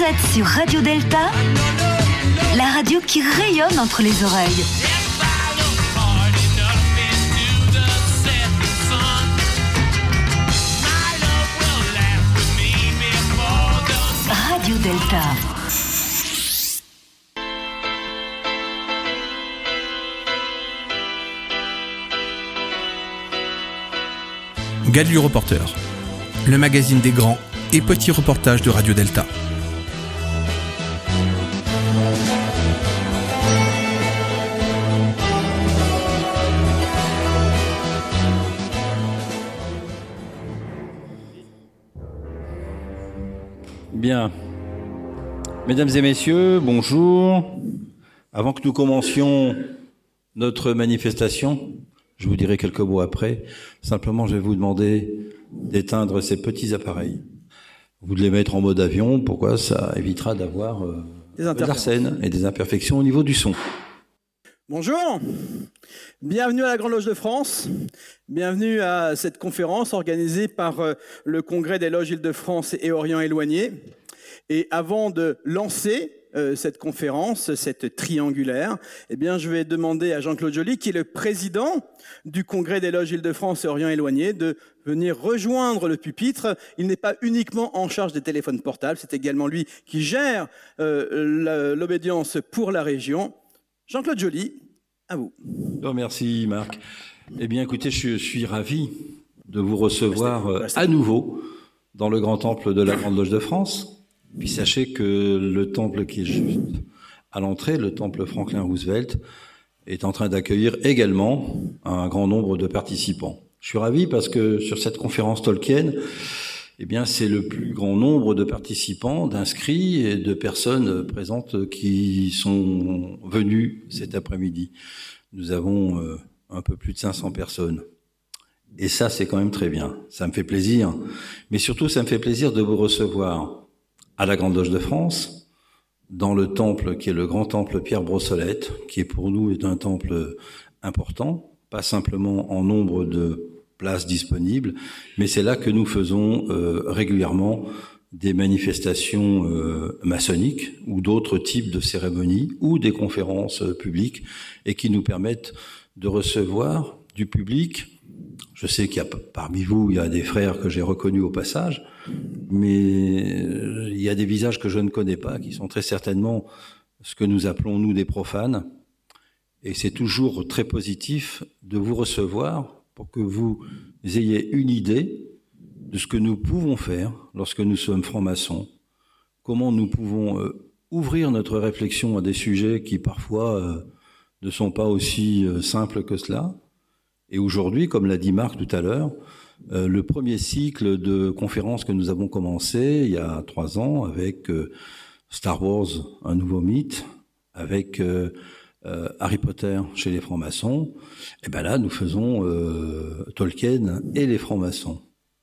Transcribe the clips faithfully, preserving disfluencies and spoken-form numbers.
êtes sur Radio Delta, la radio qui rayonne entre les oreilles. Radio Delta. Gadu Reporter, le magazine des grands et petits reportages de Radio Delta. Bien. Mesdames et messieurs, bonjour. Avant que nous commencions notre manifestation, je vous dirai quelques mots après. Simplement, je vais vous demander d'éteindre ces petits appareils. Vous de les mettre en mode avion. Pourquoi ? Ça évitera d'avoir euh, des arsènes et des imperfections au niveau du son. Bonjour. Bienvenue à la Grande Loge de France. Bienvenue à cette conférence organisée par euh, le Congrès des Loges Île-de-France et Orient éloigné. Et avant de lancer euh, cette conférence, cette triangulaire, eh bien, je vais demander à Jean-Claude Joly, qui est le président du Congrès des Loges Île-de-France et Orient éloigné, de venir rejoindre le pupitre. Il n'est pas uniquement en charge des téléphones portables, c'est également lui qui gère euh, l'obédience pour la région. Jean-Claude Joly, à vous. Oh, merci Marc. Eh bien, écoutez, je suis ravi de vous recevoir euh, à nouveau dans le grand temple de la Grande Loge de France. Puis sachez que le temple qui est juste à l'entrée, le temple Franklin Roosevelt, est en train d'accueillir également un grand nombre de participants. Je suis ravi parce que sur cette conférence Tolkien, eh bien, c'est le plus grand nombre de participants, d'inscrits et de personnes présentes qui sont venus cet après-midi. Nous avons euh, un peu plus de cinq cents personnes. Et ça, c'est quand même très bien. Ça me fait plaisir. Mais surtout, ça me fait plaisir de vous recevoir à la Grande Loge de France, dans le temple qui est le grand temple Pierre Brossolette, qui est pour nous est un temple important, pas simplement en nombre de places disponibles, mais c'est là que nous faisons euh, régulièrement des manifestations euh, maçonniques ou d'autres types de cérémonies ou des conférences euh, publiques et qui nous permettent de recevoir du public. Je sais qu'il y a parmi vous, il y a des frères que j'ai reconnus au passage, mais il y a des visages que je ne connais pas, qui sont très certainement ce que nous appelons, nous, des profanes. Et c'est toujours très positif de vous recevoir pour que vous ayez une idée de ce que nous pouvons faire lorsque nous sommes francs-maçons, comment nous pouvons euh, ouvrir notre réflexion à des sujets qui parfois euh, ne sont pas aussi euh, simples que cela. Et aujourd'hui, comme l'a dit Marc tout à l'heure, euh, le premier cycle de conférences que nous avons commencé il y a trois ans avec euh, Star Wars, un nouveau mythe, avec euh, euh, Harry Potter chez les francs-maçons, et ben là, nous faisons euh, Tolkien et les francs-maçons.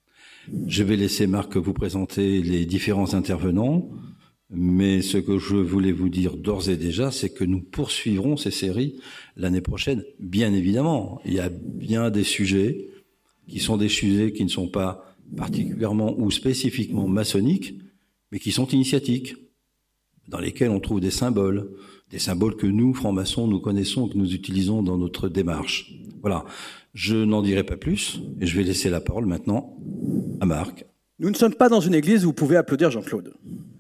Je vais laisser Marc vous présenter les différents intervenants, mais ce que je voulais vous dire d'ores et déjà, c'est que nous poursuivrons ces séries l'année prochaine. Bien évidemment, il y a bien des sujets qui sont des sujets qui ne sont pas particulièrement ou spécifiquement maçonniques, mais qui sont initiatiques, dans lesquels on trouve des symboles, des symboles que nous, francs-maçons, nous connaissons, que nous utilisons dans notre démarche. Voilà, je n'en dirai pas plus, et je vais laisser la parole maintenant à Marc. Nous ne sommes pas dans une église où vous pouvez applaudir Jean-Claude.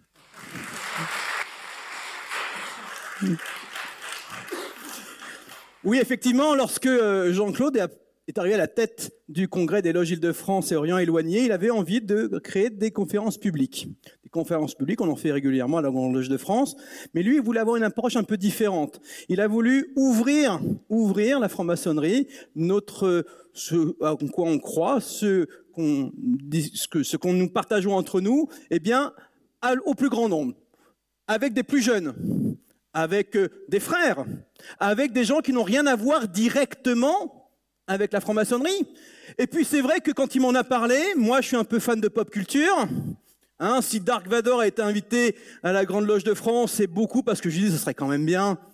Oui, effectivement, lorsque Jean-Claude est arrivé à la tête du Congrès des Loges Île-de-France et Orient éloigné, il avait envie de créer des conférences publiques. Des conférences publiques, on en fait régulièrement à la Grande Loge de France, mais lui, il voulait avoir une approche un peu différente. Il a voulu ouvrir, ouvrir la franc-maçonnerie, notre, ce à quoi on croit, ce qu'on, ce que, ce qu'on nous partageons entre nous, eh bien, au plus grand nombre. Avec des plus jeunes, avec des frères, avec des gens qui n'ont rien à voir directement avec la franc-maçonnerie. Et puis c'est vrai que quand il m'en a parlé, moi je suis un peu fan de pop culture. Hein, si Dark Vador a été invité à la Grande Loge de France, c'est beaucoup parce que je dis que ce serait quand même bien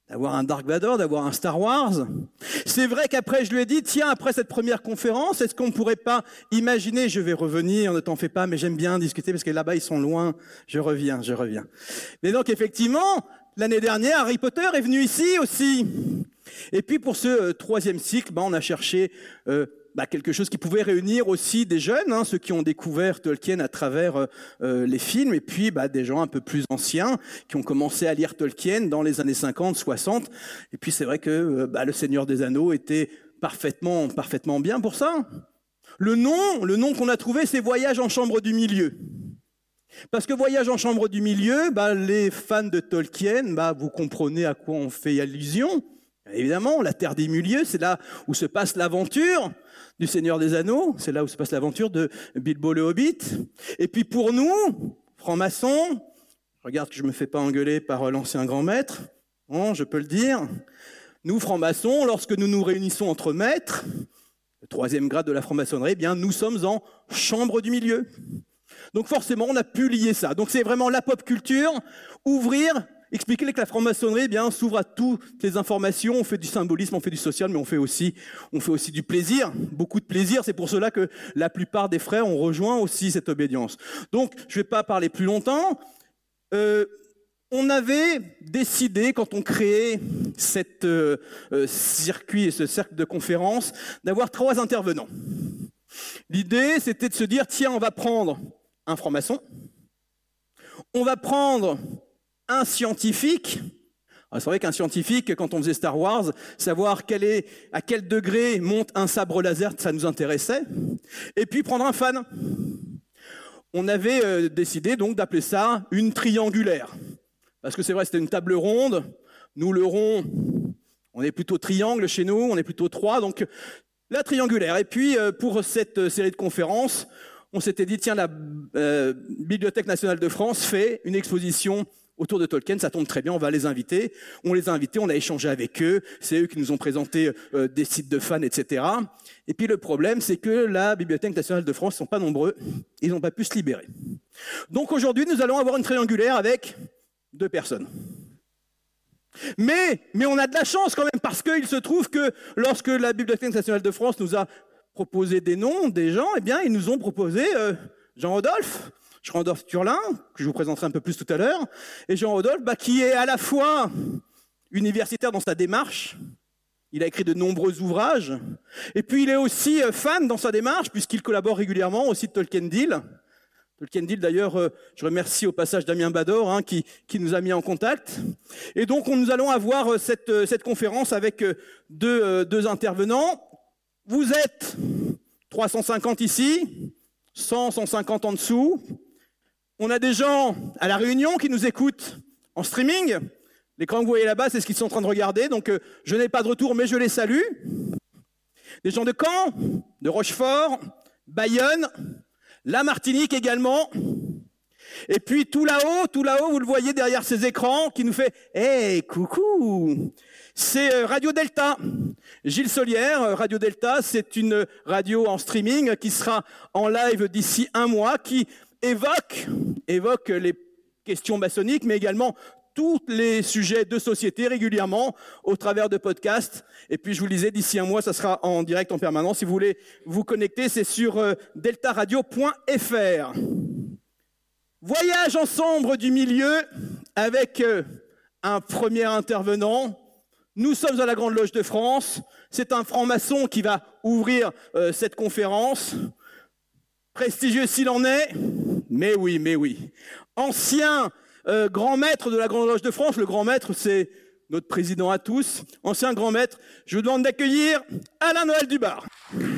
d'avoir un Dark Vador, d'avoir un Star Wars. C'est vrai qu'après, je lui ai dit, tiens, après cette première conférence, est-ce qu'on ne pourrait pas imaginer, je vais revenir, ne t'en fais pas, mais j'aime bien discuter parce que là-bas, ils sont loin, je reviens, je reviens. Mais donc, effectivement, l'année dernière, Harry Potter est venu ici aussi. Et puis, pour ce euh, troisième cycle, bah, on a cherché euh, bah, quelque chose qui pouvait réunir aussi des jeunes, hein, ceux qui ont découvert Tolkien à travers euh, les films, et puis bah, des gens un peu plus anciens qui ont commencé à lire Tolkien dans les années cinquante, soixante. Et puis c'est vrai que euh, bah, Le Seigneur des Anneaux était parfaitement, parfaitement bien pour ça. Le nom, le nom qu'on a trouvé, c'est Voyage en chambre du milieu. Parce que Voyage en chambre du milieu, bah, les fans de Tolkien, bah, vous comprenez à quoi on fait allusion. Évidemment, la Terre des Milieux, c'est là où se passe l'aventure du Seigneur des Anneaux, c'est là où se passe l'aventure de Bilbo le Hobbit. Et puis pour nous, francs-maçons, regarde que je me fais pas engueuler par l'ancien grand maître, bon, je peux le dire, nous francs-maçons, lorsque nous nous réunissons entre maîtres, le troisième grade de la franc-maçonnerie, eh bien nous sommes en chambre du milieu. Donc forcément, on a pu lier ça. Donc c'est vraiment la pop culture, ouvrir, expliquer que la franc-maçonnerie eh bien s'ouvre à toutes les informations, on fait du symbolisme, on fait du social, mais on fait aussi, on fait aussi du plaisir, beaucoup de plaisir. C'est pour cela que la plupart des frères ont rejoint aussi cette obédience. Donc, je ne vais pas parler plus longtemps. Euh, on avait décidé, quand on créait cette euh, euh, circuit et ce cercle de conférences, d'avoir trois intervenants. L'idée, c'était de se dire, tiens, on va prendre un franc-maçon, on va prendre un scientifique. C'est vrai qu'un scientifique, quand on faisait Star Wars, savoir quel est, à quel degré monte un sabre laser, ça nous intéressait. Et puis prendre un fan. On avait euh, décidé donc d'appeler ça une triangulaire. Parce que c'est vrai, c'était une table ronde. Nous, le rond, on est plutôt triangle chez nous, on est plutôt trois. Donc la triangulaire. Et puis euh, pour cette série de conférences, on s'était dit, tiens, la euh, Bibliothèque nationale de France fait une exposition autour de Tolkien, ça tombe très bien, on va les inviter. On les a invités, on a échangé avec eux, c'est eux qui nous ont présenté euh, des sites de fans, et cetera. Et puis le problème, c'est que la Bibliothèque nationale de France, ils sont pas nombreux, ils n'ont pas pu se libérer. Donc aujourd'hui, nous allons avoir une triangulaire avec deux personnes. Mais, mais on a de la chance quand même, parce qu'il se trouve que lorsque la Bibliothèque nationale de France nous a proposé des noms, des gens, eh bien, ils nous ont proposé euh, Jean-Rodolphe, Jean-Rodolphe Turlin, que je vous présenterai un peu plus tout à l'heure, et Jean-Rodolphe, bah, qui est à la fois universitaire dans sa démarche, il a écrit de nombreux ouvrages, et puis il est aussi fan dans sa démarche, puisqu'il collabore régulièrement au site Tolkien Deal. Tolkien Deal, d'ailleurs, euh, je remercie au passage Damien Bador, hein, qui, qui nous a mis en contact. Et donc, on, nous allons avoir euh, cette, euh, cette conférence avec euh, deux, euh, deux intervenants. Vous êtes trois cent cinquante ici, cent, cent cinquante en dessous. On a des gens à La Réunion qui nous écoutent en streaming. L'écran que vous voyez là-bas, c'est ce qu'ils sont en train de regarder. Donc, euh, je n'ai pas de retour, mais je les salue. Des gens de Caen, de Rochefort, Bayonne, la Martinique également. Et puis tout là-haut, tout là-haut, vous le voyez derrière ces écrans, qui nous fait « Hey, coucou !» C'est Radio Delta. Gilles Solière, Radio Delta, c'est une radio en streaming qui sera en live d'ici un mois, qui évoque, évoque les questions maçonniques, mais également tous les sujets de société régulièrement au travers de podcasts. Et puis je vous le disais, d'ici un mois, ça sera en direct en permanence. Si vous voulez vous connecter, c'est sur euh, delta radio point f r. Voyage en sombre du milieu avec euh, un premier intervenant. Nous sommes à la Grande Loge de France. C'est un franc-maçon qui va ouvrir euh, cette conférence. Prestigieux s'il en est, mais oui, mais oui. Ancien euh, grand maître de la Grande Loge de France. Le grand maître, c'est notre président à tous. Ancien grand maître. Je vous demande d'accueillir Alain Noël Dubar.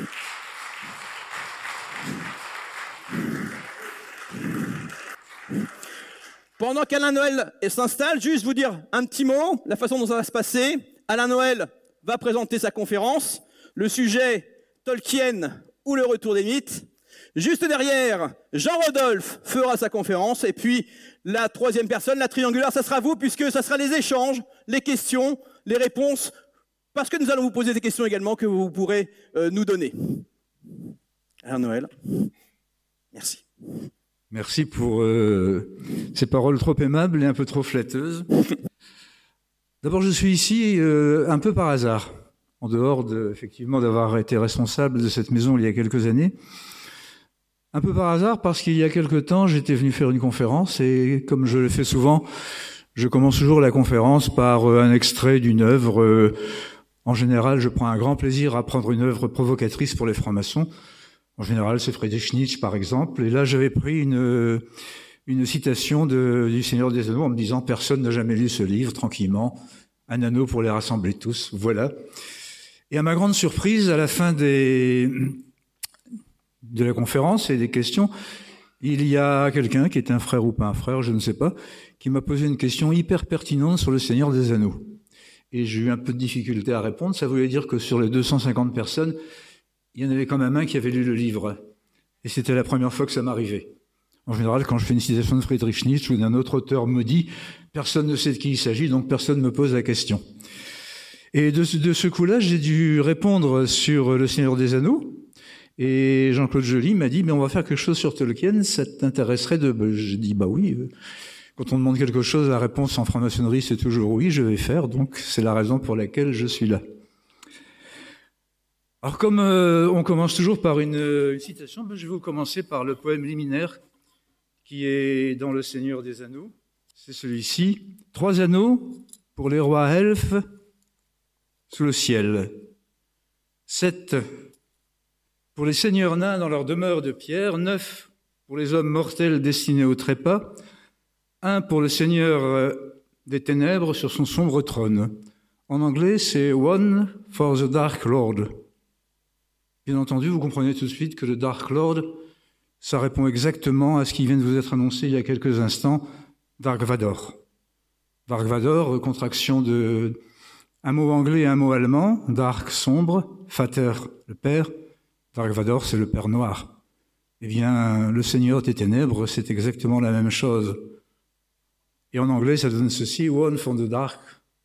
Pendant qu'Alain Noël s'installe, juste vous dire un petit mot, la façon dont ça va se passer. Alain Noël va présenter sa conférence. Le sujet, Tolkien ou le retour des mythes. Juste derrière, Jean-Rodolphe fera sa conférence. Et puis, la troisième personne, la triangulaire, ça sera vous, puisque ça sera les échanges, les questions, les réponses. Parce que nous allons vous poser des questions également que vous pourrez euh, nous donner. Alain Noël, merci. Merci pour euh, ces paroles trop aimables et un peu trop flatteuses. D'abord, je suis ici euh, un peu par hasard, en dehors de, effectivement d'avoir été responsable de cette maison il y a quelques années. Un peu par hasard parce qu'il y a quelque temps, j'étais venu faire une conférence et comme je le fais souvent, je commence toujours la conférence par un extrait d'une œuvre. En général, je prends un grand plaisir à prendre une œuvre provocatrice pour les francs-maçons. En général, c'est Friedrich Nietzsche, par exemple. Et là, j'avais pris une, une citation de, du Seigneur des Anneaux en me disant « Personne n'a jamais lu ce livre, tranquillement. Un anneau pour les rassembler tous. » Voilà. Et à ma grande surprise, à la fin des, de la conférence et des questions, il y a quelqu'un qui est un frère ou pas un frère, je ne sais pas, qui m'a posé une question hyper pertinente sur le Seigneur des Anneaux. Et j'ai eu un peu de difficulté à répondre. Ça voulait dire que sur les deux cent cinquante personnes, il y en avait quand même un qui avait lu le livre. Et c'était la première fois que ça m'arrivait. En général, quand je fais une citation de Friedrich Nietzsche ou d'un autre auteur maudit, personne ne sait de qui il s'agit, donc personne ne me pose la question. Et de, de ce coup-là, j'ai dû répondre sur le Seigneur des Anneaux. Et Jean-Claude Joly m'a dit, mais on va faire quelque chose sur Tolkien, ça t'intéresserait de... J'ai dit, bah oui, quand on demande quelque chose, la réponse en franc-maçonnerie, c'est toujours oui, je vais faire, donc c'est la raison pour laquelle je suis là. Alors comme euh, on commence toujours par une, une citation, ben, je vais vous commencer par le poème liminaire qui est dans Le Seigneur des Anneaux. C'est celui-ci. Trois anneaux pour les rois elfes sous le ciel. Sept pour les seigneurs nains dans leur demeure de pierre, neuf pour les hommes mortels destinés au trépas, un pour le seigneur des ténèbres sur son sombre trône. En anglais, c'est One for the Dark Lord. Bien entendu, vous comprenez tout de suite que le Dark Lord, ça répond exactement à ce qui vient de vous être annoncé il y a quelques instants, Dark Vador. Dark Vador, contraction de un mot anglais et un mot allemand, Dark, sombre, Vater, le père, Dark Vador, c'est le Père Noir. Eh bien, le Seigneur des Ténèbres, c'est exactement la même chose. Et en anglais, ça donne ceci, One from the Dark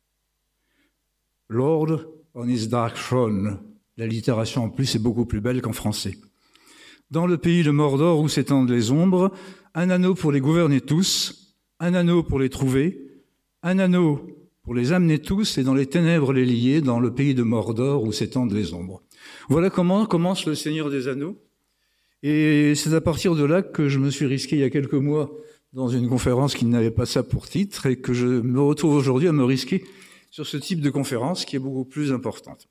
Lord on his dark throne. La littération en plus est beaucoup plus belle qu'en français. Dans le pays de Mordor où s'étendent les ombres, un anneau pour les gouverner tous, un anneau pour les trouver, un anneau pour les amener tous et dans les ténèbres les lier dans le pays de Mordor où s'étendent les ombres. Voilà comment commence le Seigneur des Anneaux. Et c'est à partir de là que je me suis risqué il y a quelques mois dans une conférence qui n'avait pas ça pour titre et que je me retrouve aujourd'hui à me risquer sur ce type de conférence qui est beaucoup plus importante.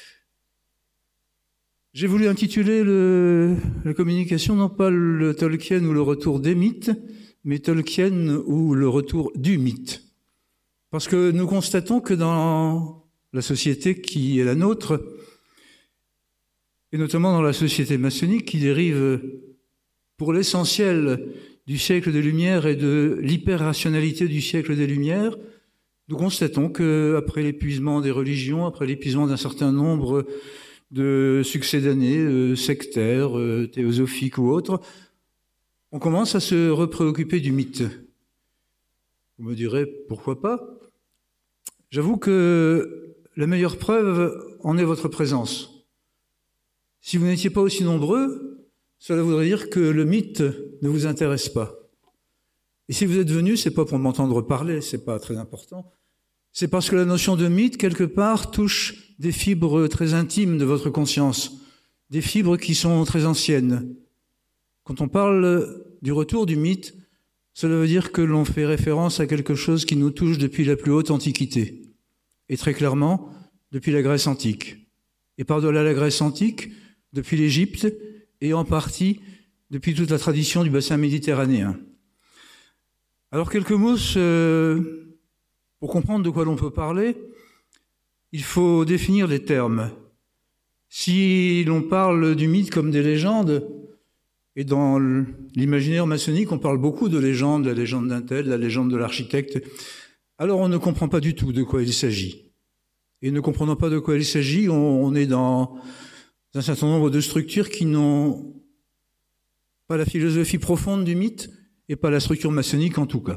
J'ai voulu intituler le, la communication non pas le Tolkien ou le retour des mythes, mais Tolkien ou le retour du mythe. Parce que nous constatons que dans la société qui est la nôtre, et notamment dans la société maçonnique qui dérive pour l'essentiel du siècle des Lumières et de l'hyper-rationalité du siècle des Lumières, nous constatons qu'après l'épuisement des religions, après l'épuisement d'un certain nombre de succédanés euh, sectaires, euh, théosophiques ou autres, on commence à se repréoccuper du mythe. Vous me direz, pourquoi pas ? J'avoue que la meilleure preuve en est votre présence. Si vous n'étiez pas aussi nombreux, cela voudrait dire que le mythe ne vous intéresse pas. Et si vous êtes venus, c'est pas pour m'entendre parler, c'est pas très important. C'est parce que la notion de mythe, quelque part, touche des fibres très intimes de votre conscience, des fibres qui sont très anciennes. Quand on parle du retour du mythe, cela veut dire que l'on fait référence à quelque chose qui nous touche depuis la plus haute antiquité. Et très clairement, depuis la Grèce antique. Et par-delà la Grèce antique, depuis l'Égypte, et en partie depuis toute la tradition du bassin méditerranéen. Alors quelques mots, euh, pour comprendre de quoi l'on peut parler, il faut définir les termes. Si l'on parle du mythe comme des légendes, et dans l'imaginaire maçonnique, on parle beaucoup de légendes, la légende d'un tel, la légende de l'architecte, alors on ne comprend pas du tout de quoi il s'agit. Et ne comprenant pas de quoi il s'agit, on, on est dans un certain nombre de structures qui n'ont pas la philosophie profonde du mythe et pas la structure maçonnique en tout cas.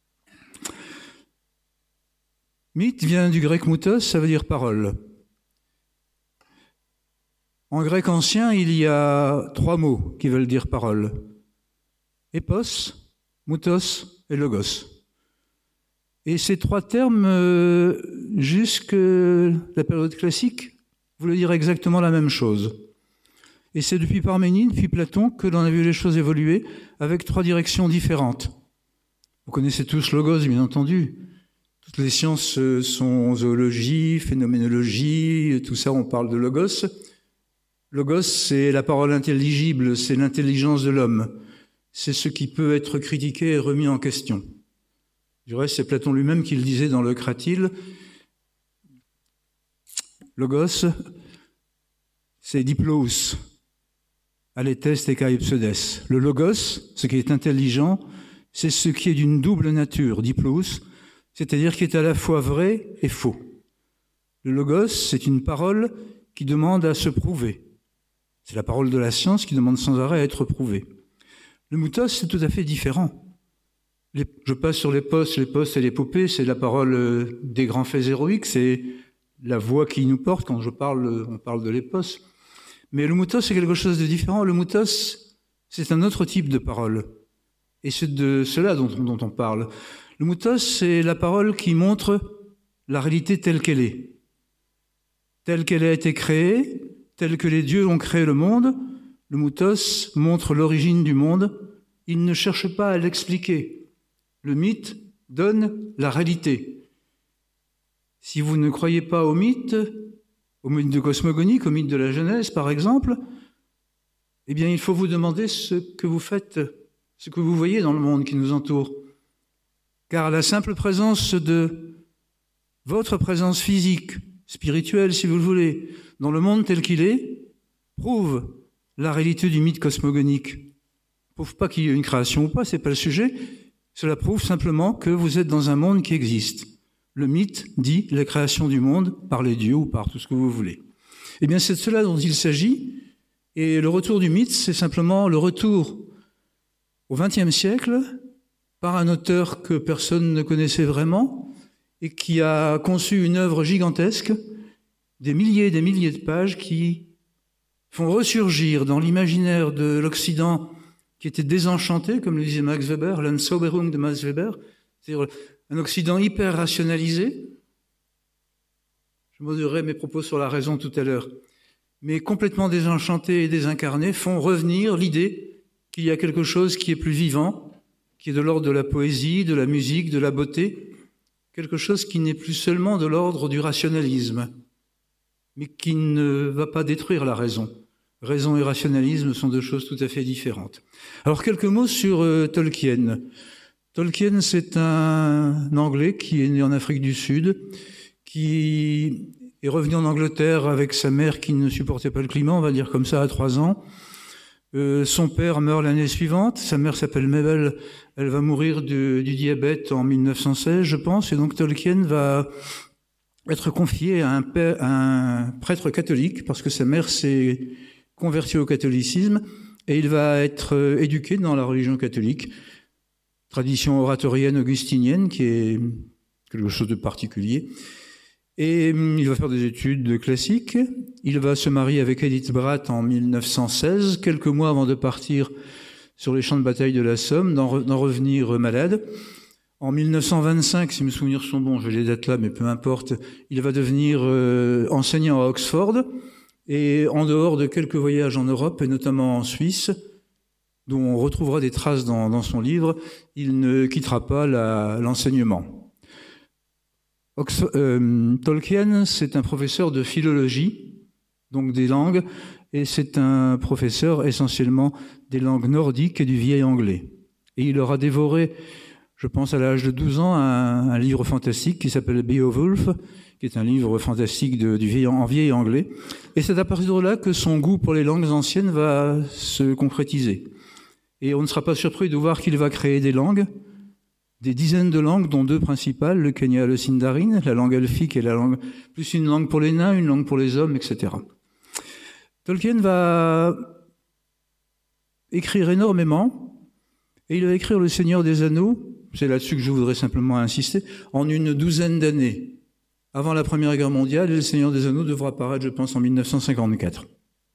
Mythe vient du grec moutos, ça veut dire parole. En grec ancien, il y a trois mots qui veulent dire parole. Épos, moutos et logos. Et ces trois termes, euh, jusqu'à la période classique, voulaient dire exactement la même chose. Et c'est depuis Parménide, puis Platon, que l'on a vu les choses évoluer avec trois directions différentes. Vous connaissez tous Logos, bien entendu. Toutes les sciences sont zoologie, phénoménologie, tout ça, on parle de Logos. Logos, c'est la parole intelligible, c'est l'intelligence de l'homme. C'est ce qui peut être critiqué et remis en question. Du reste, c'est Platon lui-même qui le disait dans le Cratyle. Logos, c'est diplos, aléthes et kaipsedes. Le logos, ce qui est intelligent, c'est ce qui est d'une double nature, diplos, c'est-à-dire qui est à la fois vrai et faux. Le logos, c'est une parole qui demande à se prouver. C'est la parole de la science qui demande sans arrêt à être prouvée. Le moutos, c'est tout à fait différent. Les, je passe sur les postes, les postes et l'épopée, c'est la parole des grands faits héroïques, c'est la voix qui nous porte. Quand je parle, on parle de l'épos. Mais le moutos, c'est quelque chose de différent. Le moutos, c'est un autre type de parole. Et c'est de cela dont, dont on parle. Le moutos, c'est la parole qui montre la réalité telle qu'elle est. Telle qu'elle a été créée, telle que les dieux ont créé le monde. Le moutos montre l'origine du monde. Il ne cherche pas à l'expliquer. Le mythe donne la réalité. Si vous ne croyez pas au mythe, au mythe de cosmogonique, au mythe de la Genèse, par exemple, eh bien, il faut vous demander ce que vous faites, ce que vous voyez dans le monde qui nous entoure. Car la simple présence de votre présence physique, spirituelle, si vous le voulez, dans le monde tel qu'il est, prouve la réalité du mythe cosmogonique. Prouve pas qu'il y ait une création ou pas, c'est pas le sujet. Cela prouve simplement que vous êtes dans un monde qui existe. Le mythe dit la création du monde par les dieux ou par tout ce que vous voulez. Eh bien, c'est de cela dont il s'agit. Et le retour du mythe, c'est simplement le retour au vingtième siècle par un auteur que personne ne connaissait vraiment et qui a conçu une œuvre gigantesque, des milliers et des milliers de pages qui font ressurgir dans l'imaginaire de l'Occident qui était désenchanté, comme le disait Max Weber, l'Entzauberung de Max Weber, c'est-à-dire un Occident hyper rationalisé. Je modérerai mes propos sur la raison tout à l'heure. Mais complètement désenchanté et désincarné, font revenir l'idée qu'il y a quelque chose qui est plus vivant, qui est de l'ordre de la poésie, de la musique, de la beauté, quelque chose qui n'est plus seulement de l'ordre du rationalisme, mais qui ne va pas détruire la raison. Raison et rationalisme sont deux choses tout à fait différentes. Alors, quelques mots sur euh, Tolkien. Tolkien, c'est un Anglais qui est né en Afrique du Sud, qui est revenu en Angleterre avec sa mère qui ne supportait pas le climat, on va dire comme ça, à trois ans. Euh, son père meurt l'année suivante, sa mère s'appelle Mabel, elle va mourir de, du diabète en mille neuf cent seize, je pense, et donc Tolkien va être confié à un, père, à un prêtre catholique, parce que sa mère s'est convertie au catholicisme, et il va être éduqué dans la religion catholique, tradition oratorienne augustinienne, qui est quelque chose de particulier. Et il va faire des études classiques. Il va se marier avec Edith Bratt en mille neuf cent seize, quelques mois avant de partir sur les champs de bataille de la Somme, d'en, re, d'en revenir malade. En mille neuf cent vingt-cinq, si mes souvenirs sont bons, je les dates là, mais peu importe, il va devenir euh, enseignant à Oxford. Et en dehors de quelques voyages en Europe, et notamment en Suisse, dont on retrouvera des traces dans, dans son livre, il ne quittera pas la, l'enseignement. Oxford, euh, Tolkien, c'est un professeur de philologie, donc des langues, et c'est un professeur essentiellement des langues nordiques et du vieil anglais. Et il aura dévoré, je pense à l'âge de douze ans, un, un livre fantastique qui s'appelle Beowulf, qui est un livre fantastique de, du vieil, en vieil anglais. Et c'est à partir de là que son goût pour les langues anciennes va se concrétiser. Et on ne sera pas surpris de voir qu'il va créer des langues, des dizaines de langues, dont deux principales, le Quenya et le Sindarin, la langue elfique et la langue, plus une langue pour les nains, une langue pour les hommes, et cetera. Tolkien va écrire énormément, et il va écrire Le Seigneur des Anneaux, c'est là-dessus que je voudrais simplement insister, en une douzaine d'années. Avant la Première Guerre mondiale, et Le Seigneur des Anneaux devra apparaître, je pense, en mille neuf cent cinquante-quatre.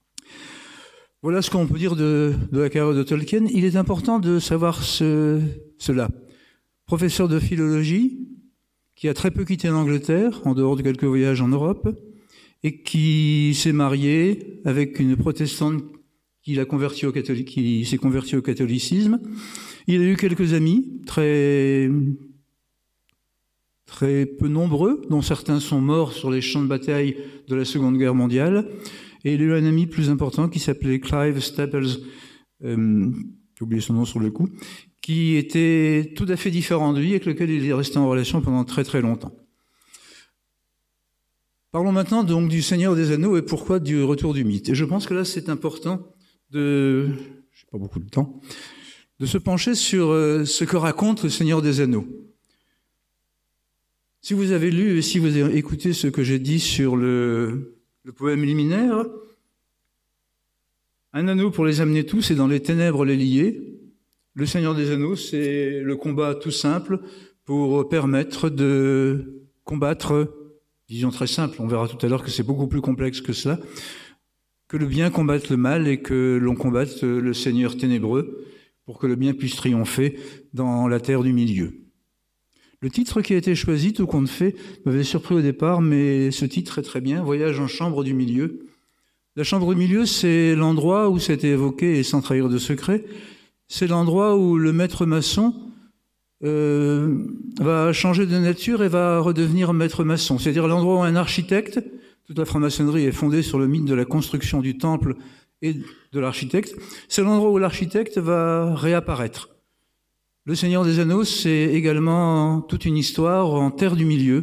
Voilà ce qu'on peut dire de, de la carrière de Tolkien. Il est important de savoir ce, cela. Professeur de philologie, qui a très peu quitté l'Angleterre, en dehors de quelques voyages en Europe, et qui s'est marié avec une protestante qui, l'a converti au catholique, qui s'est convertie au catholicisme. Il a eu quelques amis, très, très peu nombreux, dont certains sont morts sur les champs de bataille de la Seconde Guerre mondiale. Et il a eu un ami plus important qui s'appelait Clive Staples, euh, j'ai oublié son nom sur le coup, qui était tout à fait différent de lui, avec lequel il est resté en relation pendant très très longtemps. Parlons maintenant donc du Seigneur des Anneaux et pourquoi du retour du mythe. Et je pense que là c'est important de, j'ai pas beaucoup de temps, de se pencher sur ce que raconte le Seigneur des Anneaux. Si vous avez lu et si vous avez écouté ce que j'ai dit sur le, le poème liminaire, un anneau pour les amener tous et dans les ténèbres les lier. Le Seigneur des Anneaux, c'est le combat tout simple pour permettre de combattre, disons très simple, on verra tout à l'heure que c'est beaucoup plus complexe que cela, que le bien combatte le mal et que l'on combatte le Seigneur ténébreux pour que le bien puisse triompher dans la terre du milieu. Le titre qui a été choisi, tout compte fait, m'avait surpris au départ, mais ce titre est très bien, Voyage en chambre du milieu. La chambre du milieu, c'est l'endroit où c'était évoqué, et sans trahir de secret, c'est l'endroit où le maître maçon euh, va changer de nature et va redevenir maître maçon. C'est-à-dire l'endroit où un architecte, toute la franc-maçonnerie est fondée sur le mythe de la construction du temple et de l'architecte, c'est l'endroit où l'architecte va réapparaître. Le Seigneur des Anneaux, c'est également toute une histoire en terre du milieu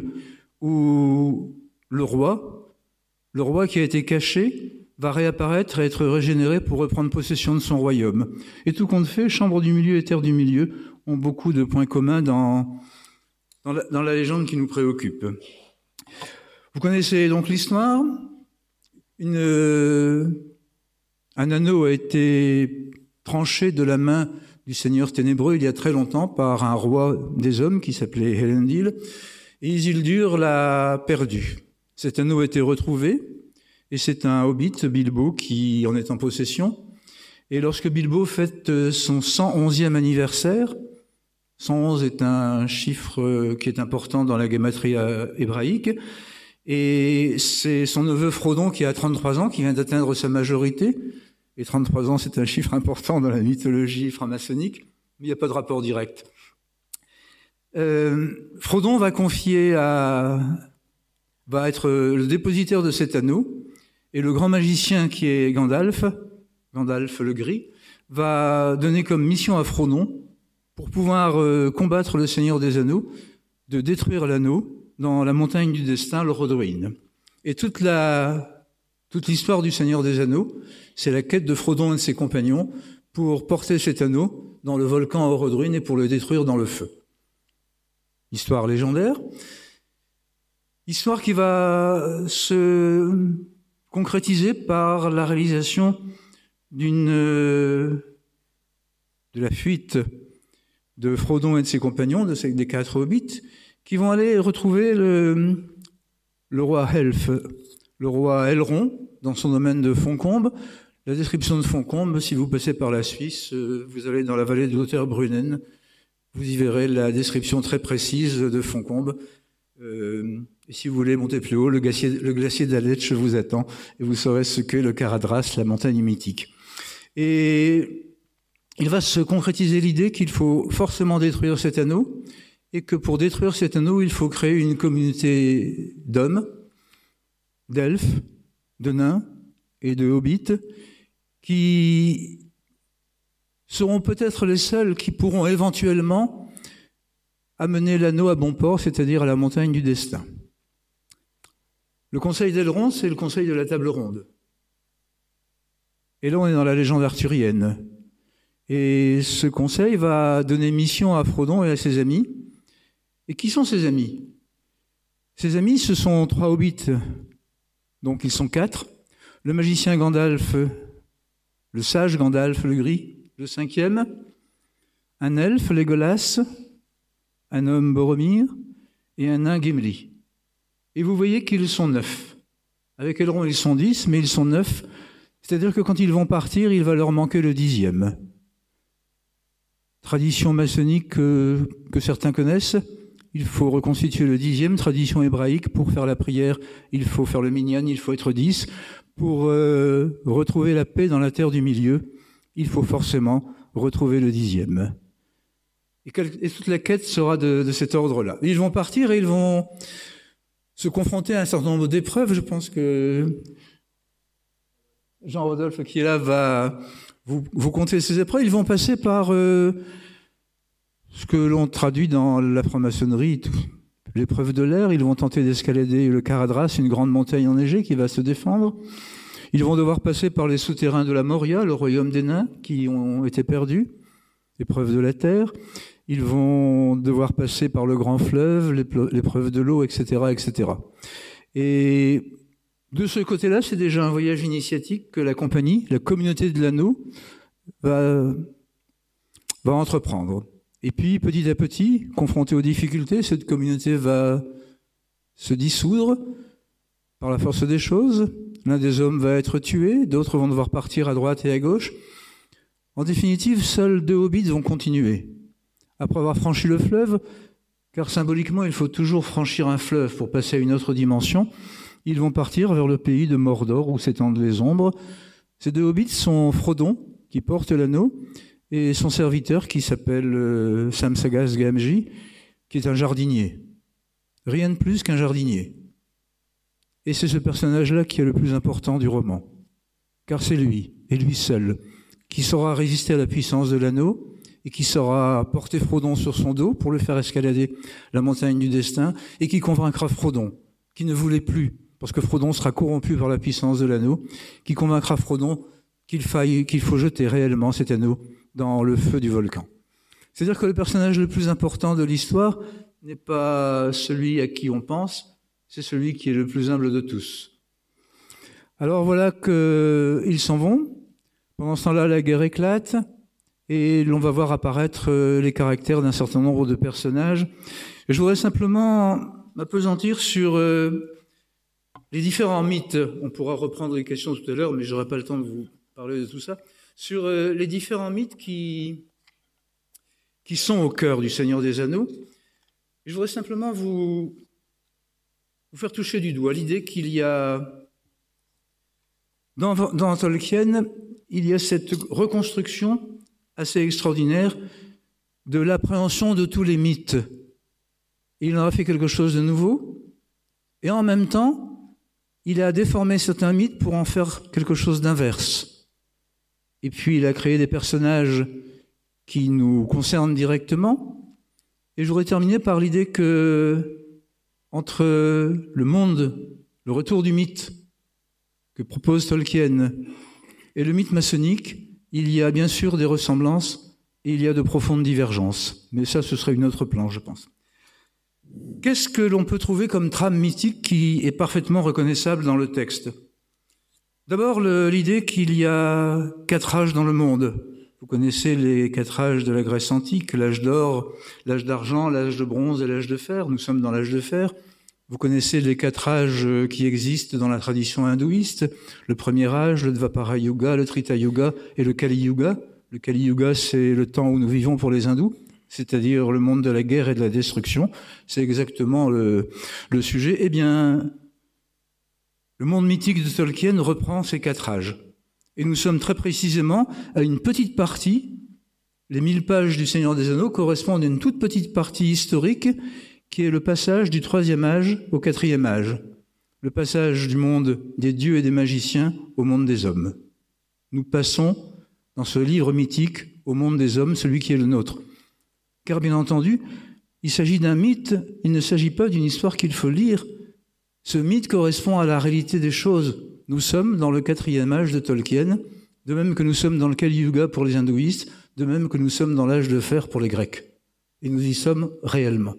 où le roi, le roi qui a été caché, va réapparaître et être régénéré pour reprendre possession de son royaume. Et tout compte fait, Chambre du milieu et Terre du milieu ont beaucoup de points communs dans, dans, la, dans la légende qui nous préoccupe. Vous connaissez donc l'histoire. Une, euh, un anneau a été tranché de la main du Seigneur ténébreux il y a très longtemps par un roi des hommes qui s'appelait Elendil, et Isildur l'a perdu. Cet anneau a été retrouvé, et c'est un hobbit, Bilbo, qui en est en possession. Et lorsque Bilbo fête son cent onzième anniversaire, cent onze est un chiffre qui est important dans la gematria hébraïque, et c'est son neveu Frodon qui a trente-trois ans, qui vient d'atteindre sa majorité, et trente-trois ans c'est un chiffre important dans la mythologie franc-maçonnique, mais il n'y a pas de rapport direct. Euh, Frodon va confier à... va être le dépositaire de cet anneau, et le grand magicien qui est Gandalf, Gandalf le Gris, va donner comme mission à Frodon, pour pouvoir euh, combattre le Seigneur des Anneaux, de détruire l'anneau dans la montagne du destin, le Rodoin. Et toute la, toute l'histoire du Seigneur des Anneaux, c'est la quête de Frodon et de ses compagnons pour porter cet anneau dans le volcan Horodruin et pour le détruire dans le feu. Histoire légendaire. Histoire qui va se concrétiser par la réalisation d'une, de la fuite de Frodon et de ses compagnons, de ces, des quatre hobbits, qui vont aller retrouver le, le roi Elf, le roi Elrond, dans son domaine de Foncombe. La description de Foncombe, si vous passez par la Suisse, vous allez dans la vallée de l'Oterbrunnen, vous y verrez la description très précise de Foncombe. Euh, et si vous voulez monter plus haut, le glacier, le glacier d'Aletsch vous attend et vous saurez ce qu'est le Caradras, la montagne mythique. Et il va se concrétiser l'idée qu'il faut forcément détruire cet anneau et que pour détruire cet anneau, il faut créer une communauté d'hommes, d'elfes, de nains et de hobbits qui seront peut-être les seuls qui pourront éventuellement amener l'anneau à bon port, c'est-à-dire à la montagne du destin. Le conseil d'Elrond, c'est le conseil de la table ronde. Et là, on est dans la légende arthurienne. Et ce conseil va donner mission à Frodon et à ses amis. Et qui sont ses amis? Ses amis, ce sont trois hobbits, donc ils sont quatre. Le magicien Gandalf, le sage Gandalf le Gris, le cinquième, un elfe, Legolas, un homme Boromir et un nain Gimli. Et vous voyez qu'ils sont neuf. Avec Elrond, ils sont dix, mais ils sont neuf. C'est-à-dire que quand ils vont partir, il va leur manquer le dixième. Tradition maçonnique que, que certains connaissent, il faut reconstituer le dixième, tradition hébraïque. Pour faire la prière, il faut faire le minyan, il faut être dix. Pour euh, retrouver la paix dans la terre du milieu, il faut forcément retrouver le dixième. Et, quel, et toute la quête sera de, de cet ordre-là. Ils vont partir et ils vont se confronter à un certain nombre d'épreuves. Je pense que Jean-Rodolphe qui est là va vous, vous conter ces épreuves. Ils vont passer par euh, ce que l'on traduit dans la franc-maçonnerie, l'épreuve de l'air. Ils vont tenter d'escalader le Caradras, une grande montagne enneigée qui va se défendre. Ils vont devoir passer par les souterrains de la Moria, le royaume des nains, qui ont été perdus, l'épreuve de la terre. Ils vont devoir passer par le grand fleuve, l'épreuve de l'eau, et cetera, et cetera. Et de ce côté-là, c'est déjà un voyage initiatique que la compagnie, la communauté de l'anneau, va, va entreprendre. Et puis, petit à petit, confrontée aux difficultés, cette communauté va se dissoudre par la force des choses. L'un des hommes va être tué, d'autres vont devoir partir à droite et à gauche. En définitive, seuls deux hobbits vont continuer. Après avoir franchi le fleuve, car symboliquement, il faut toujours franchir un fleuve pour passer à une autre dimension, ils vont partir vers le pays de Mordor, où s'étendent les ombres. Ces deux hobbits sont Frodon, qui porte l'anneau, et son serviteur, qui s'appelle euh, Samsagas Gamgee, qui est un jardinier. Rien de plus qu'un jardinier. Et c'est ce personnage-là qui est le plus important du roman. Car c'est lui, et lui seul, qui saura résister à la puissance de l'anneau, et qui saura porter Frodon sur son dos pour le faire escalader la montagne du destin, et qui convaincra Frodon, qui ne voulait plus, parce que Frodon sera corrompu par la puissance de l'anneau, qui convaincra Frodon qu'il faille, qu'il faut jeter réellement cet anneau dans le feu du volcan. C'est-à-dire que le personnage le plus important de l'histoire n'est pas celui à qui on pense, c'est celui qui est le plus humble de tous. Alors voilà qu'ils s'en vont. Pendant ce temps-là, la guerre éclate et l'on va voir apparaître les caractères d'un certain nombre de personnages. Je voudrais simplement m'appesantir sur les différents mythes. On pourra reprendre les questions tout à l'heure, mais je n'aurai pas le temps de vous parler de tout ça. Sur les différents mythes qui, qui sont au cœur du Seigneur des Anneaux. Je voudrais simplement vous... vous faire toucher du doigt l'idée qu'il y a, dans, dans Tolkien, il y a cette reconstruction assez extraordinaire de l'appréhension de tous les mythes. Il en a fait quelque chose de nouveau, et en même temps, il a déformé certains mythes pour en faire quelque chose d'inverse. Et puis, il a créé des personnages qui nous concernent directement. Et je voudrais terminer par l'idée que entre le monde, le retour du mythe que propose Tolkien et le mythe maçonnique, il y a bien sûr des ressemblances et il y a de profondes divergences. Mais ça, ce serait une autre plan, je pense. Qu'est-ce que l'on peut trouver comme trame mythique qui est parfaitement reconnaissable dans le texte ? D'abord, le, l'idée qu'il y a quatre âges dans le monde. Vous connaissez les quatre âges de la Grèce antique, l'âge d'or, l'âge d'argent, l'âge de bronze et l'âge de fer. Nous sommes dans l'âge de fer. Vous connaissez les quatre âges qui existent dans la tradition hindouiste. Le premier âge, le Dvapara Yuga, le Trita Yuga et le Kali Yuga. Le Kali Yuga, c'est le temps où nous vivons pour les hindous, c'est-à-dire le monde de la guerre et de la destruction. C'est exactement le, le sujet. Eh bien, le monde mythique de Tolkien reprend ces quatre âges. Et nous sommes très précisément à une petite partie. Les mille pages du Seigneur des Anneaux correspondent à une toute petite partie historique qui est le passage du troisième âge au quatrième âge. Le passage du monde des dieux et des magiciens au monde des hommes. Nous passons dans ce livre mythique au monde des hommes, celui qui est le nôtre. Car bien entendu, il s'agit d'un mythe, il ne s'agit pas d'une histoire qu'il faut lire. Ce mythe correspond à la réalité des choses. Nous sommes dans le quatrième âge de Tolkien, de même que nous sommes dans le Kali Yuga pour les hindouistes, de même que nous sommes dans l'âge de fer pour les Grecs. Et nous y sommes réellement.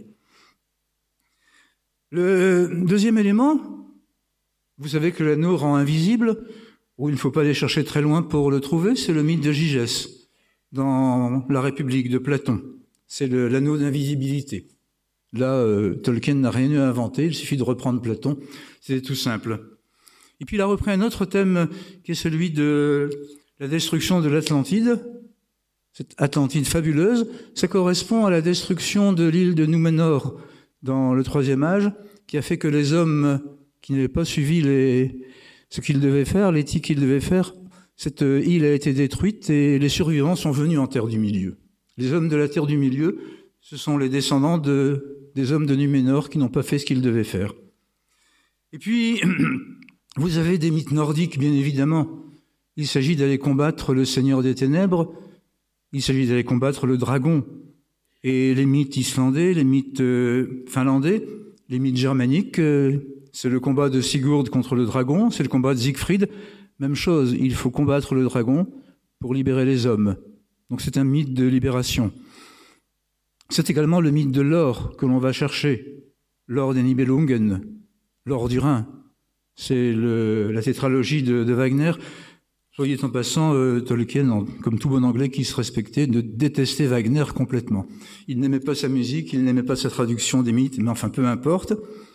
Le deuxième élément, vous savez que l'anneau rend invisible, ou il ne faut pas aller chercher très loin pour le trouver, c'est le mythe de Gygès, dans la République de Platon. C'est le, l'anneau d'invisibilité. Là, euh, Tolkien n'a rien eu à inventer, il suffit de reprendre Platon, c'est tout simple. Et puis il a repris un autre thème qui est celui de la destruction de l'Atlantide, cette Atlantide fabuleuse. Ça correspond à la destruction de l'île de Númenor, dans le troisième âge, qui a fait que les hommes qui n'avaient pas suivi les, ce qu'ils devaient faire, l'éthique qu'ils devaient faire, cette île a été détruite et les survivants sont venus en terre du milieu. Les hommes de la terre du milieu, ce sont les descendants de, des hommes de Numénor qui n'ont pas fait ce qu'ils devaient faire. Et puis, vous avez des mythes nordiques, bien évidemment. Il s'agit d'aller combattre le Seigneur des Ténèbres, il s'agit d'aller combattre le dragon. Et les mythes islandais, les mythes euh, finlandais, les mythes germaniques, euh, c'est le combat de Sigurd contre le dragon, c'est le combat de Siegfried. Même chose, il faut combattre le dragon pour libérer les hommes. Donc c'est un mythe de libération. C'est également le mythe de l'or que l'on va chercher, l'or des Nibelungen, l'or du Rhin. C'est le, la tétralogie de, de Wagner. Soyez en passant, euh, Tolkien, en, comme tout bon anglais qui se respectait, de détester Wagner complètement. Il n'aimait pas sa musique, il n'aimait pas sa traduction des mythes, mais enfin peu importe.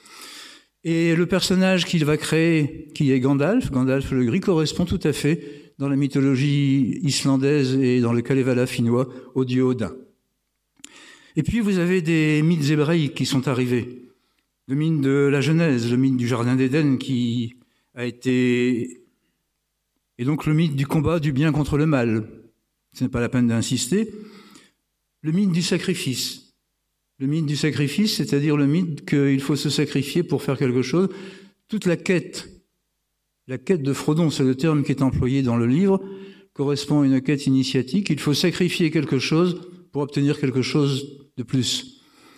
Et le personnage qu'il va créer, qui est Gandalf, Gandalf le gris, correspond tout à fait dans la mythologie islandaise et dans le Kalevala finnois au dieu Odin. Et puis vous avez des mythes hébraïques qui sont arrivés. Le mythe de la Genèse, le mythe du Jardin d'Éden qui a été... Et donc le mythe du combat du bien contre le mal. Ce n'est pas la peine d'insister. Le mythe du sacrifice. Le mythe du sacrifice, c'est-à-dire le mythe qu'il faut se sacrifier pour faire quelque chose. Toute la quête, la quête de Frodon, c'est le terme qui est employé dans le livre, correspond à une quête initiatique. Il faut sacrifier quelque chose pour obtenir quelque chose de plus.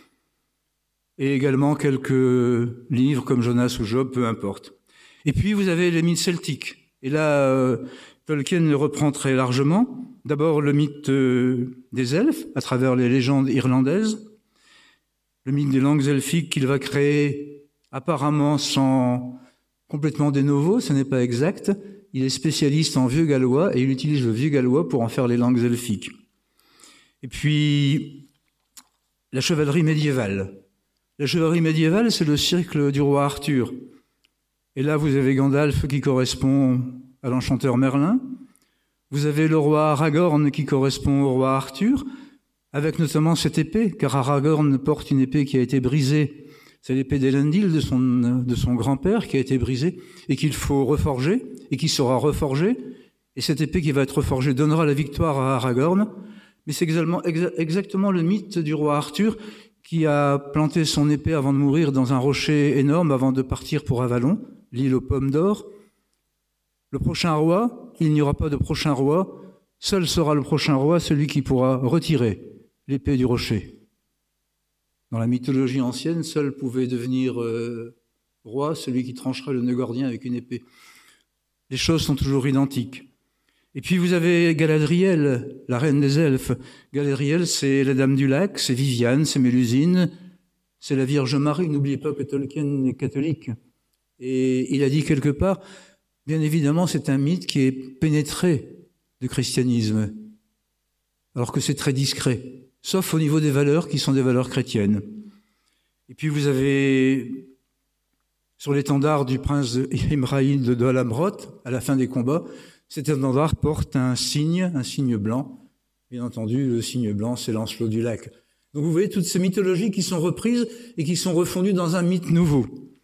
Et également quelques livres comme Jonas ou Job, peu importe. Et puis vous avez les mythes celtiques. Et là, euh, Tolkien le reprend très largement. D'abord le mythe euh, des elfes, à travers les légendes irlandaises. Le mythe des langues elfiques qu'il va créer apparemment sans complètement de nouveau, ce n'est pas exact. Il est spécialiste en vieux gallois et il utilise le vieux gallois pour en faire les langues elfiques. Et puis, la chevalerie médiévale. La chevalerie médiévale, c'est le cycle du roi Arthur. Et là, vous avez Gandalf qui correspond à l'enchanteur Merlin. Vous avez le roi Aragorn qui correspond au roi Arthur, avec notamment cette épée, car Aragorn porte une épée qui a été brisée. C'est l'épée d'Elendil de son, de son grand-père qui a été brisée et qu'il faut reforger et qui sera reforgée. Et cette épée qui va être reforgée donnera la victoire à Aragorn. Mais c'est exactement, exactement le mythe du roi Arthur qui a planté son épée avant de mourir dans un rocher énorme avant de partir pour Avalon, l'île aux pommes d'or. Le prochain roi, il n'y aura pas de prochain roi, seul sera le prochain roi, celui qui pourra retirer l'épée du rocher. Dans la mythologie ancienne, seul pouvait devenir euh, roi celui qui trancherait le nœud gordien avec une épée. Les choses sont toujours identiques. Et puis vous avez Galadriel, la reine des elfes. Galadriel, c'est la dame du lac, c'est Viviane, c'est Mélusine, c'est la Vierge Marie. N'oubliez pas que Tolkien est catholique. Et il a dit quelque part, bien évidemment, c'est un mythe qui est pénétré du christianisme, alors que c'est très discret, sauf au niveau des valeurs qui sont des valeurs chrétiennes. Et puis vous avez, sur l'étendard du prince Imraïl de Dol-Amroth, à la fin des combats, cet étendard porte un signe, un signe blanc. Bien entendu, le signe blanc, c'est Lancelot du Lac. Donc vous voyez toutes ces mythologies qui sont reprises et qui sont refondues dans un mythe nouveau.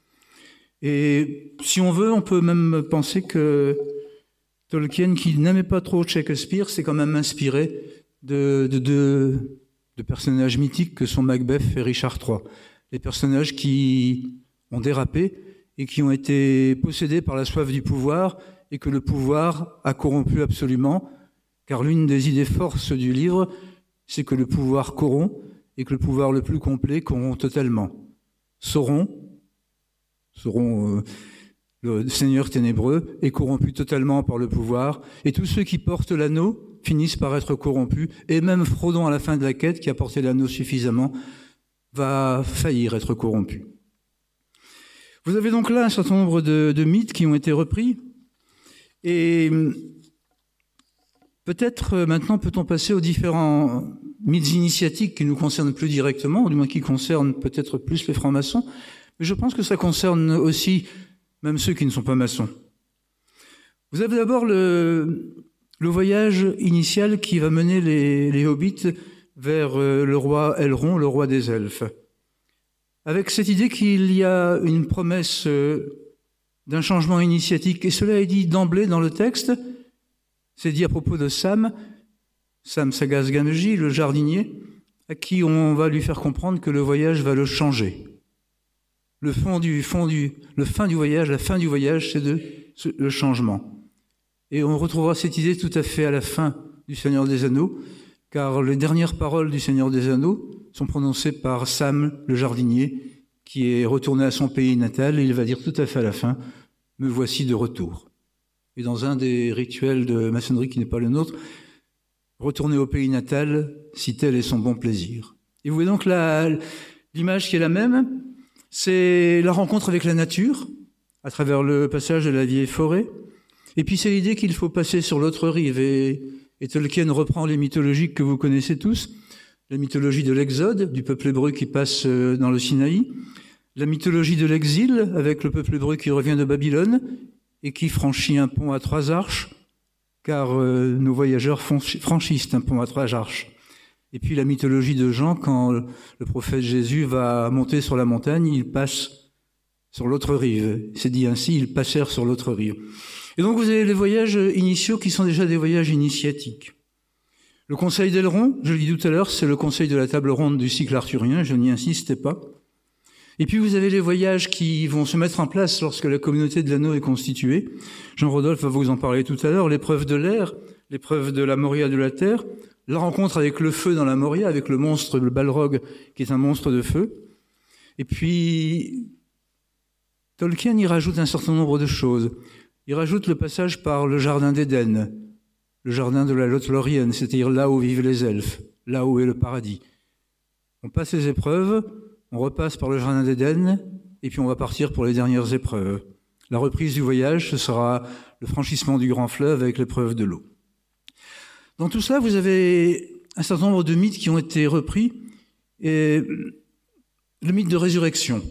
Et si on veut, on peut même penser que Tolkien, qui n'aimait pas trop Shakespeare, s'est quand même inspiré de, de, de, de personnages mythiques que sont Macbeth et Richard trois. Les personnages qui ont dérapé et qui ont été possédés par la soif du pouvoir et que le pouvoir a corrompu absolument, car l'une des idées forces du livre, c'est que le pouvoir corrompt et que le pouvoir le plus complet corrompt totalement. Sauron, Sauron, euh, le Seigneur ténébreux, est corrompu totalement par le pouvoir, et tous ceux qui portent l'anneau finissent par être corrompus, et même Frodon à la fin de la quête, qui a porté l'anneau suffisamment, va faillir être corrompu. Vous avez donc là un certain nombre de, de mythes qui ont été repris, et peut-être maintenant peut-on passer aux différents mythes initiatiques qui nous concernent plus directement, ou du moins qui concernent peut-être plus les francs-maçons, mais je pense que ça concerne aussi même ceux qui ne sont pas maçons. Vous avez d'abord le, le voyage initial qui va mener les, les hobbits vers le roi Elrond, le roi des elfes. avec cette idée qu'il y a une promesse d'un changement initiatique. Et cela est dit d'emblée dans le texte. C'est dit à propos de Sam, Sam Sagas Gamgee, le jardinier, à qui on va lui faire comprendre que le voyage va le changer. Le fond du, fond du, le fin du voyage, la fin du voyage, c'est de, le changement. Et on retrouvera cette idée tout à fait à la fin du Seigneur des Anneaux, car les dernières paroles du Seigneur des Anneaux sont prononcées par Sam, le jardinier, qui est retourné à son pays natal, et il va dire tout à fait à la fin, « Me voici de retour ». Et dans un des rituels de maçonnerie qui n'est pas le nôtre, retourner au pays natal, si tel est son bon plaisir. Et vous voyez donc la, l'image qui est la même, c'est la rencontre avec la nature, à travers le passage de la vieille forêt. Et puis c'est l'idée qu'il faut passer sur l'autre rive. Et, et Tolkien reprend les mythologies que vous connaissez tous, la mythologie de l'Exode, du peuple hébreu qui passe dans le Sinaï, la mythologie de l'exil, avec le peuple hébreu qui revient de Babylone et qui franchit un pont à trois arches, car euh, nos voyageurs franchissent un pont à trois arches. Et puis la mythologie de Jean, quand le prophète Jésus va monter sur la montagne, il passe sur l'autre rive. C'est dit ainsi, ils passèrent sur l'autre rive. Et donc vous avez les voyages initiaux qui sont déjà des voyages initiatiques. Le conseil d'Elrond, je l'ai dit tout à l'heure, c'est le conseil de la table ronde du cycle arthurien, je n'y insiste pas. Et puis vous avez les voyages qui vont se mettre en place lorsque la communauté de l'anneau est constituée. Jean-Rodolphe va vous en parler tout à l'heure, l'épreuve de l'air, l'épreuve de la Moria de la terre, la rencontre avec le feu dans la Moria, avec le monstre, le Balrog, qui est un monstre de feu. Et puis, Tolkien y rajoute un certain nombre de choses. Il rajoute le passage par le jardin d'Éden, le jardin de la Lothlorien, c'est-à-dire là où vivent les elfes, là où est le paradis. On passe les épreuves, on repasse par le jardin d'Éden, et puis on va partir pour les dernières épreuves. La reprise du voyage, ce sera le franchissement du grand fleuve avec l'épreuve de l'eau. Dans tout cela, vous avez un certain nombre de mythes qui ont été repris. Et le mythe de résurrection.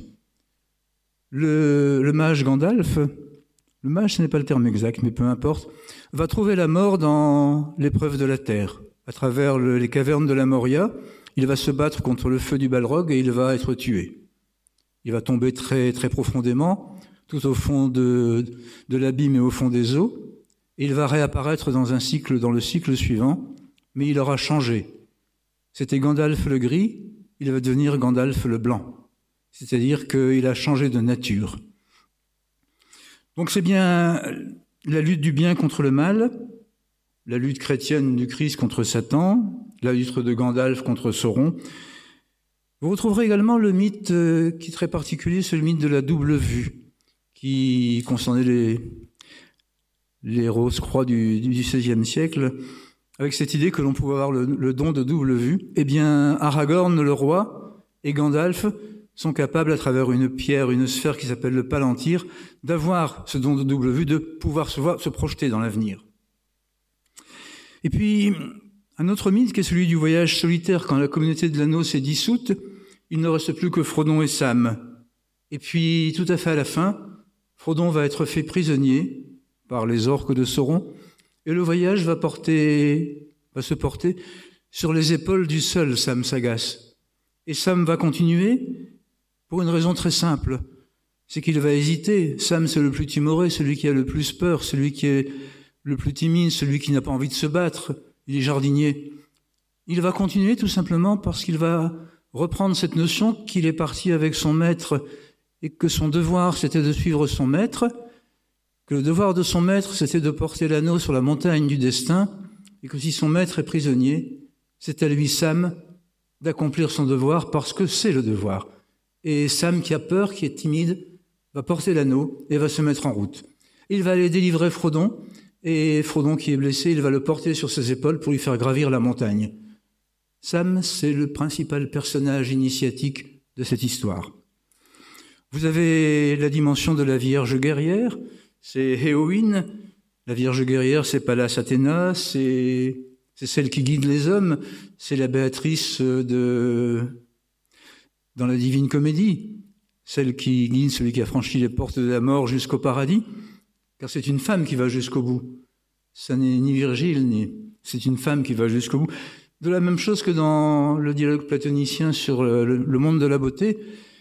Le, le mage Gandalf, le mage, ce n'est pas le terme exact, mais peu importe, va trouver la mort dans l'épreuve de la terre. À travers le, les cavernes de la Moria, il va se battre contre le feu du Balrog et il va être tué. Il va tomber très, très profondément, tout au fond de, de l'abîme et au fond des eaux. Et il va réapparaître dans un cycle, dans le cycle suivant, mais il aura changé. C'était Gandalf le gris, il va devenir Gandalf le blanc. C'est-à-dire qu'il a changé de nature. Donc c'est bien la lutte du bien contre le mal, la lutte chrétienne du Christ contre Satan, la lutte de Gandalf contre Sauron. Vous retrouverez également le mythe qui est très particulier, c'est le mythe de la double vue, qui concernait les... les Rose-Croix du, du seizième siècle, avec cette idée que l'on pouvait avoir le, le don de double vue. Eh bien, Aragorn, le roi, et Gandalf sont capables, à travers une pierre, une sphère qui s'appelle le Palantir, d'avoir ce don de double vue, de pouvoir se, voir, se projeter dans l'avenir. Et puis, un autre mythe qui est celui du voyage solitaire. Quand la communauté de l'anneau s'est dissoute, il ne reste plus que Frodon et Sam. Et puis, tout à fait à la fin, Frodon va être fait prisonnier par les orques de Sauron, et le voyage va porter, va se porter sur les épaules du seul Sam Sagas. Et Sam va continuer pour une raison très simple, c'est qu'il va hésiter. Sam, c'est le plus timoré, celui qui a le plus peur, celui qui est le plus timide, celui qui n'a pas envie de se battre, il est jardinier. Il va continuer tout simplement parce qu'il va reprendre cette notion qu'il est parti avec son maître et que son devoir, c'était de suivre son maître, que le devoir de son maître, c'était de porter l'anneau sur la montagne du destin, et que si son maître est prisonnier, c'est à lui, Sam, d'accomplir son devoir parce que c'est le devoir. Et Sam, qui a peur, qui est timide, va porter l'anneau et va se mettre en route. Il va aller délivrer Frodon, et Frodon, qui est blessé, il va le porter sur ses épaules pour lui faire gravir la montagne. Sam, c'est le principal personnage initiatique de cette histoire. Vous avez la dimension de la Vierge guerrière, c'est Éowyn. La Vierge guerrière, c'est Pallas Athéna, c'est, c'est celle qui guide les hommes, c'est la Béatrice de, dans la Divine Comédie, celle qui guide celui qui a franchi les portes de la mort jusqu'au paradis, car c'est une femme qui va jusqu'au bout. Ça n'est ni Virgile, ni, c'est une femme qui va jusqu'au bout. De la même chose que dans le dialogue platonicien sur le, le monde de la beauté,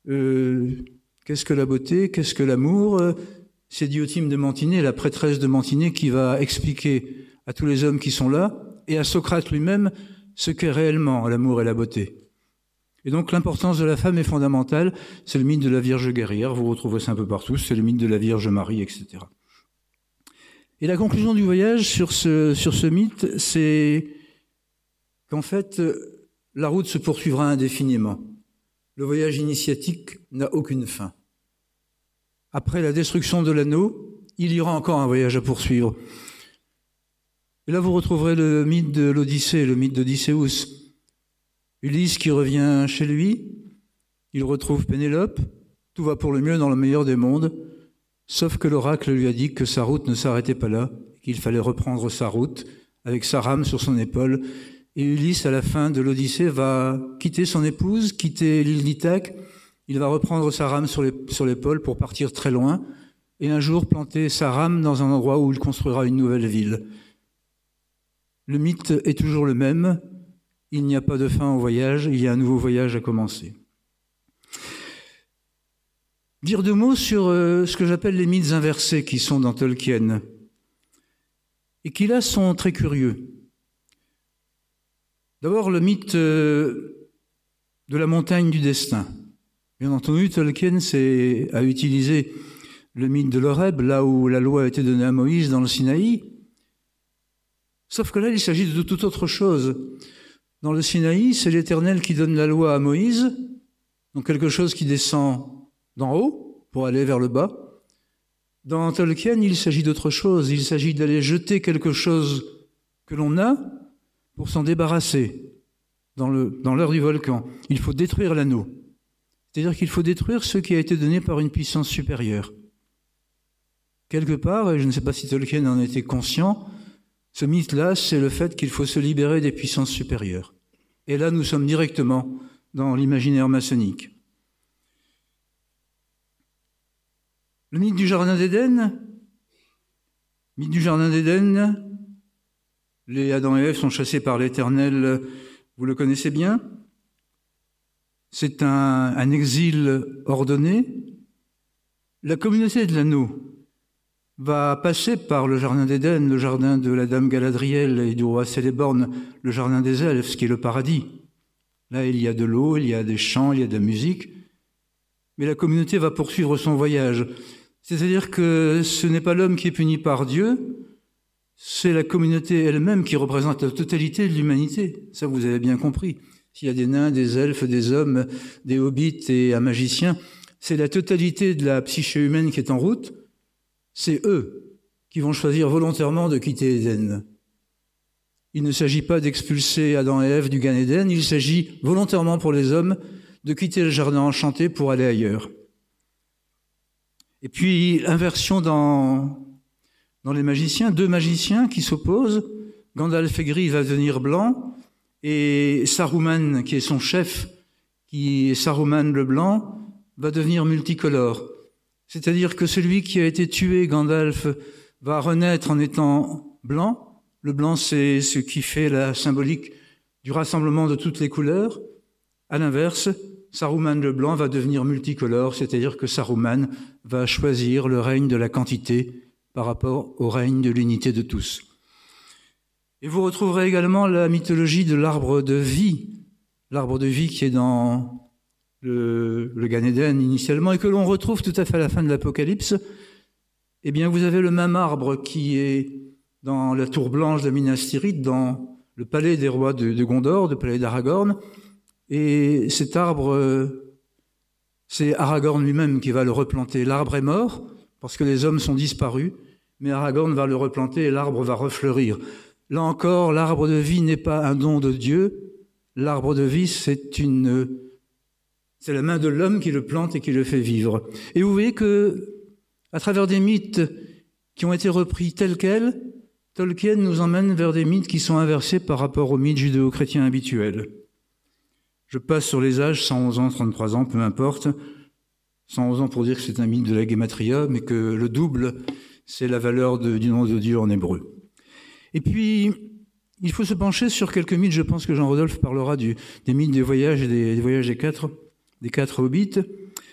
Euh, qu'est-ce que la beauté? Qu'est-ce que l'amour? C'est Diotime de Mantinet, la prêtresse de Mantinet, qui va expliquer à tous les hommes qui sont là, et à Socrate lui-même, ce qu'est réellement l'amour et la beauté. Et donc l'importance de la femme est fondamentale. C'est le mythe de la Vierge guerrière, vous retrouvez ça un peu partout, c'est le mythe de la Vierge Marie, et cetera. Et la conclusion du voyage sur ce, sur ce mythe, c'est qu'en fait, la route se poursuivra indéfiniment. Le voyage initiatique n'a aucune fin. Après la destruction de l'anneau, il y aura encore un voyage à poursuivre. Et là, vous retrouverez le mythe de l'Odyssée, le mythe d'Odysseus. Ulysse qui revient chez lui, il retrouve Pénélope, tout va pour le mieux dans le meilleur des mondes, sauf que l'oracle lui a dit que sa route ne s'arrêtait pas là, qu'il fallait reprendre sa route avec sa rame sur son épaule. Et Ulysse, à la fin de l'Odyssée, va quitter son épouse, quitter l'île d'Ithaque. Il va reprendre sa rame sur l'épaule pour partir très loin et un jour planter sa rame dans un endroit où il construira une nouvelle ville. Le mythe est toujours le même. Il n'y a pas de fin au voyage, il y a un nouveau voyage à commencer. Dire deux mots sur euh, ce que j'appelle les mythes inversés qui sont dans Tolkien et qui là sont très curieux. D'abord le mythe euh, de la montagne du destin. Bien entendu, Tolkien c'est, a utilisé le mythe de l'Horeb, là où la loi a été donnée à Moïse dans le Sinaï. Sauf que là, il s'agit de toute autre chose. Dans le Sinaï, c'est l'Éternel qui donne la loi à Moïse, donc quelque chose qui descend d'en haut pour aller vers le bas. Dans Tolkien, il s'agit d'autre chose. Il s'agit d'aller jeter quelque chose que l'on a pour s'en débarrasser dans, le, dans l'heure du volcan. Il faut détruire l'anneau. C'est-à-dire qu'il faut détruire ce qui a été donné par une puissance supérieure. Quelque part, et je ne sais pas si Tolkien en était conscient, ce mythe-là, c'est le fait qu'il faut se libérer des puissances supérieures. Et là, nous sommes directement dans l'imaginaire maçonnique. Le mythe du Jardin d'Éden. Mythe du Jardin d'Éden. Les Adam et Ève sont chassés par l'Éternel, vous le connaissez bien. C'est un, un exil ordonné. La communauté de l'anneau va passer par le Jardin d'Éden, le jardin de la Dame Galadriel et du roi Céléborn, le Jardin des Elfes, ce qui est le paradis. Là, il y a de l'eau, il y a des chants, il y a de la musique. Mais la communauté va poursuivre son voyage. C'est-à-dire que ce n'est pas l'homme qui est puni par Dieu, c'est la communauté elle-même qui représente la totalité de l'humanité. Ça, vous avez bien compris. S'il y a des nains, des elfes, des hommes, des hobbits et un magicien, c'est la totalité de la psyché humaine qui est en route. C'est eux qui vont choisir volontairement de quitter Éden. Il ne s'agit pas d'expulser Adam et Ève du Gan Éden, il s'agit volontairement pour les hommes de quitter le jardin enchanté pour aller ailleurs. Et puis, inversion dans, dans les magiciens, deux magiciens qui s'opposent. Gandalf est gris, va devenir blanc, et Saruman, qui est son chef, qui est Saruman le blanc, va devenir multicolore. C'est-à-dire que celui qui a été tué, Gandalf, va renaître en étant blanc. Le blanc, c'est ce qui fait la symbolique du rassemblement de toutes les couleurs. À l'inverse, Saruman le blanc va devenir multicolore, c'est-à-dire que Saruman va choisir le règne de la quantité par rapport au règne de l'unité de tous. Et vous retrouverez également la mythologie de l'arbre de vie, l'arbre de vie qui est dans le, le Gan Éden initialement et que l'on retrouve tout à fait à la fin de l'Apocalypse. Eh bien, vous avez le même arbre qui est dans la tour blanche de Minas Tirith, dans le palais des rois de, de Gondor, le palais d'Aragorn. Et cet arbre, c'est Aragorn lui-même qui va le replanter. L'arbre est mort parce que les hommes sont disparus, mais Aragorn va le replanter et l'arbre va refleurir. Là encore, l'arbre de vie n'est pas un don de Dieu. L'arbre de vie, c'est une, c'est la main de l'homme qui le plante et qui le fait vivre. Et vous voyez que, à travers des mythes qui ont été repris tels quels, Tolkien nous emmène vers des mythes qui sont inversés par rapport aux mythes judéo-chrétiens habituels. Je passe sur les âges, cent onze ans, trente-trois ans, peu importe. cent onze ans pour dire que c'est un mythe de la Gématria, mais que le double, c'est la valeur de, du nom de Dieu en hébreu. Et puis, il faut se pencher sur quelques mythes. Je pense que Jean-Rodolphe parlera du, des mythes des voyages et des, des voyages des quatre, des quatre hobbits.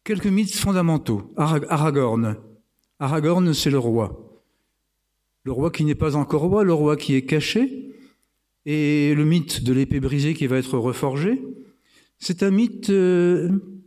quelques mythes fondamentaux. Aragorn. Aragorn, c'est le roi. Le roi qui n'est pas encore roi, le roi qui est caché. Et le mythe de l'épée brisée qui va être reforgée, c'est un mythe, euh,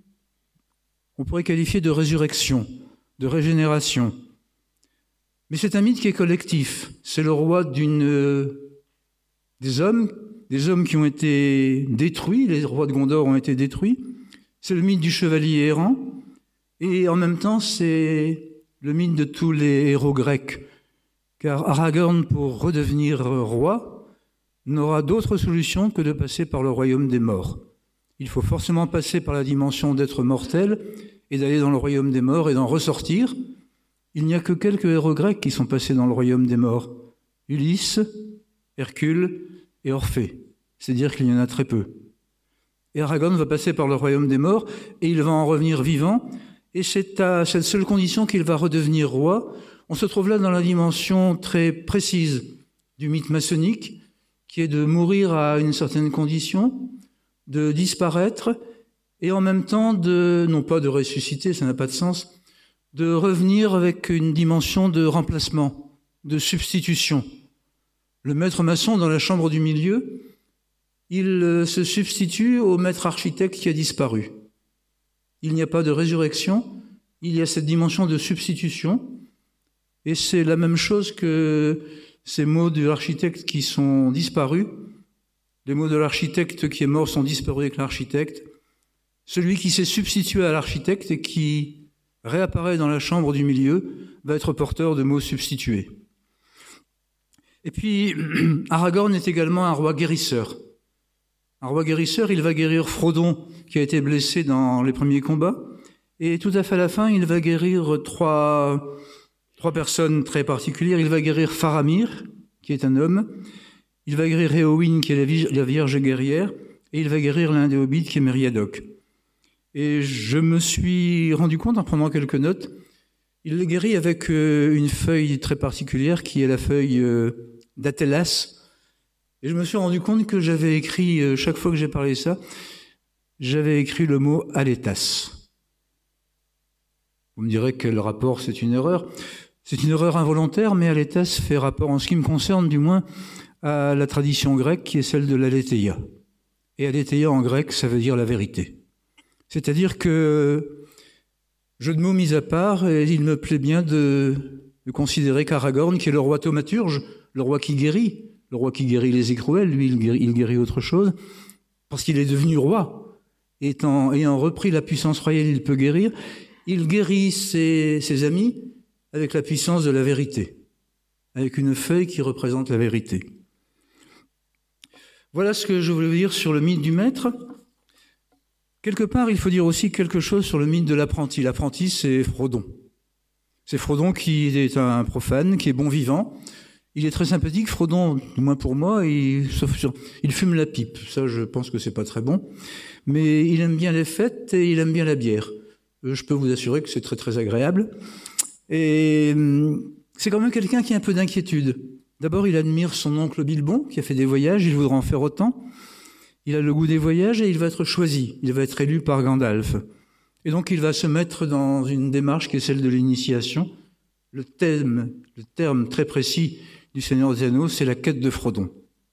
on pourrait qualifier de résurrection, de régénération. Mais c'est un mythe qui est collectif. C'est le roi d'une, euh, des hommes, des hommes qui ont été détruits, les rois de Gondor ont été détruits. C'est le mythe du chevalier errant. Et en même temps, c'est le mythe de tous les héros grecs. Car Aragorn, pour redevenir roi, n'aura d'autre solution que de passer par le royaume des morts. Il faut forcément passer par la dimension d'être mortel et d'aller dans le royaume des morts et d'en ressortir. Il n'y a que quelques héros grecs qui sont passés dans le royaume des morts. Ulysse, Hercule et Orphée. C'est-à-dire qu'il y en a très peu. Et Aragorn va passer par le royaume des morts et il va en revenir vivant. Et c'est à cette seule condition qu'il va redevenir roi. On se trouve là dans la dimension très précise du mythe maçonnique, qui est de mourir à une certaine condition, de disparaître, et en même temps de, non pas de ressusciter, ça n'a pas de sens, de revenir avec une dimension de remplacement, de substitution. Le maître maçon dans la chambre du milieu, il se substitue au maître architecte qui a disparu. Il n'y a pas de résurrection, il y a cette dimension de substitution, et c'est la même chose que ces mots de l'architecte qui sont disparus. Les mots de l'architecte qui est mort sont disparus avec l'architecte. Celui qui s'est substitué à l'architecte et qui réapparaît dans la chambre du milieu va être porteur de mots substitués. Et puis, Aragorn est également un roi guérisseur. Un roi guérisseur, il va guérir Frodon, qui a été blessé dans les premiers combats. Et tout à fait à la fin, il va guérir trois... Trois personnes très particulières. Il va guérir Faramir, qui est un homme. Il va guérir Éowyn, qui est la Vierge guerrière. Et il va guérir l'un des hobbits, qui est Meriadoc. Et je me suis rendu compte, en prenant quelques notes, il le guérit avec une feuille très particulière, qui est la feuille d'Atelas. Et je me suis rendu compte que j'avais écrit, chaque fois que j'ai parlé de ça, j'avais écrit le mot Aletas. Vous me direz que le rapport, c'est une erreur. C'est une erreur involontaire, mais Aletas fait rapport, en ce qui me concerne du moins, à la tradition grecque qui est celle de l'aletheia. Et aletheia en grec, ça veut dire la vérité. C'est-à-dire que, jeu de mots mis à part, il me plaît bien de, de considérer qu'Aragorn, qui est le roi thaumaturge, le roi qui guérit, le roi qui guérit les écrouelles, lui, il guérit, il guérit autre chose, parce qu'il est devenu roi. Étant, ayant repris la puissance royale, il peut guérir. Il guérit ses, ses amis avec la puissance de la vérité, avec une feuille qui représente la vérité. Voilà ce que je voulais dire sur le mythe du maître. Quelque part, il faut dire aussi quelque chose sur le mythe de l'apprenti. L'apprenti, c'est Frodon. C'est Frodon qui est un profane, qui est bon vivant. Il est très sympathique, Frodon, du moins pour moi, il, sauf sur, il fume la pipe. Ça, je pense que c'est pas très bon. Mais il aime bien les fêtes et il aime bien la bière. Je peux vous assurer que c'est très très agréable. Et c'est quand même quelqu'un qui a un peu d'inquiétude. D'abord, il admire son oncle Bilbon, qui a fait des voyages, il voudra en faire autant. Il a le goût des voyages et il va être choisi. Il va être élu par Gandalf. Et donc, il va se mettre dans une démarche qui est celle de l'initiation. Le thème, le terme très précis du Seigneur des Anneaux, c'est la quête de Frodon.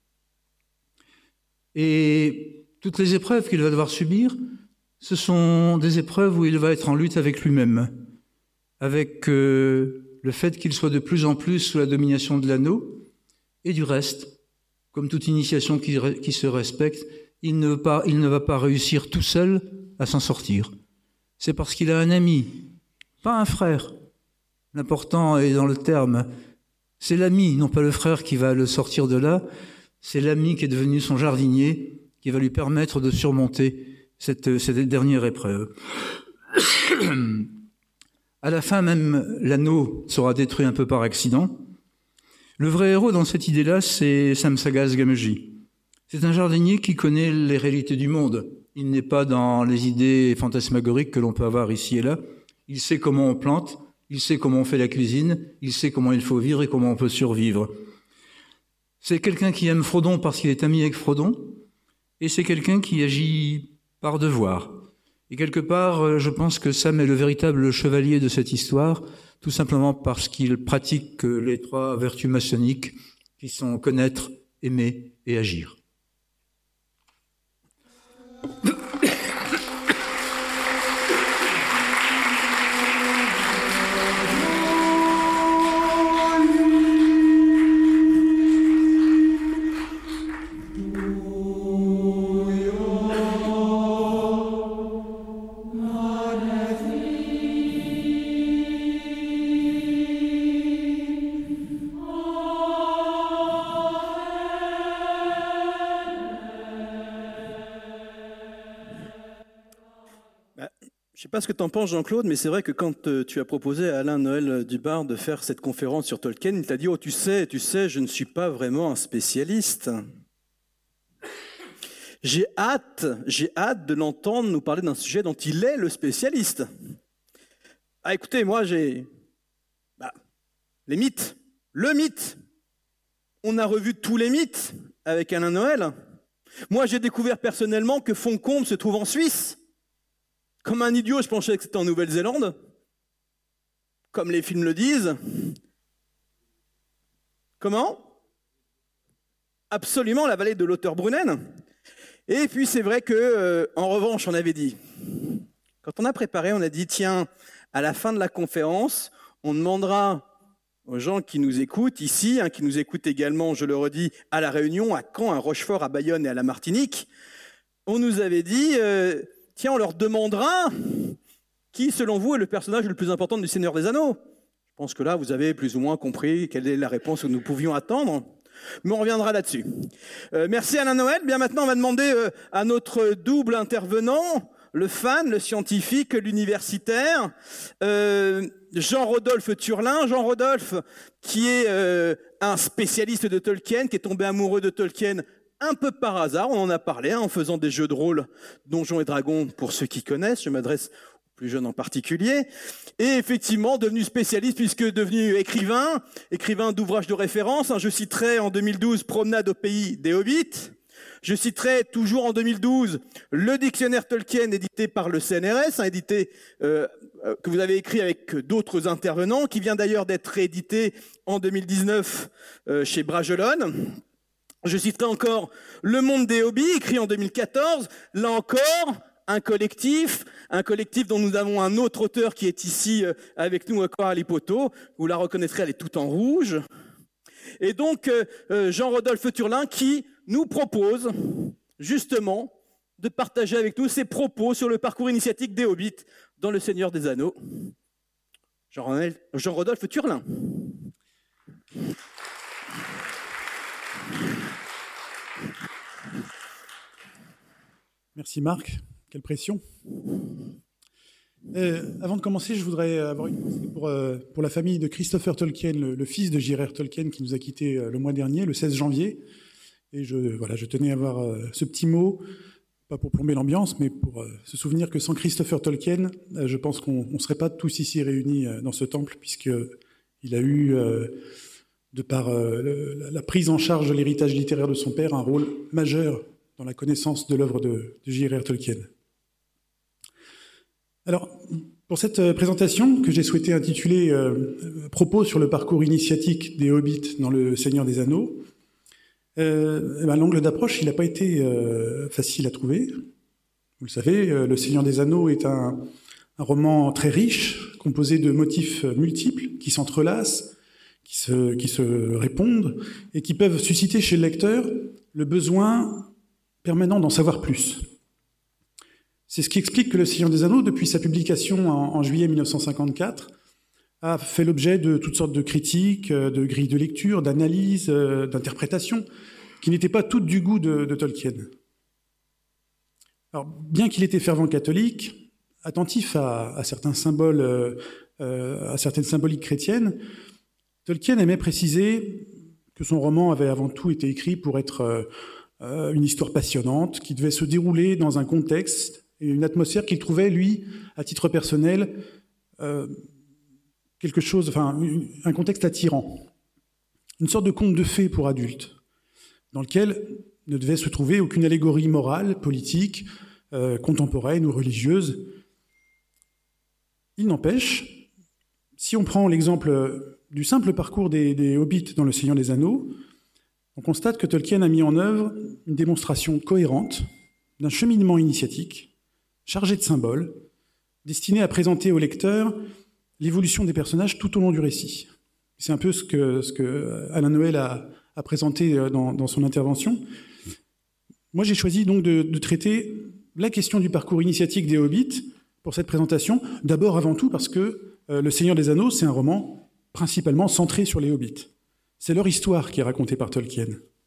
Et toutes les épreuves qu'il va devoir subir, ce sont des épreuves où il va être en lutte avec lui-même, avec euh, le fait qu'il soit de plus en plus sous la domination de l'anneau, et du reste, comme toute initiation qui, qui se respecte, il ne, va pas, il ne va pas réussir tout seul à s'en sortir. C'est parce qu'il a un ami, pas un frère. L'important est dans le terme. C'est l'ami, non pas le frère, qui va le sortir de là. C'est l'ami qui est devenu son jardinier, qui va lui permettre de surmonter cette, cette dernière épreuve. À la fin, même, l'anneau sera détruit un peu par accident. Le vrai héros dans cette idée-là, c'est Samsagas Gamgee. C'est un jardinier qui connaît les réalités du monde. Il n'est pas dans les idées fantasmagoriques que l'on peut avoir ici et là. Il sait comment on plante, il sait comment on fait la cuisine, il sait comment il faut vivre et comment on peut survivre. C'est quelqu'un qui aime Frodon parce qu'il est ami avec Frodon, et c'est quelqu'un qui agit par devoir. Et quelque part, je pense que Sam est le véritable chevalier de cette histoire, tout simplement parce qu'il pratique les trois vertus maçonniques qui sont connaître, aimer et agir. Je ne sais pas ce que tu en penses, Jean-Claude, mais c'est vrai que quand euh, tu as proposé à Alain Noël Dubar de faire cette conférence sur Tolkien, il t'a dit « Oh, tu sais, tu sais, je ne suis pas vraiment un spécialiste. » J'ai hâte, j'ai hâte de l'entendre nous parler d'un sujet dont il est le spécialiste. Ah, écoutez, moi, j'ai... Bah, les mythes, le mythe. On a revu tous les mythes avec Alain Noël. Moi, j'ai découvert personnellement que Fontcombe se trouve en Suisse. Comme un idiot, je pensais que c'était en Nouvelle-Zélande, comme les films le disent. Comment ? Absolument, la vallée de l'Oterbrunnen. Et puis c'est vrai que, euh, en revanche, on avait dit, quand on a préparé, on a dit, tiens, à la fin de la conférence, on demandera aux gens qui nous écoutent ici, hein, qui nous écoutent également, je le redis, à La Réunion, à Caen, à Rochefort, à Bayonne et à la Martinique, on nous avait dit... Euh, Tiens, on leur demandera qui, selon vous, est le personnage le plus important du Seigneur des Anneaux. Je pense que là, vous avez plus ou moins compris quelle est la réponse que nous pouvions attendre. Mais on reviendra là-dessus. Euh, merci Alain Noël. Bien maintenant, on va demander euh, à notre double intervenant, le fan, le scientifique, l'universitaire, euh, Jean-Rodolphe Turlin. Jean-Rodolphe, qui est euh, un spécialiste de Tolkien, qui est tombé amoureux de Tolkien un peu par hasard, on en a parlé hein, en faisant des jeux de rôle Donjons et Dragons pour ceux qui connaissent, je m'adresse aux plus jeunes en particulier, et effectivement devenu spécialiste puisque devenu écrivain, écrivain d'ouvrages de référence, hein, je citerai en deux mille douze Promenade au pays des Hobbits, je citerai toujours en deux mille douze le dictionnaire Tolkien édité par le C N R S, hein, édité euh, que vous avez écrit avec d'autres intervenants, qui vient d'ailleurs d'être réédité en deux mille dix-neuf euh, chez Bragelonne. Je citerai encore Le Monde des Hobbits, écrit en deux mille quatorze. Là encore, un collectif, un collectif dont nous avons un autre auteur qui est ici avec nous, Coralie Poteau. Vous la reconnaîtrez, elle est toute en rouge. Et donc, Jean-Rodolphe Turlin qui nous propose justement de partager avec nous ses propos sur le parcours initiatique des Hobbits dans Le Seigneur des Anneaux. Jean-Rodolphe Turlin. Merci Marc, quelle pression. Euh, avant de commencer, je voudrais avoir une pensée pour, euh, pour la famille de Christopher Tolkien, le, le fils de J R R Tolkien qui nous a quittés euh, le mois dernier, le seize janvier. Et je, voilà, je tenais à avoir euh, ce petit mot, pas pour plomber l'ambiance, mais pour euh, se souvenir que sans Christopher Tolkien, euh, je pense qu'on ne serait pas tous ici réunis euh, dans ce temple, puisqu'il a eu, euh, de par euh, le, la prise en charge de l'héritage littéraire de son père, un rôle majeur dans la connaissance de l'œuvre de, de J R R Tolkien. Alors, pour cette présentation que j'ai souhaité intituler euh, « Propos sur le parcours initiatique des Hobbits dans le Seigneur des Anneaux », euh, ben, l'angle d'approche, il n'a pas été euh, facile à trouver. Vous le savez, euh, Le Seigneur des Anneaux est un, un roman très riche, composé de motifs multiples, qui s'entrelacent, qui se, qui se répondent, et qui peuvent susciter chez le lecteur le besoin permanent d'en savoir plus. C'est ce qui explique que Le Seigneur des Anneaux, depuis sa publication en, en juillet mille neuf cent cinquante-quatre, a fait l'objet de toutes sortes de critiques, de grilles de lecture, d'analyses, d'interprétations, qui n'étaient pas toutes du goût de, de Tolkien. Alors, bien qu'il était fervent catholique, attentif à, à certains symboles, euh, à certaines symboliques chrétiennes, Tolkien aimait préciser que son roman avait avant tout été écrit pour être euh, une histoire passionnante, qui devait se dérouler dans un contexte et une atmosphère qu'il trouvait, lui, à titre personnel, euh, quelque chose, enfin, un contexte attirant. Une sorte de conte de fées pour adultes, dans lequel ne devait se trouver aucune allégorie morale, politique, euh, contemporaine ou religieuse. Il n'empêche, si on prend l'exemple du simple parcours des, des hobbits dans Le Seigneur des Anneaux, on constate que Tolkien a mis en œuvre une démonstration cohérente d'un cheminement initiatique, chargé de symboles, destiné à présenter au lecteur l'évolution des personnages tout au long du récit. C'est un peu ce que, ce que Alain Noël a, a présenté dans, dans son intervention. Moi, j'ai choisi donc de, de traiter la question du parcours initiatique des hobbits pour cette présentation, d'abord avant tout parce que euh, Le Seigneur des Anneaux, c'est un roman principalement centré sur les hobbits. C'est leur histoire qui est racontée par Tolkien.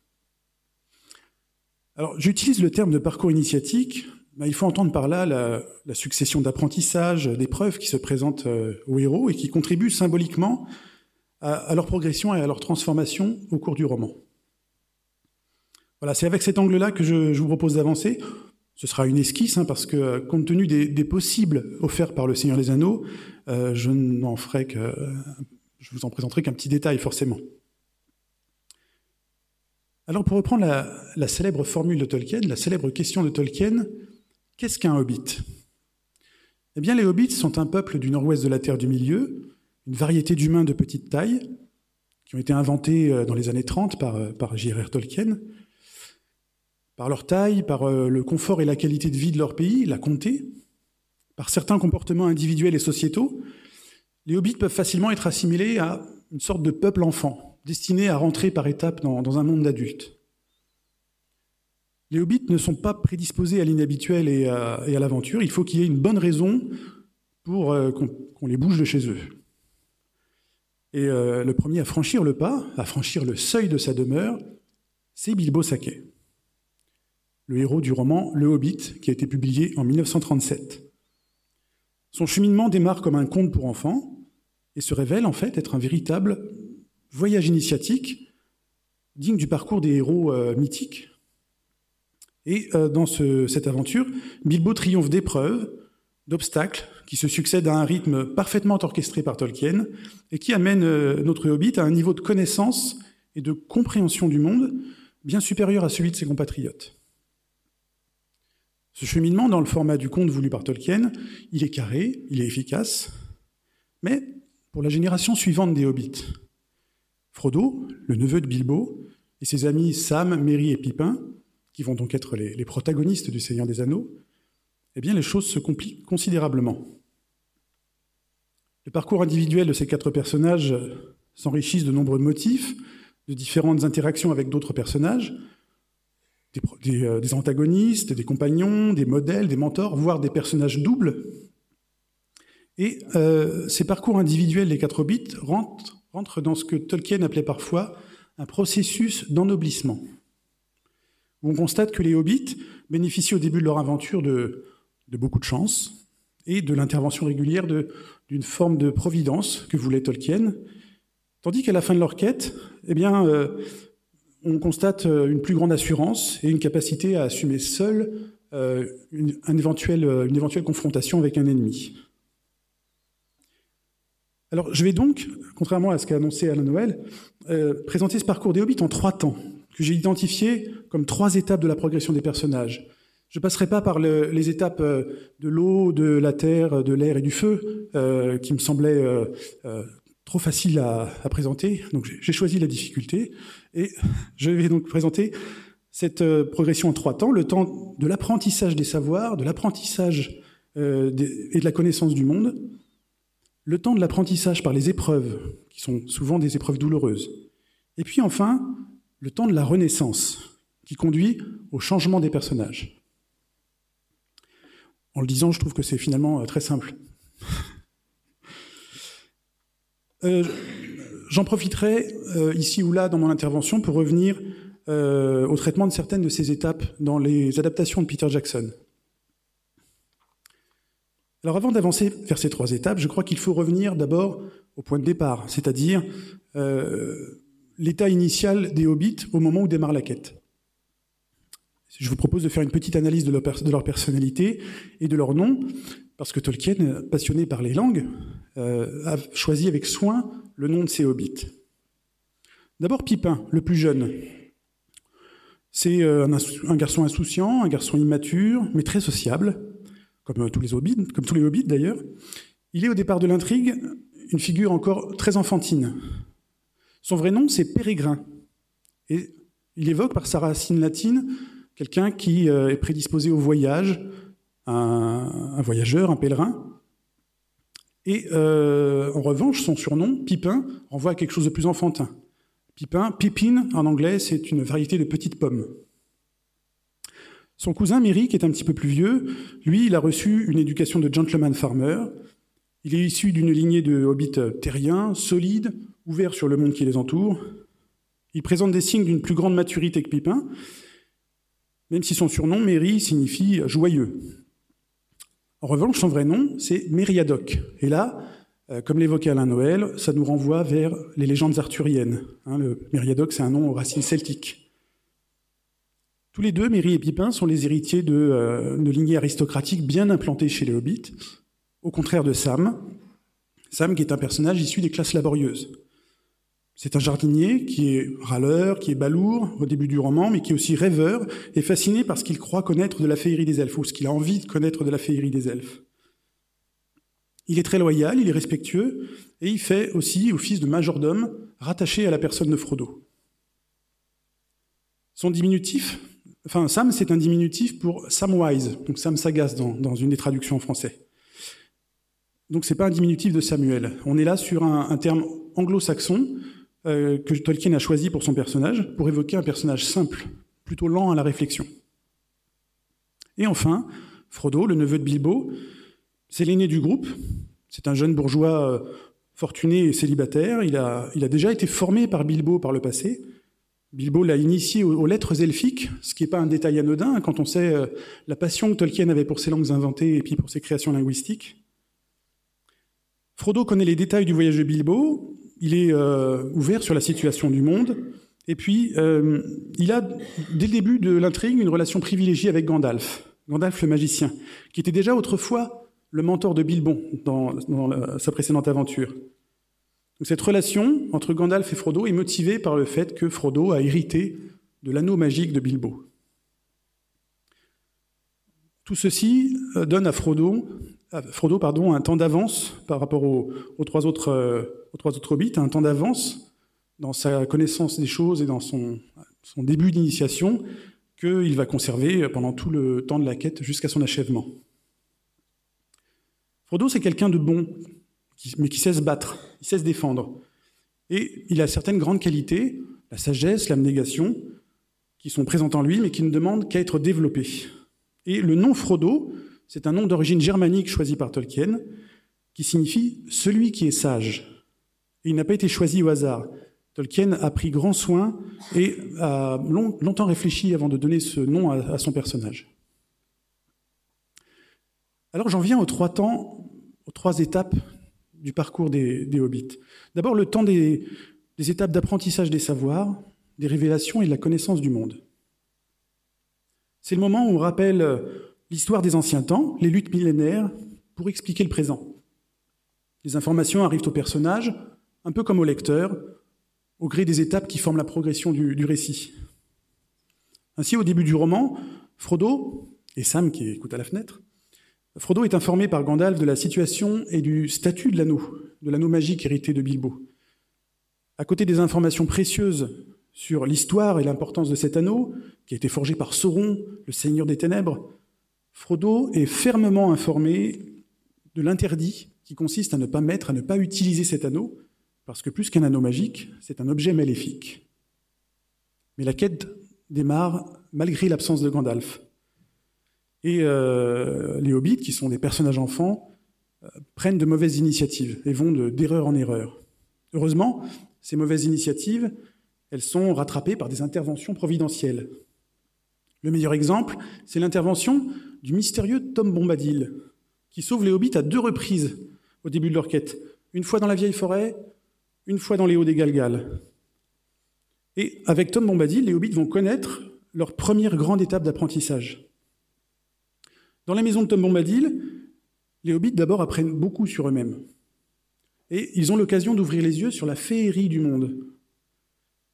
Alors, j'utilise le terme de parcours initiatique. Ben, il faut entendre par là la, la succession d'apprentissages, d'épreuves qui se présentent euh, aux héros et qui contribuent symboliquement à, à leur progression et à leur transformation au cours du roman. Voilà, c'est avec cet angle-là que je, je vous propose d'avancer. Ce sera une esquisse, hein, parce que, compte tenu des, des possibles offerts par Le Seigneur des Anneaux, euh, je n'en ferai que, euh, je vous en présenterai qu'un petit détail, forcément. Alors, pour reprendre la, la célèbre formule de Tolkien, la célèbre question de Tolkien, qu'est-ce qu'un hobbit ? Eh bien, les hobbits sont un peuple du nord-ouest de la Terre du Milieu, une variété d'humains de petite taille, qui ont été inventés dans les années trente par, par J R R Tolkien. Par leur taille, par le confort et la qualité de vie de leur pays, la comté, par certains comportements individuels et sociétaux, les hobbits peuvent facilement être assimilés à une sorte de peuple enfant, destiné à rentrer par étapes dans, dans un monde d'adultes. Les hobbits ne sont pas prédisposés à l'inhabituel et à, et à l'aventure, il faut qu'il y ait une bonne raison pour euh, qu'on, qu'on les bouge de chez eux. Et euh, le premier à franchir le pas, à franchir le seuil de sa demeure, c'est Bilbo Sacket, le héros du roman Le Hobbit, qui a été publié en mille neuf cent trente-sept. Son cheminement démarre comme un conte pour enfants et se révèle en fait être un véritable voyage initiatique digne du parcours des héros euh, mythiques. Et euh, dans ce, cette aventure, Bilbo triomphe d'épreuves, d'obstacles qui se succèdent à un rythme parfaitement orchestré par Tolkien et qui amène euh, notre Hobbit à un niveau de connaissance et de compréhension du monde bien supérieur à celui de ses compatriotes. Ce cheminement, dans le format du conte voulu par Tolkien, il est carré, il est efficace, mais pour la génération suivante des hobbits, Frodo, le neveu de Bilbo, et ses amis Sam, Merry et Pippin, qui vont donc être les, les protagonistes du Seigneur des Anneaux, eh bien les choses se compliquent considérablement. Le parcours individuel de ces quatre personnages s'enrichissent de nombreux motifs, de différentes interactions avec d'autres personnages, Des, des, euh, des antagonistes, des compagnons, des modèles, des mentors, voire des personnages doubles. Et euh, ces parcours individuels des quatre hobbits rentrent, rentrent dans ce que Tolkien appelait parfois un processus d'ennoblissement, où on constate que les hobbits bénéficient au début de leur aventure de, de beaucoup de chance et de l'intervention régulière de, d'une forme de providence que voulait Tolkien, tandis qu'à la fin de leur quête, eh bien... Euh, on constate une plus grande assurance et une capacité à assumer seul euh, une, un éventuel, une éventuelle confrontation avec un ennemi. Alors, je vais donc, contrairement à ce qu'a annoncé Alain Noël, euh, présenter ce parcours des hobbits en trois temps, que j'ai identifiés comme trois étapes de la progression des personnages. Je ne passerai pas par le, les étapes de l'eau, de la terre, de l'air et du feu, euh, qui me semblaient euh, euh, trop facile à, à présenter, donc j'ai choisi la difficulté, et je vais donc présenter cette euh, progression en trois temps, le temps de l'apprentissage des savoirs, de l'apprentissage euh, et de la connaissance du monde, le temps de l'apprentissage par les épreuves, qui sont souvent des épreuves douloureuses, et puis enfin, le temps de la renaissance, qui conduit au changement des personnages. En le disant, je trouve que c'est finalement euh, très simple. Euh, j'en profiterai euh, ici ou là dans mon intervention pour revenir euh, au traitement de certaines de ces étapes dans les adaptations de Peter Jackson. Alors avant d'avancer vers ces trois étapes, je crois qu'il faut revenir d'abord au point de départ, c'est-à-dire euh, l'état initial des hobbits au moment où démarre la quête. Je vous propose de faire une petite analyse de leur, de leur personnalité et de leur nom, parce que Tolkien, passionné par les langues, euh, a choisi avec soin le nom de ses hobbits. D'abord Pippin, le plus jeune. C'est un, un garçon insouciant, un garçon immature, mais très sociable, comme tous les hobbits, comme tous les hobbits d'ailleurs. Il est au départ de l'intrigue une figure encore très enfantine. Son vrai nom, c'est Pérégrin. Et il évoque par sa racine latine quelqu'un qui est prédisposé au voyage, un, un voyageur, un pèlerin. Et euh, en revanche, son surnom, Pipin, renvoie à quelque chose de plus enfantin. Pipin, Pippin, en anglais, c'est une variété de petite pomme. Son cousin, Merry, qui est un petit peu plus vieux, lui, il a reçu une éducation de gentleman farmer. Il est issu d'une lignée de hobbits terriens, solides, ouverts sur le monde qui les entoure. Il présente des signes d'une plus grande maturité que Pipin, même si son surnom, Merry, signifie joyeux. En revanche, son vrai nom, c'est Mériadoc. Et là, euh, comme l'évoquait Alain Noël, ça nous renvoie vers les légendes arthuriennes. Hein, le Mériadoc, c'est un nom aux racines celtiques. Tous les deux, Merry et Pipin, sont les héritiers de, euh, de lignées aristocratiques bien implantées chez les hobbits, au contraire de Sam. Sam, qui est un personnage issu des classes laborieuses. C'est un jardinier qui est râleur, qui est balourd au début du roman, mais qui est aussi rêveur et fasciné par ce qu'il croit connaître de la féerie des elfes, ou ce qu'il a envie de connaître de la féerie des elfes. Il est très loyal, il est respectueux, et il fait aussi office de majordome rattaché à la personne de Frodo. Son diminutif, enfin Sam, c'est un diminutif pour Samwise, donc Sam Sagaz dans, dans une des traductions en français. Donc c'est pas un diminutif de Samuel. On est là sur un, un terme anglo-saxon euh, que Tolkien a choisi pour son personnage, pour évoquer un personnage simple, plutôt lent à la réflexion. Et enfin, Frodo, le neveu de Bilbo, c'est l'aîné du groupe. C'est un jeune bourgeois euh, fortuné et célibataire. Il a, il a déjà été formé par Bilbo par le passé. Bilbo l'a initié aux, aux lettres elfiques, ce qui n'est pas un détail anodin quand on sait euh, la passion que Tolkien avait pour ses langues inventées et puis pour ses créations linguistiques. Frodo connaît les détails du voyage de Bilbo, il est euh, ouvert sur la situation du monde, et puis euh, il a, dès le début de l'intrigue, une relation privilégiée avec Gandalf, Gandalf le magicien, qui était déjà autrefois le mentor de Bilbon dans, dans la, sa précédente aventure. Donc, cette relation entre Gandalf et Frodo est motivée par le fait que Frodo a hérité de l'anneau magique de Bilbo. Tout ceci donne à Frodo, à Frodo pardon, un temps d'avance par rapport aux, aux, trois autres, euh, aux trois autres hobbits, un temps d'avance dans sa connaissance des choses et dans son, son début d'initiation qu'il va conserver pendant tout le temps de la quête jusqu'à son achèvement. Frodo, c'est quelqu'un de bon, qui, mais qui sait se battre, il sait se défendre. Et il a certaines grandes qualités, la sagesse, l'abnégation, qui sont présentes en lui, mais qui ne demandent qu'à être développées. Et le nom Frodo, c'est un nom d'origine germanique choisi par Tolkien, qui signifie « celui qui est sage ». Et il n'a pas été choisi au hasard. Tolkien a pris grand soin et a long, longtemps réfléchi avant de donner ce nom à, à son personnage. Alors j'en viens aux trois temps, aux trois étapes du parcours des, des hobbits. D'abord le temps des, des étapes d'apprentissage des savoirs, des révélations et de la connaissance du monde. C'est le moment où on rappelle l'histoire des anciens temps, les luttes millénaires, pour expliquer le présent. Les informations arrivent au personnage, un peu comme au lecteur, au gré des étapes qui forment la progression du, du récit. Ainsi, au début du roman, Frodo, et Sam qui écoute à la fenêtre, Frodo est informé par Gandalf de la situation et du statut de l'anneau, de l'anneau magique hérité de Bilbo. À côté des informations précieuses sur l'histoire et l'importance de cet anneau, qui a été forgé par Sauron, le Seigneur des Ténèbres, Frodo est fermement informé de l'interdit qui consiste à ne pas mettre, à ne pas utiliser cet anneau, parce que plus qu'un anneau magique, c'est un objet maléfique. Mais la quête démarre malgré l'absence de Gandalf. Et euh, les hobbits, qui sont des personnages enfants, euh, prennent de mauvaises initiatives et vont de, d'erreur en erreur. Heureusement, ces mauvaises initiatives, elles sont rattrapées par des interventions providentielles. Le meilleur exemple, c'est l'intervention du mystérieux Tom Bombadil, qui sauve les hobbits à deux reprises au début de leur quête. Une fois dans la vieille forêt, une fois dans les hauts des Galgal. Et avec Tom Bombadil, les hobbits vont connaître leur première grande étape d'apprentissage. Dans la maison de Tom Bombadil, les hobbits d'abord apprennent beaucoup sur eux-mêmes. Et ils ont l'occasion d'ouvrir les yeux sur la féerie du monde.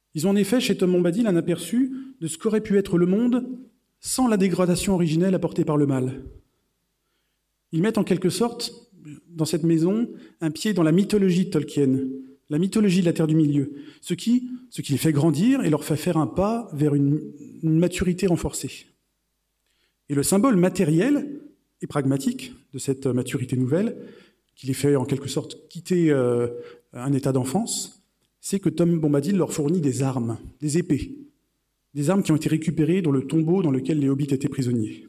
Ils ont en effet, chez Tom Bombadil, un aperçu de ce qu'aurait pu être le monde sans la dégradation originelle apportée par le mal. Ils mettent en quelque sorte, dans cette maison, un pied dans la mythologie de Tolkien, la mythologie de la Terre du Milieu, ce qui, ce qui les fait grandir et leur fait faire un pas vers une, une maturité renforcée. Et le symbole matériel et pragmatique de cette maturité nouvelle, qui les fait en quelque sorte quitter euh, un état d'enfance, c'est que Tom Bombadil leur fournit des armes, des épées, des armes qui ont été récupérées dans le tombeau dans lequel les hobbits étaient prisonniers.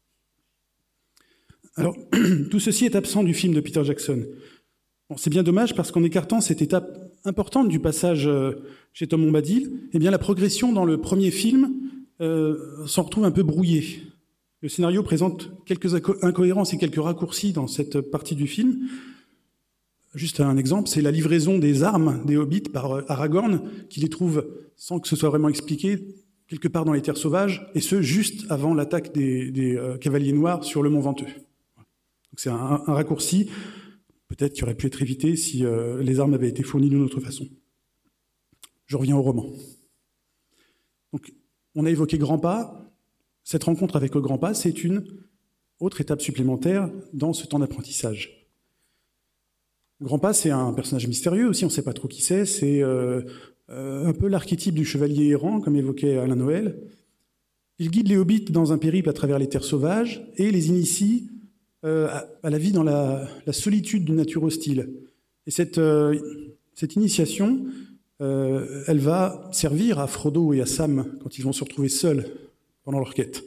Alors, tout ceci est absent du film de Peter Jackson. Bon, c'est bien dommage parce qu'en écartant cette étape importante du passage chez Tom Bombadil, eh bien, la progression dans le premier film euh, s'en retrouve un peu brouillée. Le scénario présente quelques incohérences et quelques raccourcis dans cette partie du film. Juste un exemple, c'est la livraison des armes des hobbits par Aragorn, qui les trouve, sans que ce soit vraiment expliqué, quelque part dans les terres sauvages, et ce, juste avant l'attaque des, des euh, cavaliers noirs sur le Mont Venteux. Donc c'est un, un raccourci, peut-être qui aurait pu être évité si euh, les armes avaient été fournies d'une autre façon. Je reviens au roman. Donc, on a évoqué Grand Pas. Cette rencontre avec le Grand Pas, c'est une autre étape supplémentaire dans ce temps d'apprentissage. Grand Pas, c'est un personnage mystérieux aussi, on ne sait pas trop qui c'est, c'est euh, euh, un peu l'archétype du chevalier errant, comme évoquait Alain Noël. Il guide les hobbits dans un périple à travers les terres sauvages et les initie euh, à, à la vie dans la, la solitude d'une nature hostile. Et cette, euh, cette initiation, euh, elle va servir à Frodo et à Sam quand ils vont se retrouver seuls pendant leur quête.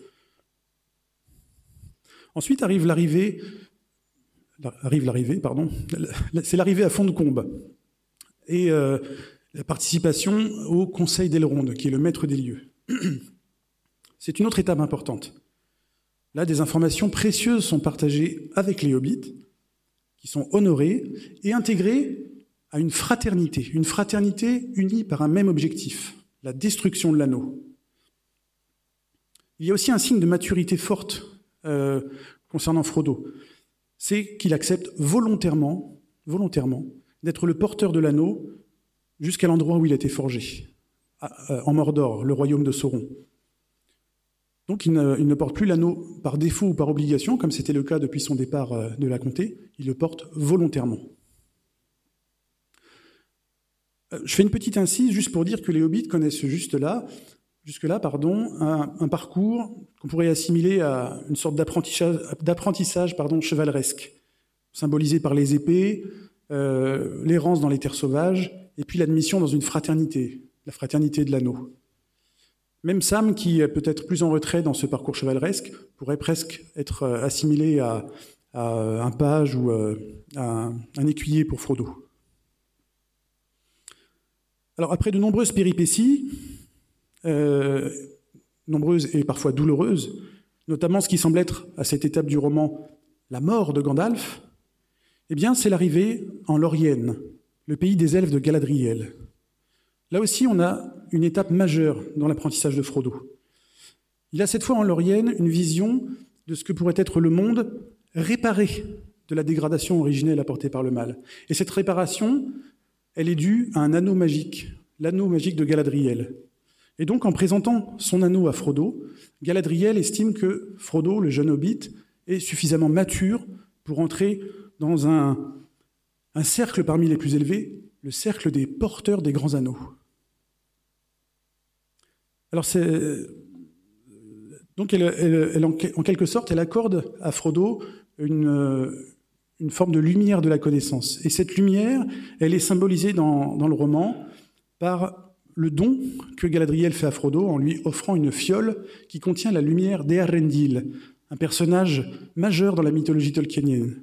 Ensuite arrive l'arrivée, arrive l'arrivée, pardon, c'est l'arrivée à fond de combe et euh, la participation au Conseil d'Elrond, qui est le maître des lieux. C'est une autre étape importante. Là, des informations précieuses sont partagées avec les hobbits, qui sont honorés et intégrés à une fraternité, une fraternité unie par un même objectif, la destruction de l'anneau. Il y a aussi un signe de maturité forte euh, concernant Frodo. C'est qu'il accepte volontairement, volontairement d'être le porteur de l'anneau jusqu'à l'endroit où il a été forgé, à, en Mordor, le royaume de Sauron. Donc il ne, il ne porte plus l'anneau par défaut ou par obligation, comme c'était le cas depuis son départ euh, de la comté, il le porte volontairement. Euh, je fais une petite incise juste pour dire que les hobbits connaissent juste là Jusque-là, pardon, un, un parcours qu'on pourrait assimiler à une sorte d'apprentissage, d'apprentissage pardon, chevaleresque, symbolisé par les épées, euh, l'errance dans les terres sauvages, et puis l'admission dans une fraternité, la fraternité de l'anneau. Même Sam, qui est peut-être plus en retrait dans ce parcours chevaleresque, pourrait presque être assimilé à, à un page ou à un, un écuyer pour Frodo. Alors, après de nombreuses péripéties, Euh, nombreuses et parfois douloureuses, notamment ce qui semble être, à cette étape du roman, la mort de Gandalf, eh bien, c'est l'arrivée en Lorien, le pays des elfes de Galadriel. Là aussi, on a une étape majeure dans l'apprentissage de Frodo. Il a cette fois en Lorien une vision de ce que pourrait être le monde réparé de la dégradation originelle apportée par le mal. Et cette réparation, elle est due à un anneau magique, l'anneau magique de Galadriel. Et donc, en présentant son anneau à Frodo, Galadriel estime que Frodo, le jeune hobbit, est suffisamment mature pour entrer dans un, un cercle parmi les plus élevés, le cercle des porteurs des grands anneaux. Alors, c'est, donc elle, elle, elle, en quelque sorte, elle accorde à Frodo une, une forme de lumière de la connaissance. Et cette lumière, elle est symbolisée dans, dans le roman par le don que Galadriel fait à Frodo en lui offrant une fiole qui contient la lumière d'Eärendil, un personnage majeur dans la mythologie tolkienienne.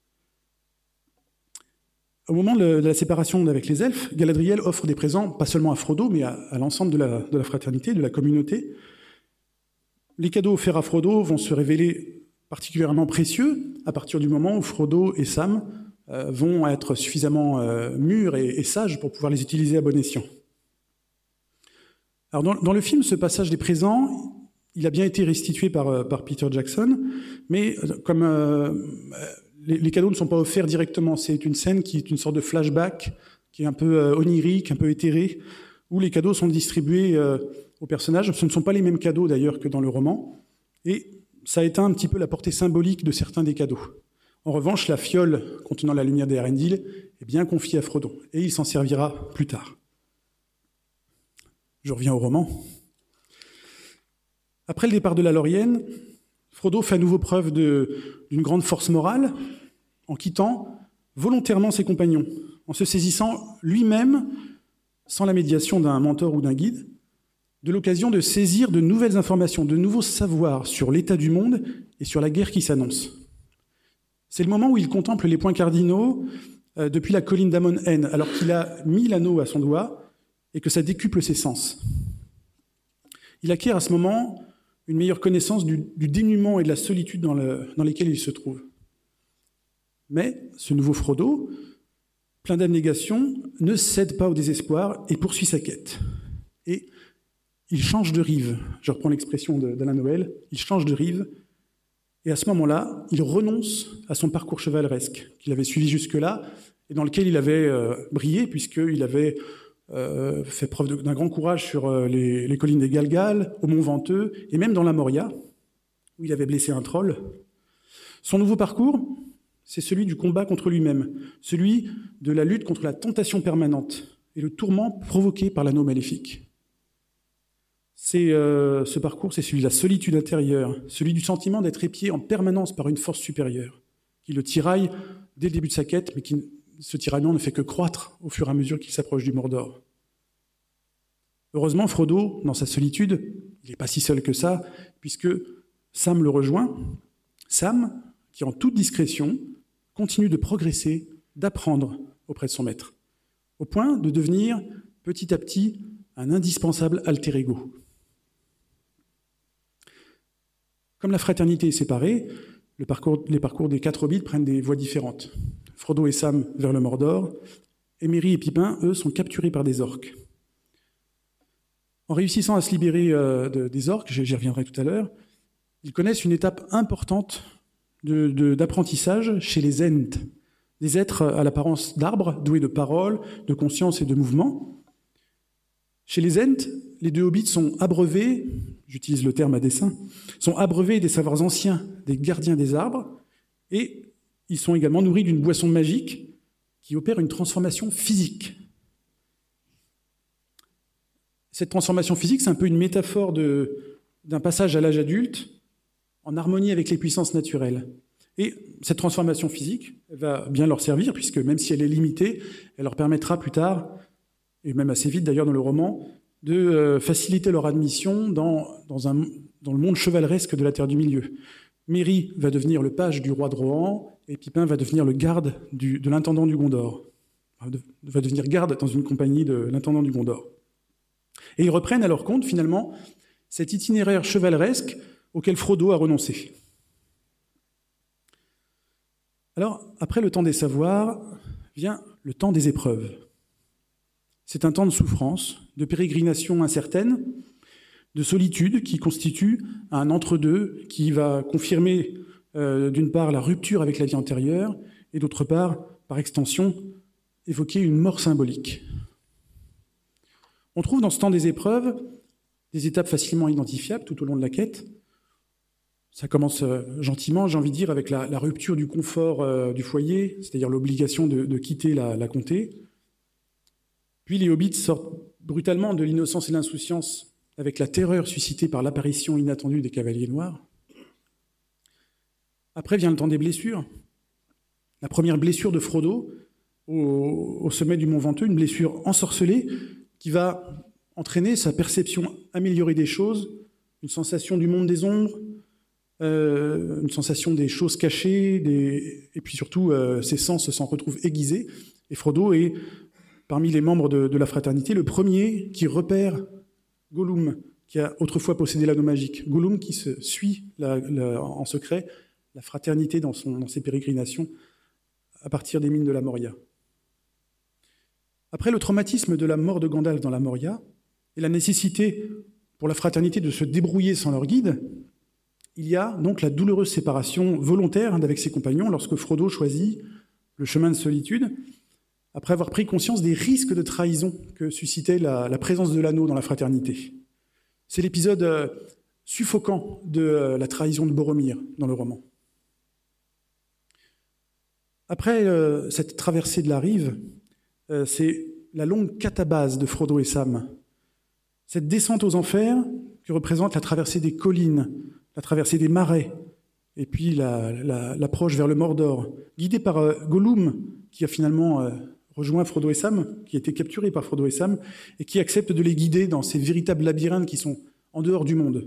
Au moment de la séparation avec les elfes, Galadriel offre des présents, pas seulement à Frodo, mais à, à l'ensemble de la, de la fraternité, de la communauté. Les cadeaux offerts à Frodo vont se révéler particulièrement précieux à partir du moment où Frodo et Sam euh, vont être suffisamment euh, mûrs et, et sages pour pouvoir les utiliser à bon escient. Alors dans, dans le film, ce passage des présents, il a bien été restitué par, par Peter Jackson, mais comme euh, les, les cadeaux ne sont pas offerts directement, c'est une scène qui est une sorte de flashback, qui est un peu euh, onirique, un peu éthéré, où les cadeaux sont distribués euh, aux personnages. Ce ne sont pas les mêmes cadeaux d'ailleurs que dans le roman, et ça éteint un petit peu la portée symbolique de certains des cadeaux. En revanche, la fiole contenant la lumière d'Erendil est bien confiée à Frodon, et il s'en servira plus tard. Je reviens au roman. Après le départ de la Laurienne, Frodo fait à nouveau preuve de, d'une grande force morale en quittant volontairement ses compagnons, en se saisissant lui-même, sans la médiation d'un mentor ou d'un guide, de l'occasion de saisir de nouvelles informations, de nouveaux savoirs sur l'état du monde et sur la guerre qui s'annonce. C'est le moment où il contemple les points cardinaux euh, depuis la colline d'Amon-Hen, alors qu'il a mis l'anneau à son doigt et que ça décuple ses sens. Il acquiert à ce moment une meilleure connaissance du, du dénuement et de la solitude dans, le, dans lesquels il se trouve. Mais ce nouveau Frodo, plein d'abnégation, ne cède pas au désespoir et poursuit sa quête. Et il change de rive. Je reprends l'expression d'Alain Noël. Il change de rive. Et à ce moment-là, il renonce à son parcours chevaleresque qu'il avait suivi jusque-là et dans lequel il avait euh, brillé, puisqu'il avait euh, fait preuve d'un grand courage sur euh, les, les collines des Galgal, au Mont Venteux, et même dans la Moria, où il avait blessé un troll. Son nouveau parcours, c'est celui du combat contre lui-même, celui de la lutte contre la tentation permanente et le tourment provoqué par l'anneau maléfique. C'est, euh, ce parcours, c'est celui de la solitude intérieure, celui du sentiment d'être épié en permanence par une force supérieure, qui le tiraille dès le début de sa quête, mais qui, ce tiraillement ne fait que croître au fur et à mesure qu'il s'approche du Mordor. Heureusement, Frodo, dans sa solitude, il n'est pas si seul que ça, puisque Sam le rejoint. Sam, qui en toute discrétion, continue de progresser, d'apprendre auprès de son maître, au point de devenir petit à petit un indispensable alter ego. Comme la fraternité est séparée, le parcours, les parcours des quatre hobbits prennent des voies différentes. Frodo et Sam vers le Mordor, et Merry et Pippin, eux, sont capturés par des orques. En réussissant à se libérer euh, de, des orques, j'y reviendrai tout à l'heure, ils connaissent une étape importante de, de, d'apprentissage chez les Ents, des êtres à l'apparence d'arbres, doués de parole, de conscience et de mouvement. Chez les Ents, les deux hobbits sont abreuvés, j'utilise le terme à dessein, sont abreuvés des savoirs anciens des gardiens des arbres, et ils sont également nourris d'une boisson magique qui opère une transformation physique. Cette transformation physique, c'est un peu une métaphore de, d'un passage à l'âge adulte en harmonie avec les puissances naturelles. Et cette transformation physique va bien leur servir, puisque même si elle est limitée, elle leur permettra plus tard, et même assez vite d'ailleurs dans le roman, de euh, faciliter leur admission dans, dans, un, dans le monde chevaleresque de la Terre du Milieu. Merry va devenir le page du roi de Rohan, et Pippin va devenir le garde du, de l'intendant du Gondor. Enfin, de, va devenir garde dans une compagnie de l'intendant du Gondor. Et ils reprennent à leur compte, finalement, cet itinéraire chevaleresque auquel Frodo a renoncé. Alors, après le temps des savoirs, vient le temps des épreuves. C'est un temps de souffrance, de pérégrination incertaine, de solitude qui constitue un entre-deux qui va confirmer euh, d'une part la rupture avec la vie antérieure et d'autre part, par extension, évoquer une mort symbolique. On trouve dans ce temps des épreuves des étapes facilement identifiables tout au long de la quête. Ça commence euh, gentiment, j'ai envie de dire, avec la, la rupture du confort euh, du foyer, c'est-à-dire l'obligation de, de quitter la, la comté. Puis les hobbits sortent brutalement de l'innocence et l'insouciance avec la terreur suscitée par l'apparition inattendue des cavaliers noirs. Après vient le temps des blessures. La première blessure de Frodo au, au sommet du Mont Venteux, une blessure ensorcelée qui va entraîner sa perception améliorée des choses, une sensation du monde des ombres, euh, une sensation des choses cachées, des... et puis surtout euh, ses sens s'en retrouvent aiguisés. Et Frodo est, parmi les membres de, de la fraternité, le premier qui repère Gollum, qui a autrefois possédé l'anneau magique. Gollum qui se suit la, la, en secret la fraternité dans, son, dans ses pérégrinations à partir des mines de la Moria. Après le traumatisme de la mort de Gandalf dans la Moria et la nécessité pour la fraternité de se débrouiller sans leur guide, il y a donc la douloureuse séparation volontaire avec ses compagnons lorsque Frodo choisit le chemin de solitude après avoir pris conscience des risques de trahison que suscitait la, la présence de l'anneau dans la fraternité. C'est l'épisode euh, suffocant de euh, la trahison de Boromir dans le roman. Après euh, cette traversée de la rive, euh, c'est la longue catabase de Frodo et Sam. Cette descente aux enfers que représente la traversée des collines, la traversée des marais, et puis la, la, l'approche vers le Mordor, guidée par euh, Gollum, qui a finalement euh, rejoint Frodo et Sam, qui a été capturé par Frodo et Sam, et qui accepte de les guider dans ces véritables labyrinthes qui sont en dehors du monde.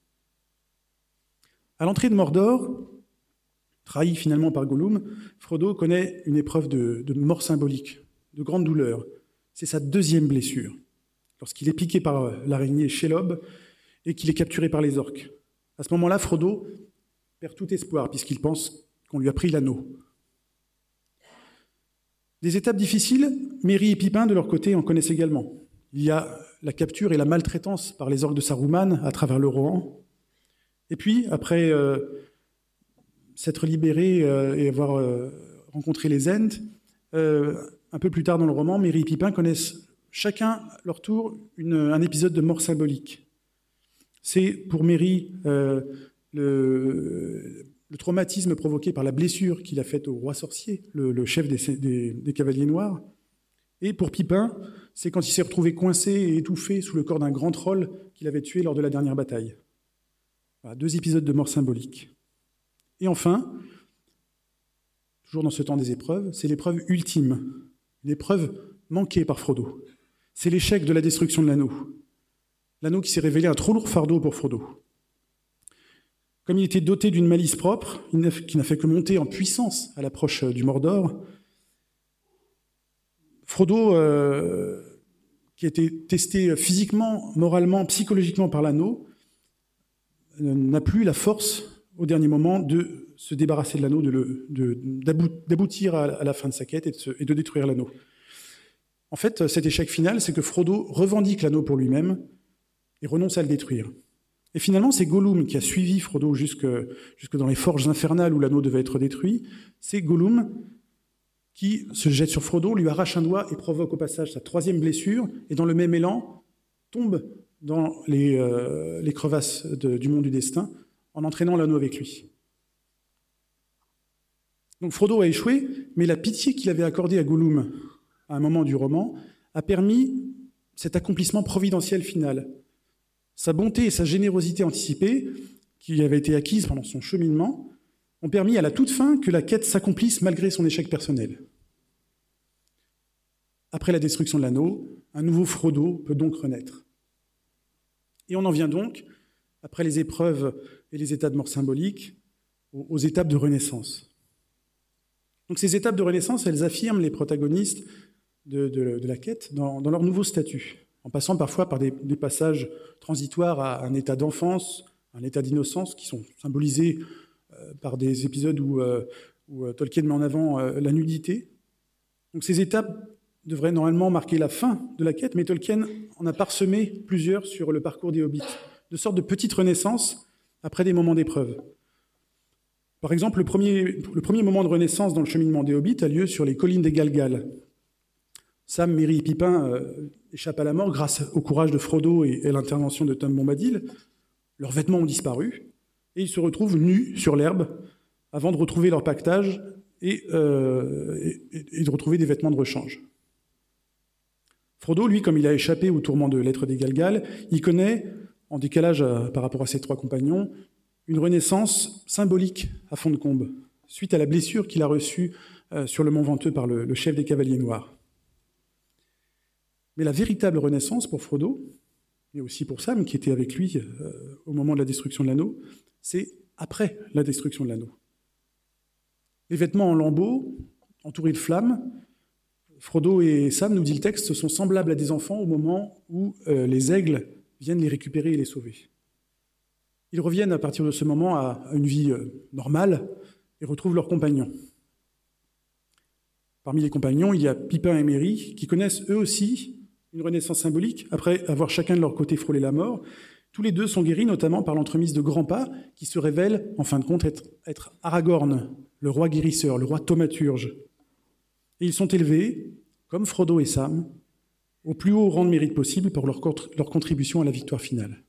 À l'entrée de Mordor, trahi finalement par Gollum, Frodo connaît une épreuve de, de mort symbolique, de grande douleur. C'est sa deuxième blessure, lorsqu'il est piqué par l'araignée Shelob et qu'il est capturé par les orques. À ce moment-là, Frodo perd tout espoir, puisqu'il pense qu'on lui a pris l'anneau. Des étapes difficiles, Merry et Pippin, de leur côté, en connaissent également. Il y a la capture et la maltraitance par les orques de Saruman à travers le Rohan. Et puis, après euh, s'être libéré euh, et avoir euh, rencontré les Ents, euh, un peu plus tard dans le roman, Merry et Pippin connaissent chacun, à leur tour, une, un épisode de mort symbolique. C'est pour Merry euh, le, le traumatisme provoqué par la blessure qu'il a faite au roi sorcier, le, le chef des, des, des Cavaliers Noirs. Et pour Pippin, c'est quand il s'est retrouvé coincé et étouffé sous le corps d'un grand troll qu'il avait tué lors de la dernière bataille. Voilà, deux épisodes de mort symbolique. Et enfin, toujours dans ce temps des épreuves, c'est l'épreuve ultime, l'épreuve manquée par Frodo. C'est l'échec de la destruction de l'anneau. L'anneau qui s'est révélé un trop lourd fardeau pour Frodo. Comme il était doté d'une malice propre, qui n'a fait que monter en puissance à l'approche du Mordor, Frodo, euh, qui a été testé physiquement, moralement, psychologiquement par l'anneau, euh, n'a plus la force, au dernier moment, de se débarrasser de l'anneau, de le, de, d'aboutir à, à la fin de sa quête et de, se, et de détruire l'anneau. En fait, cet échec final, c'est que Frodo revendique l'anneau pour lui-même et renonce à le détruire. Et finalement, c'est Gollum qui a suivi Frodo jusque, jusque dans les forges infernales où l'anneau devait être détruit. C'est Gollum qui se jette sur Frodo, lui arrache un doigt et provoque au passage sa troisième blessure, et dans le même élan, tombe dans les, euh, les crevasses de, du monde du destin, en entraînant l'anneau avec lui. Donc Frodo a échoué, mais la pitié qu'il avait accordée à Gollum à un moment du roman a permis cet accomplissement providentiel final. Sa bonté et sa générosité anticipée, qui avaient été acquises pendant son cheminement, ont permis à la toute fin que la quête s'accomplisse malgré son échec personnel. Après la destruction de l'anneau, un nouveau Frodo peut donc renaître. Et on en vient donc, après les épreuves et les états de mort symbolique, aux, aux étapes de renaissance. Donc ces étapes de renaissance, elles affirment les protagonistes de, de, de la quête dans, dans leur nouveau statut, en passant parfois par des, des passages transitoires à un état d'enfance, un état d'innocence, qui sont symbolisés euh, par des épisodes où, euh, où euh, Tolkien met en avant euh, la nudité. Donc ces étapes devraient normalement marquer la fin de la quête, mais Tolkien en a parsemé plusieurs sur le parcours des hobbits, de sortes de petites renaissances après des moments d'épreuve. Par exemple, le premier, le premier moment de renaissance dans le cheminement des hobbits a lieu sur les collines des Galgal. Sam, Merry et Pippin euh, échappent à la mort grâce au courage de Frodo et à l'intervention de Tom Bombadil. Leurs vêtements ont disparu et ils se retrouvent nus sur l'herbe avant de retrouver leur pactage et, euh, et, et de retrouver des vêtements de rechange. Frodo, lui, comme il a échappé au tourment de l'être des Galgal, il connaît, en décalage à, par rapport à ses trois compagnons, une renaissance symbolique à fond de combe, suite à la blessure qu'il a reçue euh, sur le Mont Venteux par le, le chef des Cavaliers Noirs. Mais la véritable renaissance pour Frodo, et aussi pour Sam, qui était avec lui euh, au moment de la destruction de l'anneau, c'est après la destruction de l'anneau. Les vêtements en lambeaux, entourés de flammes, Frodo et Sam, nous dit le texte, sont semblables à des enfants au moment où euh, les aigles viennent les récupérer et les sauver. Ils reviennent à partir de ce moment à, à une vie euh, normale et retrouvent leurs compagnons. Parmi les compagnons, il y a Pippin et Merry, qui connaissent eux aussi une renaissance symbolique, après avoir chacun de leur côté frôlé la mort. Tous les deux sont guéris, notamment par l'entremise de Grandpa, qui se révèle, en fin de compte, être, être Aragorn, le roi guérisseur, le roi thaumaturge. Et ils sont élevés comme Frodo et Sam, au plus haut rang de mérite possible pour leur, leur contribution à la victoire finale.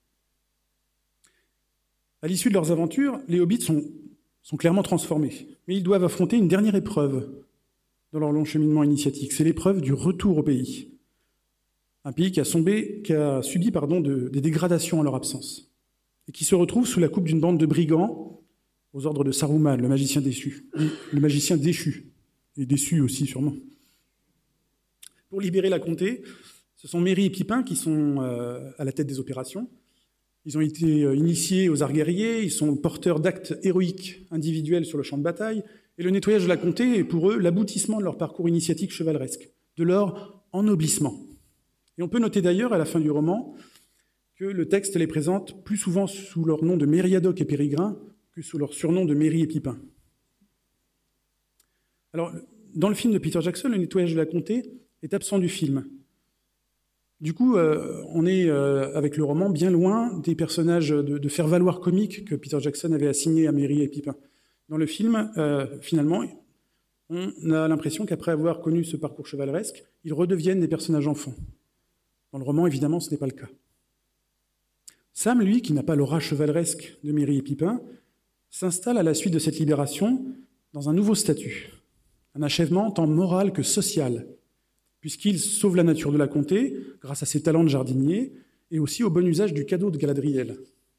À l'issue de leurs aventures, les hobbits sont, sont clairement transformés, mais ils doivent affronter une dernière épreuve dans leur long cheminement initiatique. C'est l'épreuve du retour au pays. Un pays qui a, sombé, qui a subi pardon, de, des dégradations en leur absence, et qui se retrouve sous la coupe d'une bande de brigands aux ordres de Saruman, le magicien déchu. Le magicien déchu, et déçu aussi sûrement. Pour libérer la comté, ce sont Merry et Pippin qui sont euh, à la tête des opérations. Ils ont été euh, initiés aux arts guerriers, ils sont porteurs d'actes héroïques individuels sur le champ de bataille, et le nettoyage de la comté est pour eux l'aboutissement de leur parcours initiatique chevaleresque, de leur ennoblissement. Et on peut noter d'ailleurs à la fin du roman que le texte les présente plus souvent sous leur nom de Mériadoc et Périgrin que sous leur surnom de Merry et Pippin. Alors, dans le film de Peter Jackson, le nettoyage de la comté est absent du film. Du coup, euh, on est, euh, avec le roman, bien loin des personnages de, de faire-valoir comique que Peter Jackson avait assignés à Merry et Pippin. Dans le film, euh, finalement, on a l'impression qu'après avoir connu ce parcours chevaleresque, ils redeviennent des personnages enfants. Dans le roman, évidemment, ce n'est pas le cas. Sam, lui, qui n'a pas l'aura chevaleresque de Merry et Pippin, s'installe à la suite de cette libération dans un nouveau statut, un achèvement tant moral que social, puisqu'il sauve la nature de la comté grâce à ses talents de jardinier et aussi au bon usage du cadeau de Galadriel.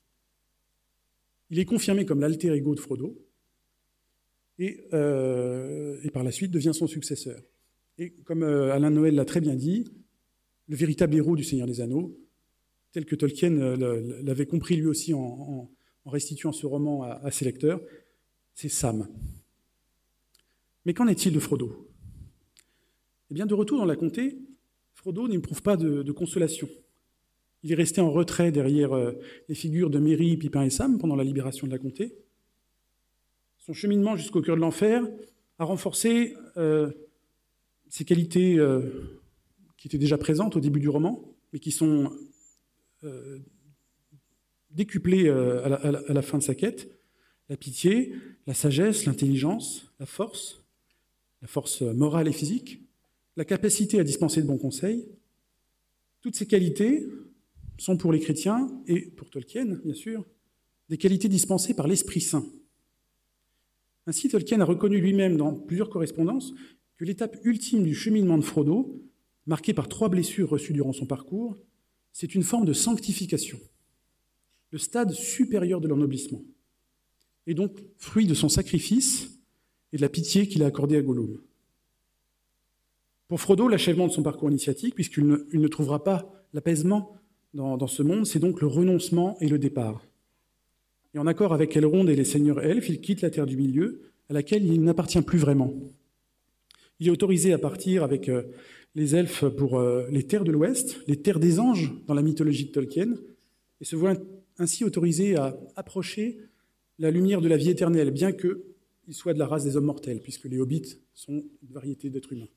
Il est confirmé comme l'alter ego de Frodo et, euh, et par la suite devient son successeur. Et comme euh, Alain Noël l'a très bien dit, le véritable héros du Seigneur des Anneaux, tel que Tolkien euh, l'avait compris lui aussi en, en, en restituant ce roman à, à ses lecteurs, c'est Sam. Mais qu'en est-il de Frodo ? Eh bien, de retour dans la comté, Frodo n'éprouve pas de, de consolation. Il est resté en retrait derrière euh, les figures de Merry, Pippin et Sam pendant la libération de la comté. Son cheminement jusqu'au cœur de l'enfer a renforcé euh, ses qualités euh, qui étaient déjà présentes au début du roman, mais qui sont euh, décuplées euh, à, la, à, la, à la fin de sa quête. La pitié, la sagesse, l'intelligence, la force, la force morale et physique, la capacité à dispenser de bons conseils. Toutes ces qualités sont pour les chrétiens, et pour Tolkien, bien sûr, des qualités dispensées par l'Esprit Saint. Ainsi, Tolkien a reconnu lui-même dans plusieurs correspondances que l'étape ultime du cheminement de Frodo, marquée par trois blessures reçues durant son parcours, c'est une forme de sanctification, le stade supérieur de l'ennoblissement, et donc fruit de son sacrifice et de la pitié qu'il a accordée à Gollum. Pour Frodo, l'achèvement de son parcours initiatique, puisqu'il ne, il ne trouvera pas l'apaisement dans, dans ce monde, c'est donc le renoncement et le départ. Et en accord avec Elrond et les seigneurs elfes, il quitte la Terre du Milieu, à laquelle il n'appartient plus vraiment. Il est autorisé à partir avec euh, les elfes pour euh, les terres de l'Ouest, les terres des anges dans la mythologie de Tolkien, et se voit ainsi autorisé à approcher la lumière de la vie éternelle, bien qu'ils soient de la race des hommes mortels, puisque les hobbits sont une variété d'êtres humains.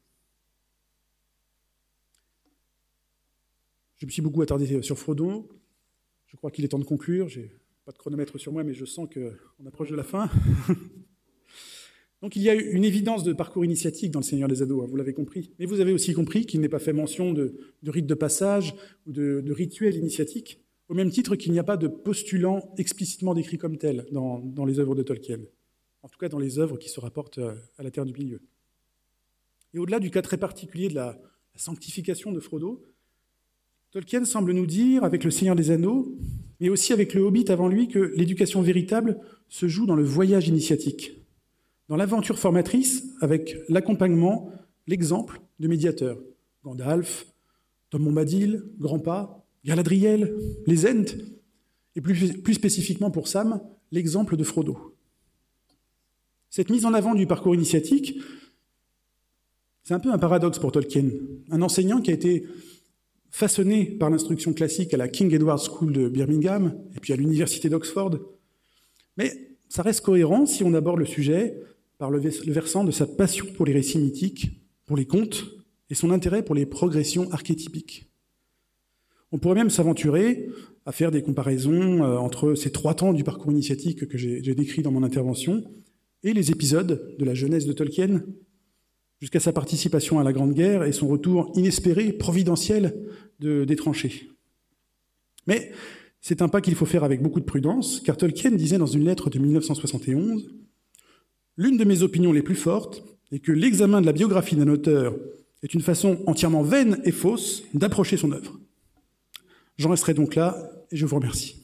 Je me suis beaucoup attardé sur Frodo. Je crois qu'il est temps de conclure. Je n'ai pas de chronomètre sur moi, mais je sens qu'on approche de la fin. Donc il y a une évidence de parcours initiatique dans le Seigneur des Anneaux, hein, vous l'avez compris. Mais vous avez aussi compris qu'il n'est pas fait mention de, de rites de passage ou de, de rituels initiatiques, au même titre qu'il n'y a pas de postulant explicitement décrit comme tel dans, dans les œuvres de Tolkien. En tout cas dans les œuvres qui se rapportent à la Terre du Milieu. Et au-delà du cas très particulier de la, la sanctification de Frodo, Tolkien semble nous dire, avec le Seigneur des Anneaux, mais aussi avec le Hobbit avant lui, que l'éducation véritable se joue dans le voyage initiatique, dans l'aventure formatrice, avec l'accompagnement, l'exemple de médiateurs. Gandalf, Tom Bombadil, Grandpa, Galadriel, les Ents, et plus, plus spécifiquement pour Sam, l'exemple de Frodo. Cette mise en avant du parcours initiatique, c'est un peu un paradoxe pour Tolkien. Un enseignant qui a été façonné par l'instruction classique à la King Edward School de Birmingham et puis à l'université d'Oxford. Mais ça reste cohérent si on aborde le sujet par le versant de sa passion pour les récits mythiques, pour les contes, et son intérêt pour les progressions archétypiques. On pourrait même s'aventurer à faire des comparaisons entre ces trois temps du parcours initiatique que j'ai, j'ai décrit dans mon intervention et les épisodes de la jeunesse de Tolkien, jusqu'à sa participation à la Grande Guerre et son retour inespéré, providentiel de, des tranchées. Mais c'est un pas qu'il faut faire avec beaucoup de prudence, car Tolkien disait dans une lettre de mille neuf cent soixante et onze « L'une de mes opinions les plus fortes est que l'examen de la biographie d'un auteur est une façon entièrement vaine et fausse d'approcher son œuvre. » J'en resterai donc là, et je vous remercie.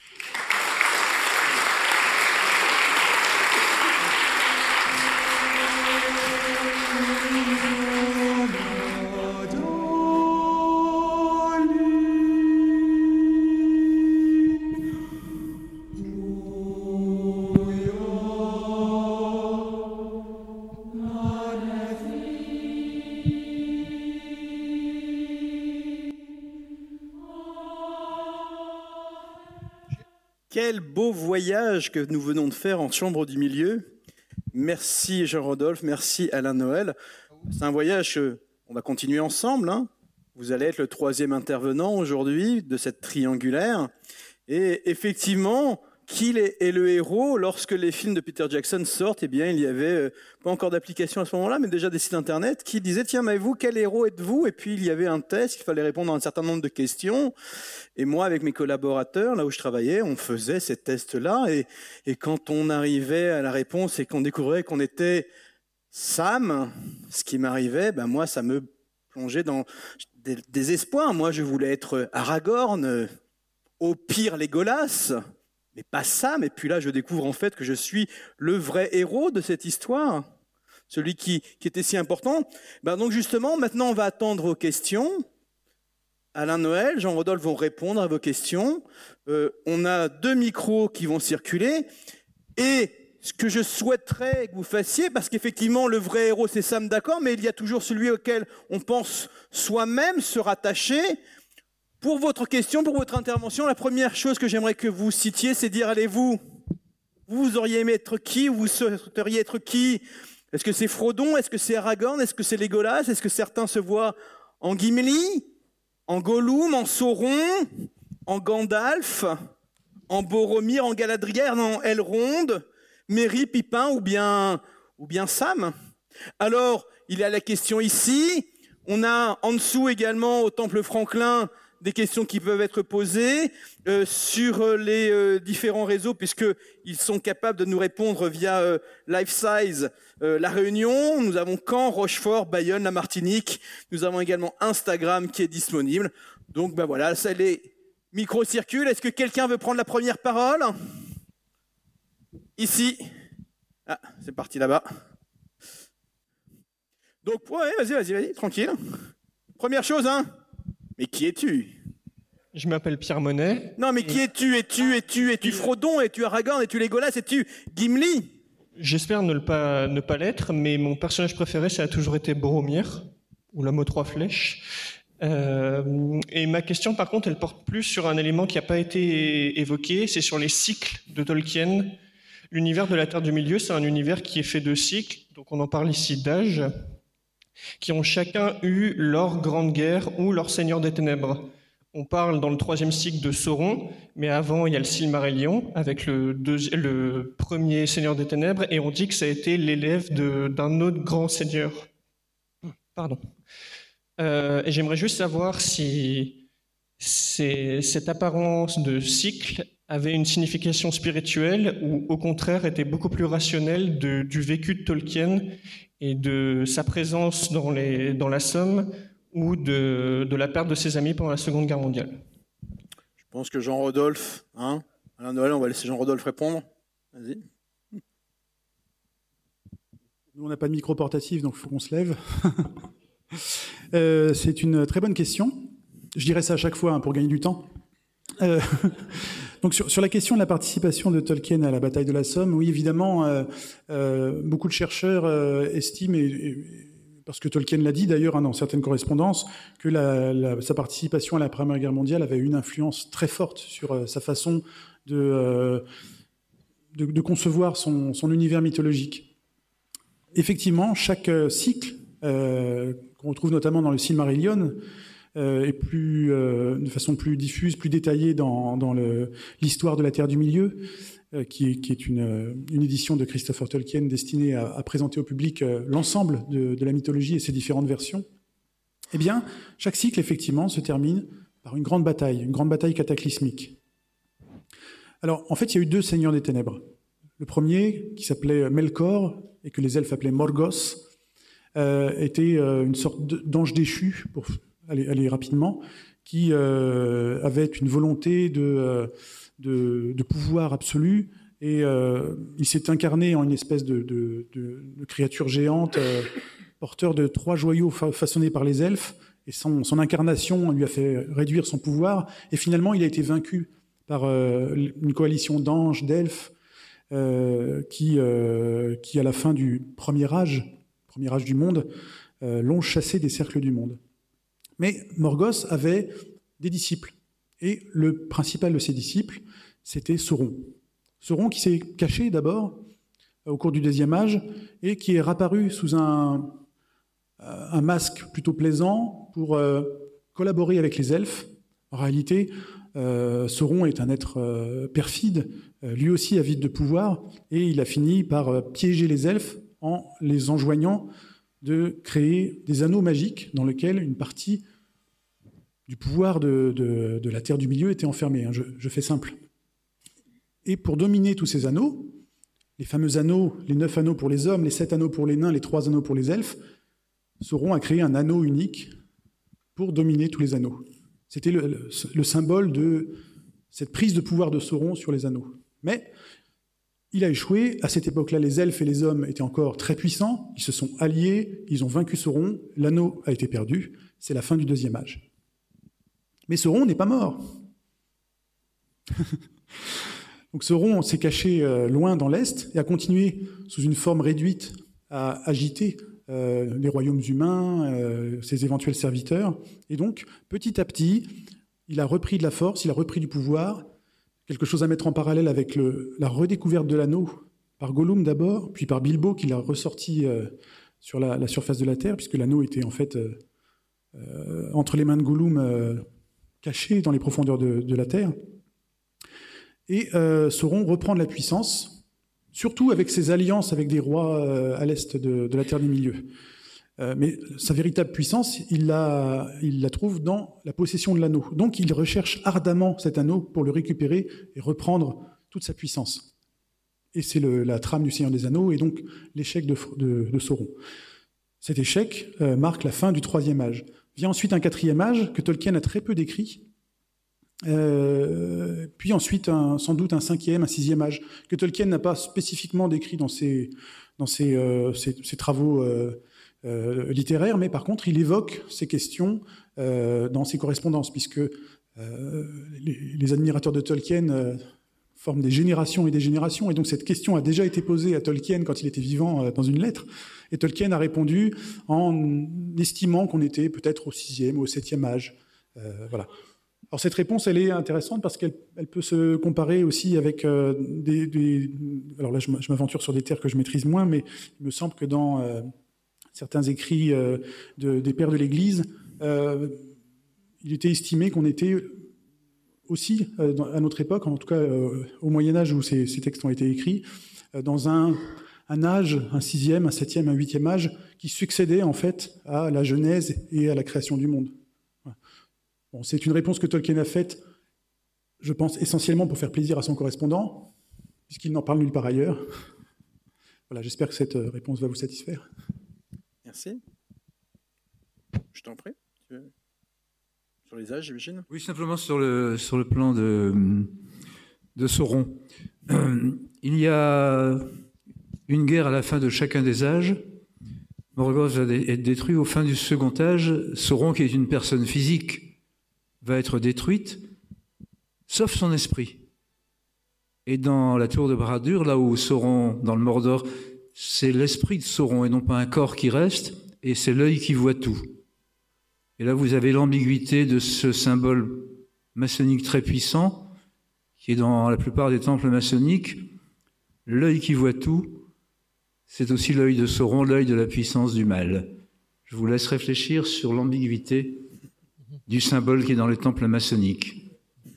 Quel beau voyage que nous venons de faire en chambre du milieu. Merci Jean-Rodolphe, merci Alain Noël. C'est un voyage qu'on va continuer ensemble. Hein. Vous allez être le troisième intervenant aujourd'hui de cette triangulaire. Et effectivement, qui est le héros? Lorsque les films de Peter Jackson sortent, eh bien, il y avait pas encore d'application à ce moment-là, mais déjà des sites internet qui disaient, tiens, mais vous, quel héros êtes-vous? Et puis, il y avait un test, il fallait répondre à un certain nombre de questions. Et moi, avec mes collaborateurs, là où je travaillais, on faisait ces tests-là. Et, et quand on arrivait à la réponse et qu'on découvrait qu'on était Sam, ce qui m'arrivait, ben moi, ça me plongeait dans des, des espoirs. Moi, je voulais être Aragorn, au pire Légolas, mais pas Sam. Et puis là, je découvre en fait que je suis le vrai héros de cette histoire, celui qui, qui était si important. Ben donc justement, maintenant, on va attendre vos questions. Alain Noël, Jean-Rodolphe vont répondre à vos questions. Euh, on a deux micros qui vont circuler. Et ce que je souhaiterais que vous fassiez, parce qu'effectivement, le vrai héros, c'est Sam, d'accord, mais il y a toujours celui auquel on pense soi-même se rattacher. Pour votre question, pour votre intervention, la première chose que j'aimerais que vous citiez, c'est dire, allez, vous, vous auriez aimé être qui, ou vous souhaiteriez être qui? Est-ce que c'est Frodon? Est-ce que c'est Aragorn? Est-ce que c'est Légolas? Est-ce que certains se voient en Gimli, en Gollum, en Sauron, en Gandalf, en Boromir, en Galadriel, en Elrond, Merry, Pipin ou bien, ou bien Sam? Alors, il y a la question ici. On a en dessous également au Temple Franklin des questions qui peuvent être posées euh, sur les euh, différents réseaux, puisqu'ils sont capables de nous répondre via euh, LifeSize euh, La Réunion. Nous avons Caen, Rochefort, Bayonne, la Martinique. Nous avons également Instagram qui est disponible. Donc ben voilà, ça, les micros circulent. Est-ce que quelqu'un veut prendre la première parole? Ici. Ah, c'est parti là-bas. Donc, ouais, vas-y, vas-y, vas-y, tranquille. Première chose, hein. Mais qui es-tu? Je m'appelle Pierre Monet. Non, mais et... qui es-tu? Es-tu, es-tu, es-tu Frodon? Es-tu Aragorn? Es-tu Légolas? Es-tu Gimli? J'espère ne pas, ne pas l'être, mais mon personnage préféré, ça a toujours été Boromir, ou l'homme aux trois flèches. Euh, et ma question, par contre, elle porte plus sur un élément qui n'a pas été évoqué, c'est sur les cycles de Tolkien. L'univers de la Terre du Milieu, c'est un univers qui est fait de cycles, donc on en parle ici d'âges, qui ont chacun eu leur grande guerre ou leur seigneur des ténèbres. On parle dans le troisième cycle de Sauron, mais avant il y a le Silmarillion avec le, deuxi- le premier seigneur des ténèbres, et on dit que ça a été l'élève de, d'un autre grand seigneur. Pardon. Euh, et j'aimerais juste savoir si c'est, cette apparence de cycle avait une signification spirituelle ou au contraire était beaucoup plus rationnelle de, du vécu de Tolkien et de sa présence dans, les, dans la Somme ou de, de la perte de ses amis pendant la Seconde Guerre mondiale. Je pense que Jean-Rodolphe, hein, Alain Noël, on va laisser Jean-Rodolphe répondre. Vas-y. Nous, on n'a pas de micro portatif, donc il faut qu'on se lève. euh, c'est une très bonne question. Je dirais ça à chaque fois hein, pour gagner du temps. Euh, donc sur, sur la question de la participation de Tolkien à la bataille de la Somme, oui évidemment, euh, euh, beaucoup de chercheurs euh, estiment, et, et, parce que Tolkien l'a dit d'ailleurs hein, dans certaines correspondances, que la, la, sa participation à la Première Guerre mondiale avait une influence très forte sur euh, sa façon de, euh, de, de concevoir son, son univers mythologique. Effectivement, chaque euh, cycle, euh, qu'on retrouve notamment dans le Silmarillion, euh, et plus, euh, de façon plus diffuse, plus détaillée dans, dans le, l'histoire de la Terre du Milieu, euh, qui est, qui est une, une édition de Christopher Tolkien destinée à, à présenter au public euh, l'ensemble de, de la mythologie et ses différentes versions. Eh bien, chaque cycle, effectivement, se termine par une grande bataille, une grande bataille cataclysmique. Alors, en fait, il y a eu deux seigneurs des ténèbres. Le premier, qui s'appelait Melkor, et que les elfes appelaient Morgoth, euh, était euh, une sorte d'ange déchu, pour aller, aller rapidement, qui euh, avait une volonté de, euh, de, de pouvoir absolu, et euh, il s'est incarné en une espèce de, de, de, de créature géante, euh, porteur de trois joyaux fa façonnés par les elfes, et son, son incarnation lui a fait réduire son pouvoir, et finalement il a été vaincu par euh, une coalition d'anges, d'elfes, euh, qui, euh, qui, à la fin du premier âge, premier âge du monde, euh, l'ont chassé des cercles du monde. Mais Morgoth avait des disciples, et le principal de ses disciples, c'était Sauron. Sauron qui s'est caché d'abord au cours du deuxième âge, et qui est réapparu sous un, un masque plutôt plaisant pour euh, collaborer avec les elfes. En réalité, euh, Sauron est un être euh, perfide, euh, lui aussi avide de pouvoir, et il a fini par euh, piéger les elfes en les enjoignant de créer des anneaux magiques dans lesquels une partie du pouvoir de, de, de la Terre du Milieu était enfermée. Hein, je, je fais simple. Et pour dominer tous ces anneaux, les fameux anneaux, les neuf anneaux pour les hommes, les sept anneaux pour les nains, les trois anneaux pour les elfes, Sauron a créé un anneau unique pour dominer tous les anneaux. C'était le, le, le symbole de cette prise de pouvoir de Sauron sur les anneaux. Mais il a échoué. À cette époque-là, les elfes et les hommes étaient encore très puissants. Ils se sont alliés, ils ont vaincu Sauron. L'anneau a été perdu. C'est la fin du deuxième âge. Mais Sauron n'est pas mort. Donc Sauron s'est caché euh, loin dans l'Est et a continué sous une forme réduite à agiter euh, les royaumes humains, euh, ses éventuels serviteurs. Et donc, petit à petit, il a repris de la force, il a repris du pouvoir. Quelque chose à mettre en parallèle avec le, la redécouverte de l'anneau par Gollum d'abord, puis par Bilbo qui l'a ressorti euh, sur la, la surface de la Terre, puisque l'anneau était en fait euh, euh, entre les mains de Gollum, euh, caché dans les profondeurs de, de la Terre. Et euh, Sauron reprend de la puissance, surtout avec ses alliances avec des rois euh, à l'est de, de la Terre du Milieu. Euh, mais sa véritable puissance, il la, il la trouve dans la possession de l'anneau. Donc il recherche ardemment cet anneau pour le récupérer et reprendre toute sa puissance. Et c'est le, la trame du Seigneur des Anneaux et donc l'échec de, de, de Sauron. Cet échec euh, marque la fin du troisième âge. Vient ensuite un quatrième âge que Tolkien a très peu décrit, euh, puis ensuite un, sans doute un cinquième, un sixième âge que Tolkien n'a pas spécifiquement décrit dans ses, dans ses, euh, ses, ses travaux euh, euh, littéraires, mais par contre il évoque ces questions euh, dans ses correspondances, puisque euh, les, les admirateurs de Tolkien euh, forment des générations et des générations, et donc cette question a déjà été posée à Tolkien quand il était vivant euh, dans une lettre, et Tolkien a répondu en estimant qu'on était peut-être au sixième ou au septième âge. Euh, voilà. Alors cette réponse, elle est intéressante parce qu'elle elle peut se comparer aussi avec euh, des, des... Alors là, je m'aventure sur des terres que je maîtrise moins, mais il me semble que dans euh, certains écrits euh, de, des pères de l'Église, euh, il était estimé qu'on était aussi, euh, dans, à notre époque, en tout cas euh, au Moyen-Âge où ces, ces textes ont été écrits, euh, dans un, un âge, un sixième, un septième, un huitième âge, qui succédait en fait à la Genèse et à la création du monde. Bon, c'est une réponse que Tolkien a faite, je pense, essentiellement pour faire plaisir à son correspondant, puisqu'il n'en parle nulle part ailleurs. Voilà, j'espère que cette réponse va vous satisfaire. Merci. Je t'en prie. Sur les âges, j'imagine ? Oui, simplement sur le, sur le plan de, de Sauron. Il y a une guerre à la fin de chacun des âges. Morgoth va être détruit au fin du second âge. Sauron, qui est une personne physique, va être détruite, sauf son esprit. Et dans la tour de Barad-dûr, là où Sauron, dans le Mordor, c'est l'esprit de Sauron et non pas un corps qui reste, et c'est l'œil qui voit tout. Et là, vous avez l'ambiguïté de ce symbole maçonnique très puissant, qui est dans la plupart des temples maçonniques. L'œil qui voit tout, c'est aussi l'œil de Sauron, l'œil de la puissance du mal. Je vous laisse réfléchir sur l'ambiguïté du symbole qui est dans les temples maçonniques.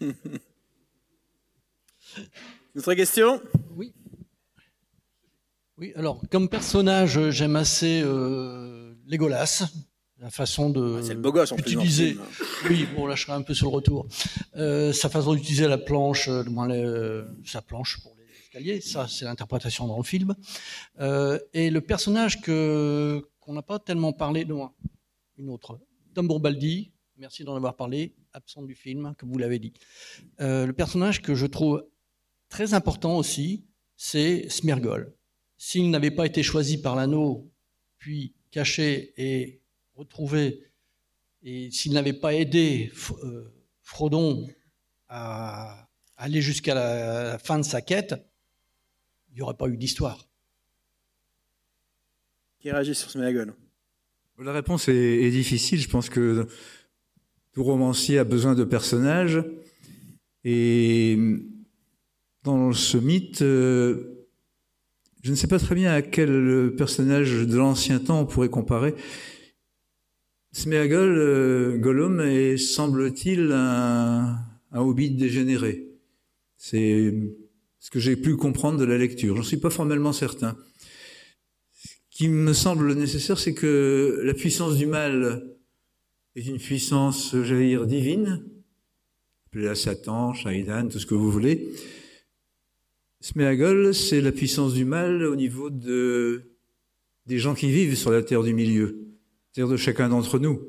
Autre question ? Oui. Oui, alors, comme personnage, j'aime assez euh, Legolas, la façon de ah, c'est le beau gosse, en utiliser. Plus, oui, bon, là, je serai un peu sur le retour. Euh, sa façon d'utiliser la planche, euh, moins les, sa planche pour les escaliers, ça, c'est l'interprétation dans le film. Euh, et le personnage que qu'on n'a pas tellement parlé, non, une autre, Tom Bourbaldi. Merci d'en avoir parlé, absent du film, comme vous l'avez dit. Euh, le personnage que je trouve très important aussi, c'est Sméagol. S'il n'avait pas été choisi par l'anneau, puis caché et retrouvé, et s'il n'avait pas aidé euh, Frodon à aller jusqu'à la fin de sa quête, il n'y aurait pas eu d'histoire. Qui réagit sur Sméagol ? La réponse est, est difficile. Je pense que tout romancier a besoin de personnages. Et dans ce mythe, euh, je ne sais pas très bien à quel personnage de l'ancien temps on pourrait comparer. Sméagol, euh, Gollum, est, semble-t-il, un, un hobbit dégénéré. C'est ce que j'ai pu comprendre de la lecture. J'en suis pas formellement certain. Ce qui me semble nécessaire, c'est que la puissance du mal est une puissance, j'allais dire, divine. Appelez-la Satan, Shaitan, tout ce que vous voulez. Sméagol, c'est la puissance du mal au niveau de, des gens qui vivent sur la terre du milieu, c'est-à-dire de chacun d'entre nous.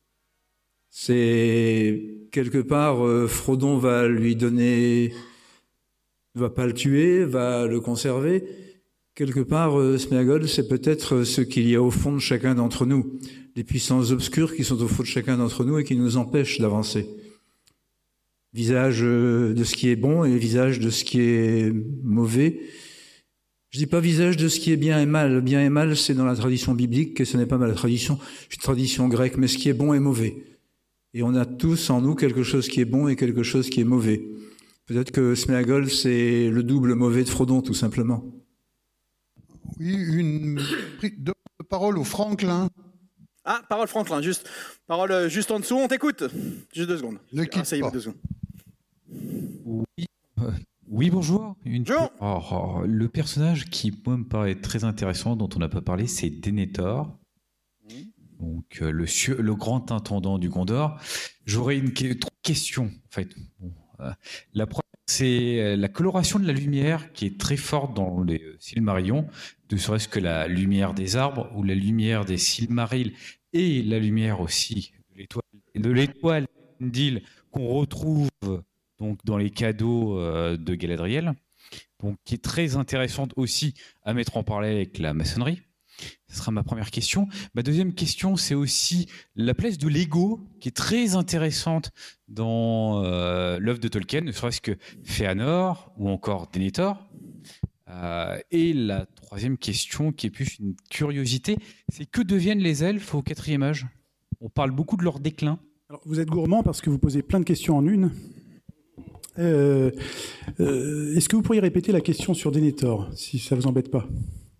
C'est, quelque part, euh, Frodon va lui donner, va pas le tuer, va le conserver. Quelque part, euh, Sméagol, c'est peut-être ce qu'il y a au fond de chacun d'entre nous, des puissances obscures qui sont au fond de chacun d'entre nous et qui nous empêchent d'avancer. Visage de ce qui est bon et visage de ce qui est mauvais. Je dis pas visage de ce qui est bien et mal. Bien et mal, c'est dans la tradition biblique, et ce n'est pas ma tradition, c'est une tradition grecque, mais ce qui est bon est mauvais. Et on a tous en nous quelque chose qui est bon et quelque chose qui est mauvais. Peut-être que Sméagol, c'est le double mauvais de Frodon, tout simplement. Oui, une de parole au Franklin. Ah, parole Franklin, juste, parole juste en dessous, on t'écoute. Juste deux secondes. Ne quitte ah, ça y est, pas. deux secondes. Oui, euh, oui bonjour. Une... Bonjour. Oh, oh, le personnage qui, moi, me paraît très intéressant, dont on n'a pas parlé, c'est Denethor. Mmh. Donc, euh, le, le grand intendant du Gondor. J'aurais une que... trois questions, en fait. Bon, euh, la première, c'est la coloration de la lumière qui est très forte dans les Silmarillion, ne serait-ce que la lumière des arbres ou la lumière des Silmarils et la lumière aussi de l'étoile, de l'étoile d'île qu'on retrouve donc dans les cadeaux euh, de Galadriel, donc qui est très intéressante aussi à mettre en parallèle avec la maçonnerie. Ce sera ma première question. Ma deuxième question, c'est aussi la place de l'ego, qui est très intéressante dans euh, l'œuvre de Tolkien, ne serait-ce que Fëanor ou encore Denethor. Euh, et la troisième question, qui est plus une curiosité, c'est que deviennent les elfes au quatrième âge ? On parle beaucoup de leur déclin. Alors, vous êtes gourmand parce que vous posez plein de questions en une. Euh, euh, est-ce que vous pourriez répéter la question sur Denethor, si ça vous embête pas ?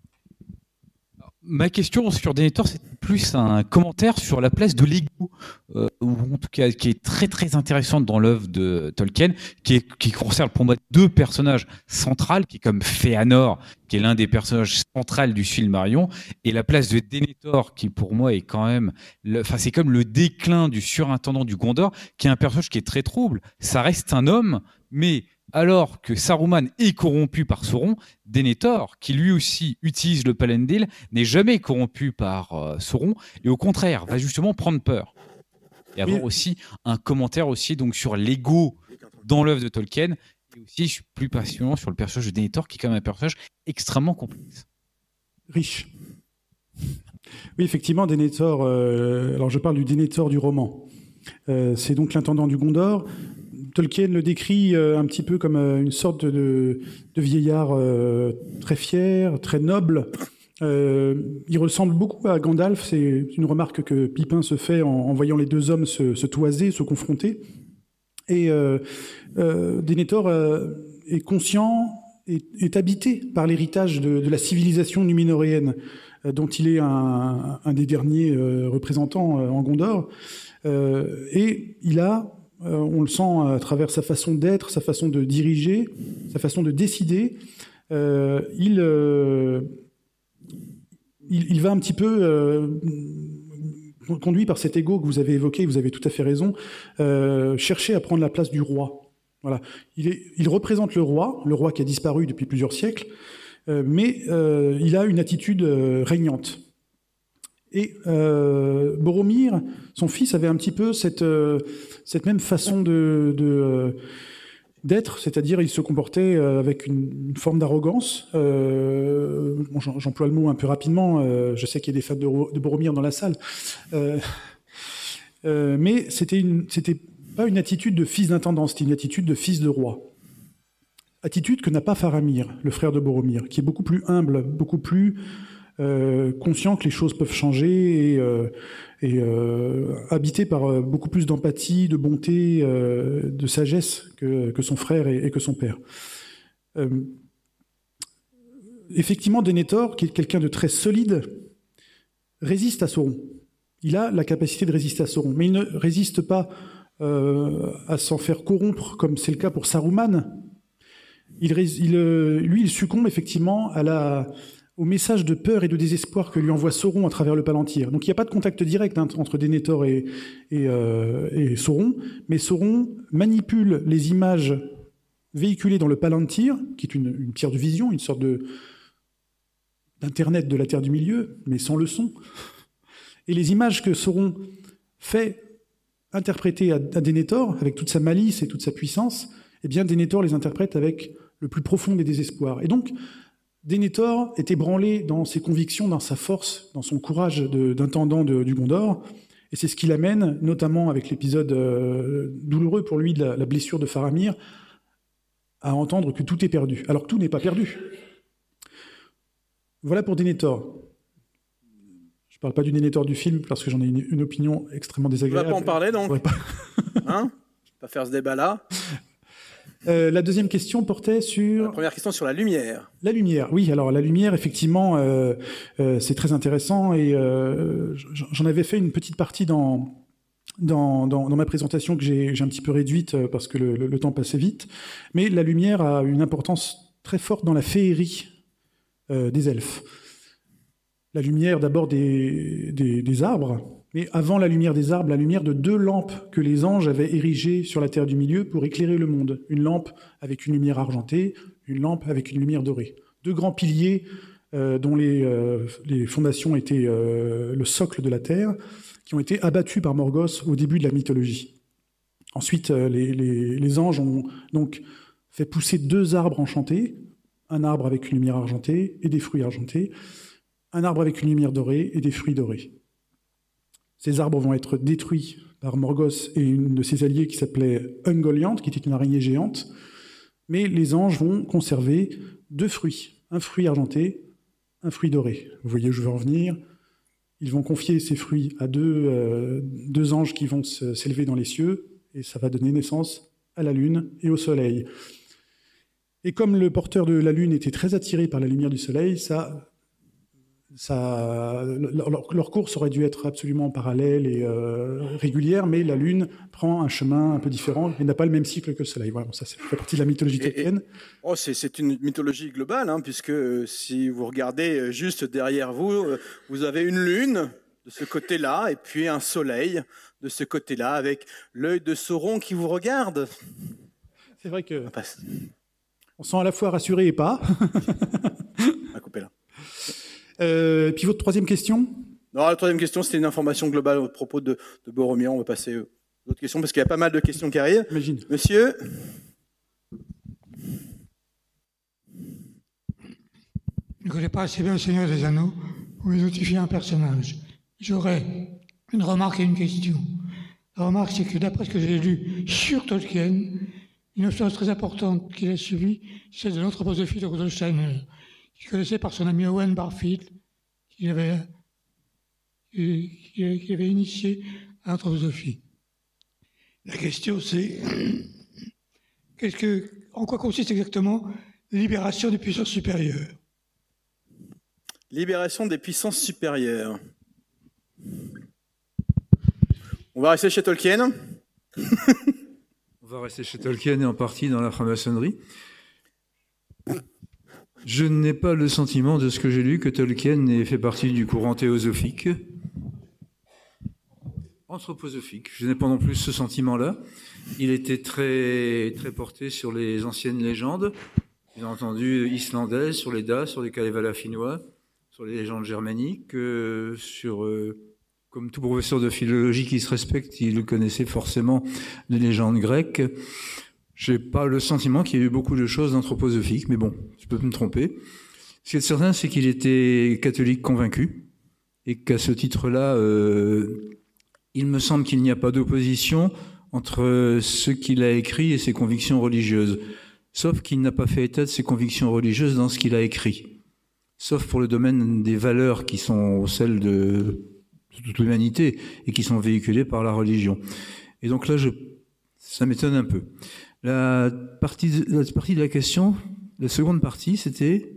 Ma question sur Denethor, c'est plus un commentaire sur la place de l'ego, euh, ou en tout cas qui est très très intéressante dans l'œuvre de Tolkien, qui, est, qui concerne pour moi deux personnages centraux, qui est comme Fëanor, qui est l'un des personnages centraux du Silmarillion, et la place de Denethor, qui pour moi est quand même, le, enfin c'est comme le déclin du surintendant du Gondor, qui est un personnage qui est très trouble. Ça reste un homme, mais alors que Saruman est corrompu par Sauron, Denethor, qui lui aussi utilise le Palendil, n'est jamais corrompu par euh, Sauron, et au contraire, va justement prendre peur. Et avoir oui. aussi un commentaire aussi donc sur l'ego dans l'œuvre de Tolkien, et aussi je suis plus passionnant sur le personnage de Denethor, qui est quand même un personnage extrêmement complexe. Riche. Oui, effectivement, Denethor, euh, alors je parle du Denethor du roman. Euh, c'est donc l'intendant du Gondor. Tolkien le décrit euh, un petit peu comme euh, une sorte de, de vieillard euh, très fier, très noble. Euh, il ressemble beaucoup à Gandalf. C'est une remarque que Pipin se fait en, en voyant les deux hommes se, se toiser, se confronter. Et euh, euh, Denethor euh, est conscient, est, est habité par l'héritage de, de la civilisation numinoréenne, euh, dont il est un, un des derniers euh, représentants euh, en Gondor. Euh, et il a, euh, on le sent à travers sa façon d'être, sa façon de diriger, sa façon de décider, euh, il, euh, il, il va un petit peu... Euh, conduit par cet ego que vous avez évoqué, vous avez tout à fait raison, euh, chercher à prendre la place du roi. Voilà. Il, est, il représente le roi, le roi qui a disparu depuis plusieurs siècles, euh, mais euh, il a une attitude euh, régnante. Et euh, Boromir, son fils, avait un petit peu cette, euh, cette même façon de, de, euh, d'être, c'est-à-dire il se comportait euh, avec une, une forme d'arrogance. Euh, bon, j'emploie le mot un peu rapidement, euh, je sais qu'il y a des fans de, de Boromir dans la salle, euh, euh, mais c'était une, c'était pas une attitude de fils d'intendant, c'était une attitude de fils de roi. Attitude que n'a pas Faramir, le frère de Boromir, qui est beaucoup plus humble, beaucoup plus euh, conscient que les choses peuvent changer et, euh, et euh, habité par euh, beaucoup plus d'empathie, de bonté, euh, de sagesse que, que son frère et, et que son père. Euh, effectivement, Denethor, qui est quelqu'un de très solide, résiste à Sauron. Il a la capacité de résister à Sauron, mais il ne résiste pas euh, à s'en faire corrompre, comme c'est le cas pour Saruman. Il, il, lui, il succombe effectivement à la... au message de peur et de désespoir que lui envoie Sauron à travers le Palantir. Donc il n'y a pas de contact direct hein, entre Denethor et, et, euh, et Sauron, mais Sauron manipule les images véhiculées dans le Palantir, qui est une, une pierre de vision, une sorte de, d'internet de la Terre du Milieu, mais sans le son. Et les images que Sauron fait interpréter à, à Denethor, avec toute sa malice et toute sa puissance, eh bien Denethor les interprète avec le plus profond des désespoirs. Et donc, Denethor est ébranlé dans ses convictions, dans sa force, dans son courage de, d'intendant de, du Gondor, et c'est ce qui l'amène, notamment avec l'épisode euh, douloureux pour lui de la, la blessure de Faramir, à entendre que tout est perdu, alors que tout n'est pas perdu. Voilà pour Denethor. Je ne parle pas du Denethor du film, parce que j'en ai une, une opinion extrêmement désagréable. On ne va pas en parler, donc pas... hein Je ne vais pas faire ce débat-là. Euh, la deuxième question portait sur... La première question sur la lumière. La lumière, oui. Alors la lumière, effectivement, euh, euh, c'est très intéressant et euh, j'en avais fait une petite partie dans, dans, dans, dans ma présentation que j'ai, j'ai un petit peu réduite parce que le, le, le temps passait vite. Mais la lumière a une importance très forte dans la féerie euh, des elfes. La lumière d'abord des, des, des arbres, mais avant la lumière des arbres, la lumière de deux lampes que les anges avaient érigées sur la terre du milieu pour éclairer le monde. Une lampe avec une lumière argentée, une lampe avec une lumière dorée. Deux grands piliers euh, dont les, euh, les fondations étaient euh, le socle de la terre, qui ont été abattus par Morgoth au début de la mythologie. Ensuite, euh, les, les, les anges ont donc fait pousser deux arbres enchantés, un arbre avec une lumière argentée et des fruits argentés, un arbre avec une lumière dorée et des fruits dorés. Ces arbres vont être détruits par Morgoth et une de ses alliés qui s'appelait Ungoliant, qui était une araignée géante, mais les anges vont conserver deux fruits, un fruit argenté, un fruit doré. Vous voyez où je veux en venir. Ils vont confier ces fruits à deux, euh, deux anges qui vont se, s'élever dans les cieux, et ça va donner naissance à la lune et au soleil. Et comme le porteur de la lune était très attiré par la lumière du soleil, ça... Ça, leur, leur course aurait dû être absolument parallèle et euh, régulière, mais la Lune prend un chemin un peu différent et n'a pas le même cycle que le Soleil. Voilà, bon, ça, ça fait partie de la mythologie tolkienne. Oh, c'est, c'est une mythologie globale, hein, puisque euh, si vous regardez juste derrière vous, euh, vous avez une Lune de ce côté-là et puis un Soleil de ce côté-là avec l'œil de Sauron qui vous regarde. C'est vrai que on sent à la fois rassuré et pas. On va couper là. Euh, puis votre troisième question ? Non, la troisième question, c'était une information globale au propos de, de Boromir. On va passer aux autres questions parce qu'il y a pas mal de questions qui arrivent. Imagine. Monsieur ? Je ne connais pas assez bien le Seigneur des Anneaux pour identifier un personnage. J'aurais une remarque et une question. La remarque, c'est que d'après ce que j'ai lu sur Tolkien, une chose très importante qu'il a suivie, c'est de l'anthroposophie de Rudolf Steiner, qu'il connaissait par son ami Owen Barfield, qui avait, qui, qui avait initié à l'anthroposophie. La question, c'est qu'est-ce que, en quoi consiste exactement libération des puissances supérieures ? Libération des puissances supérieures. On va rester chez Tolkien. On va rester chez Tolkien et en partie dans la franc-maçonnerie. Je n'ai pas le sentiment de ce que j'ai lu que Tolkien ait fait partie du courant théosophique. Anthroposophique. Je n'ai pas non plus ce sentiment-là. Il était très, très porté sur les anciennes légendes, bien entendu islandaises, sur les Das, sur les Kalevala finnois, sur les légendes germaniques, euh, sur, euh, comme tout professeur de philologie qui se respecte, il connaissait forcément les légendes grecques. J'ai pas le sentiment qu'il y ait eu beaucoup de choses anthroposophiques, mais bon, je peux me tromper. Ce qui est certain, c'est qu'il était catholique convaincu, et qu'à ce titre-là, euh, il me semble qu'il n'y a pas d'opposition entre ce qu'il a écrit et ses convictions religieuses, sauf qu'il n'a pas fait état de ses convictions religieuses dans ce qu'il a écrit, sauf pour le domaine des valeurs qui sont celles de toute l'humanité et qui sont véhiculées par la religion. Et donc là, je, ça m'étonne un peu. La partie, la partie de la question, la seconde partie, c'était...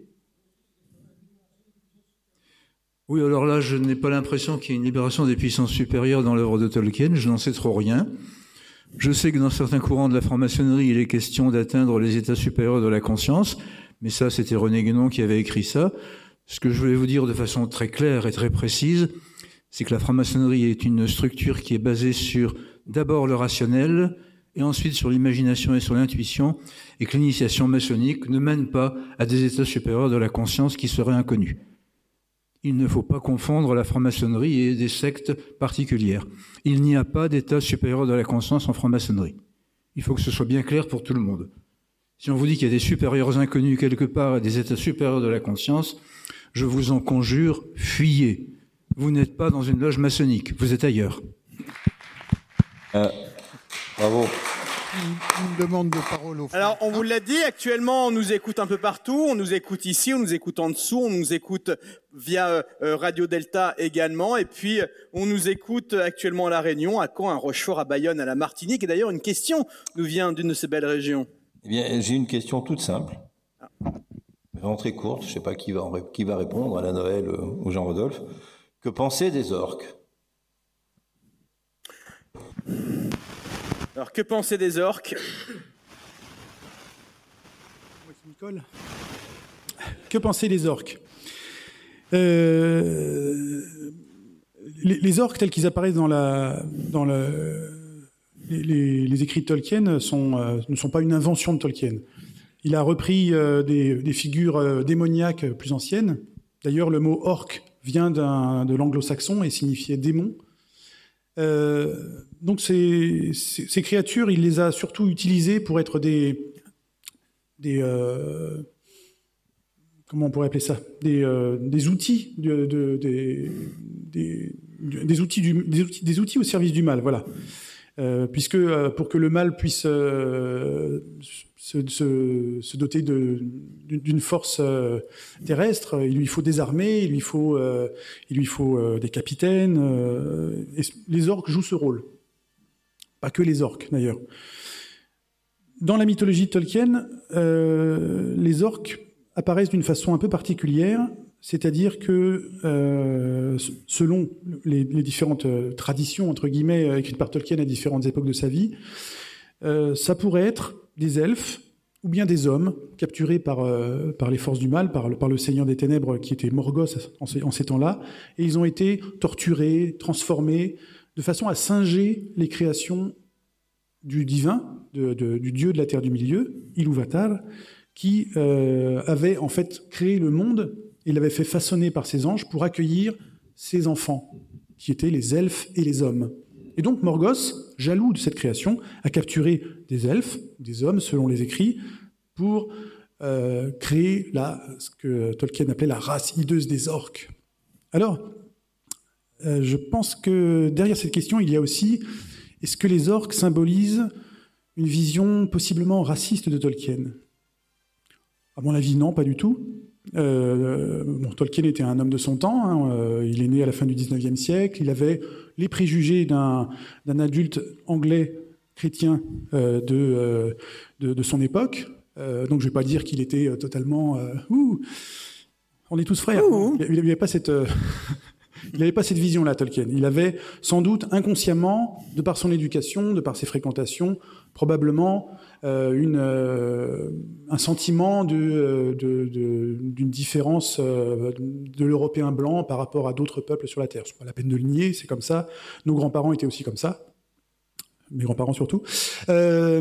Oui, alors là, je n'ai pas l'impression qu'il y ait une libération des puissances supérieures dans l'œuvre de Tolkien, je n'en sais trop rien. Je sais que dans certains courants de la franc-maçonnerie, il est question d'atteindre les états supérieurs de la conscience, mais ça, c'était René Guénon qui avait écrit ça. Ce que je voulais vous dire de façon très claire et très précise, c'est que la franc-maçonnerie est une structure qui est basée sur d'abord le rationnel, et ensuite sur l'imagination et sur l'intuition, et que l'initiation maçonnique ne mène pas à des états supérieurs de la conscience qui seraient inconnus. Il ne faut pas confondre la franc-maçonnerie et des sectes particulières. Il n'y a pas d'état supérieur de la conscience en franc-maçonnerie. Il faut que ce soit bien clair pour tout le monde. Si on vous dit qu'il y a des supérieurs inconnus quelque part et des états supérieurs de la conscience, je vous en conjure, fuyez. Vous n'êtes pas dans une loge maçonnique, vous êtes ailleurs. Euh, bravo. Une demande de parole au fond. Alors, on vous l'a dit, actuellement, on nous écoute un peu partout. On nous écoute ici, on nous écoute en dessous, on nous écoute via euh, Radio Delta également. Et puis, on nous écoute actuellement à La Réunion, à Caen, à Rochefort, à Bayonne, à la Martinique. Et d'ailleurs, une question nous vient d'une de ces belles régions. Eh bien, j'ai une question toute simple. Vraiment très courte. Je ne sais pas qui va, en, qui va répondre, à la Noël euh, ou Jean-Rodolphe. Que penser des orques ? Alors, que penser des orques ? Que penser des orques ? euh, les, les orques tels qu'ils apparaissent dans, la, dans le, les, les, les écrits de Tolkien sont, euh, ne sont pas une invention de Tolkien. Il a repris euh, des, des figures euh, démoniaques plus anciennes. D'ailleurs, le mot orc vient d'un, de l'anglo-saxon et signifiait démon. Euh, donc ces, ces, ces créatures, il les a surtout utilisées pour être des, des euh, comment on pourrait appeler ça, des, euh, des outils, de, de, des, des, des outils, du, des outils, des outils au service du mal, voilà. Euh, puisque euh, pour que le mal puisse euh, se, se, se doter de, d'une force euh, terrestre, il lui faut des armées, il lui faut, euh, il lui faut euh, des capitaines. Euh, et les orques jouent ce rôle. Pas que les orques, d'ailleurs. Dans la mythologie de Tolkien, euh, les orques apparaissent d'une façon un peu particulière, c'est-à-dire que euh, selon les, les différentes euh, traditions, entre guillemets, euh, écrites par Tolkien à différentes époques de sa vie, euh, ça pourrait être des elfes ou bien des hommes capturés par, euh, par les forces du mal, par le, par le Seigneur des Ténèbres qui était Morgoth en ces, en ces temps-là, et ils ont été torturés, transformés, de façon à singer les créations du divin, de, de, du dieu de la Terre du Milieu, Ilúvatar, qui euh, avait en fait créé le monde et l'avait fait façonner par ses anges pour accueillir ses enfants, qui étaient les elfes et les hommes. Et donc Morgoth, jaloux de cette création, a capturé des elfes, des hommes selon les écrits, pour euh, créer la, ce que Tolkien appelait la race hideuse des orques. Alors, euh, je pense que derrière cette question, il y a aussi, est-ce que les orques symbolisent une vision possiblement raciste de Tolkien ? À mon avis, non, pas du tout. Euh, bon, Tolkien était un homme de son temps, hein, euh, il est né à la fin du dix-neuvième siècle, il avait les préjugés d'un, d'un adulte anglais chrétien euh, de, euh, de, de son époque, euh, donc je ne vais pas dire qu'il était euh, totalement... Euh, ouh, on est tous frères, ouh. Il n'y avait pas cette... Euh, Il n'avait pas cette vision-là, Tolkien. Il avait sans doute inconsciemment, de par son éducation, de par ses fréquentations, probablement euh, une, euh, un sentiment de, de, de, d'une différence euh, de l'Européen blanc par rapport à d'autres peuples sur la Terre. C'est pas la peine de le nier, c'est comme ça. Nos grands-parents étaient aussi comme ça. Mes grands-parents surtout. Euh...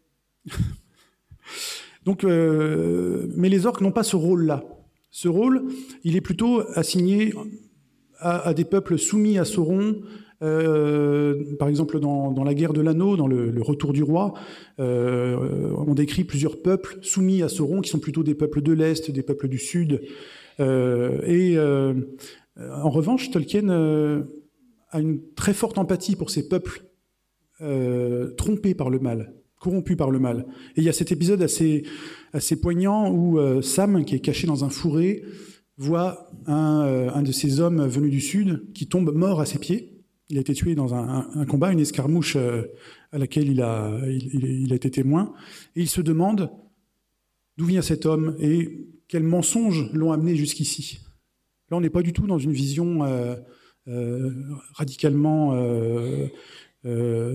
Donc, euh... mais les orques n'ont pas ce rôle-là. Ce rôle, il est plutôt assigné à, à des peuples soumis à Sauron. Euh, par exemple, dans, dans la guerre de l'anneau, dans le, le retour du roi, euh, on décrit plusieurs peuples soumis à Sauron, qui sont plutôt des peuples de l'Est, des peuples du Sud. Euh, et euh, en revanche, Tolkien euh, a une très forte empathie pour ces peuples euh, trompés par le mal, corrompus par le mal. Et il y a cet épisode assez, assez poignant où euh, Sam, qui est caché dans un fourré, voit un, euh, un de ces hommes venus du Sud qui tombe mort à ses pieds. Il a été tué dans un, un, un combat, une escarmouche euh, à laquelle il a, il, il, il a été témoin. Et il se demande d'où vient cet homme et quels mensonges l'ont amené jusqu'ici. Là, on n'est pas du tout dans une vision euh, euh, radicalement euh, euh,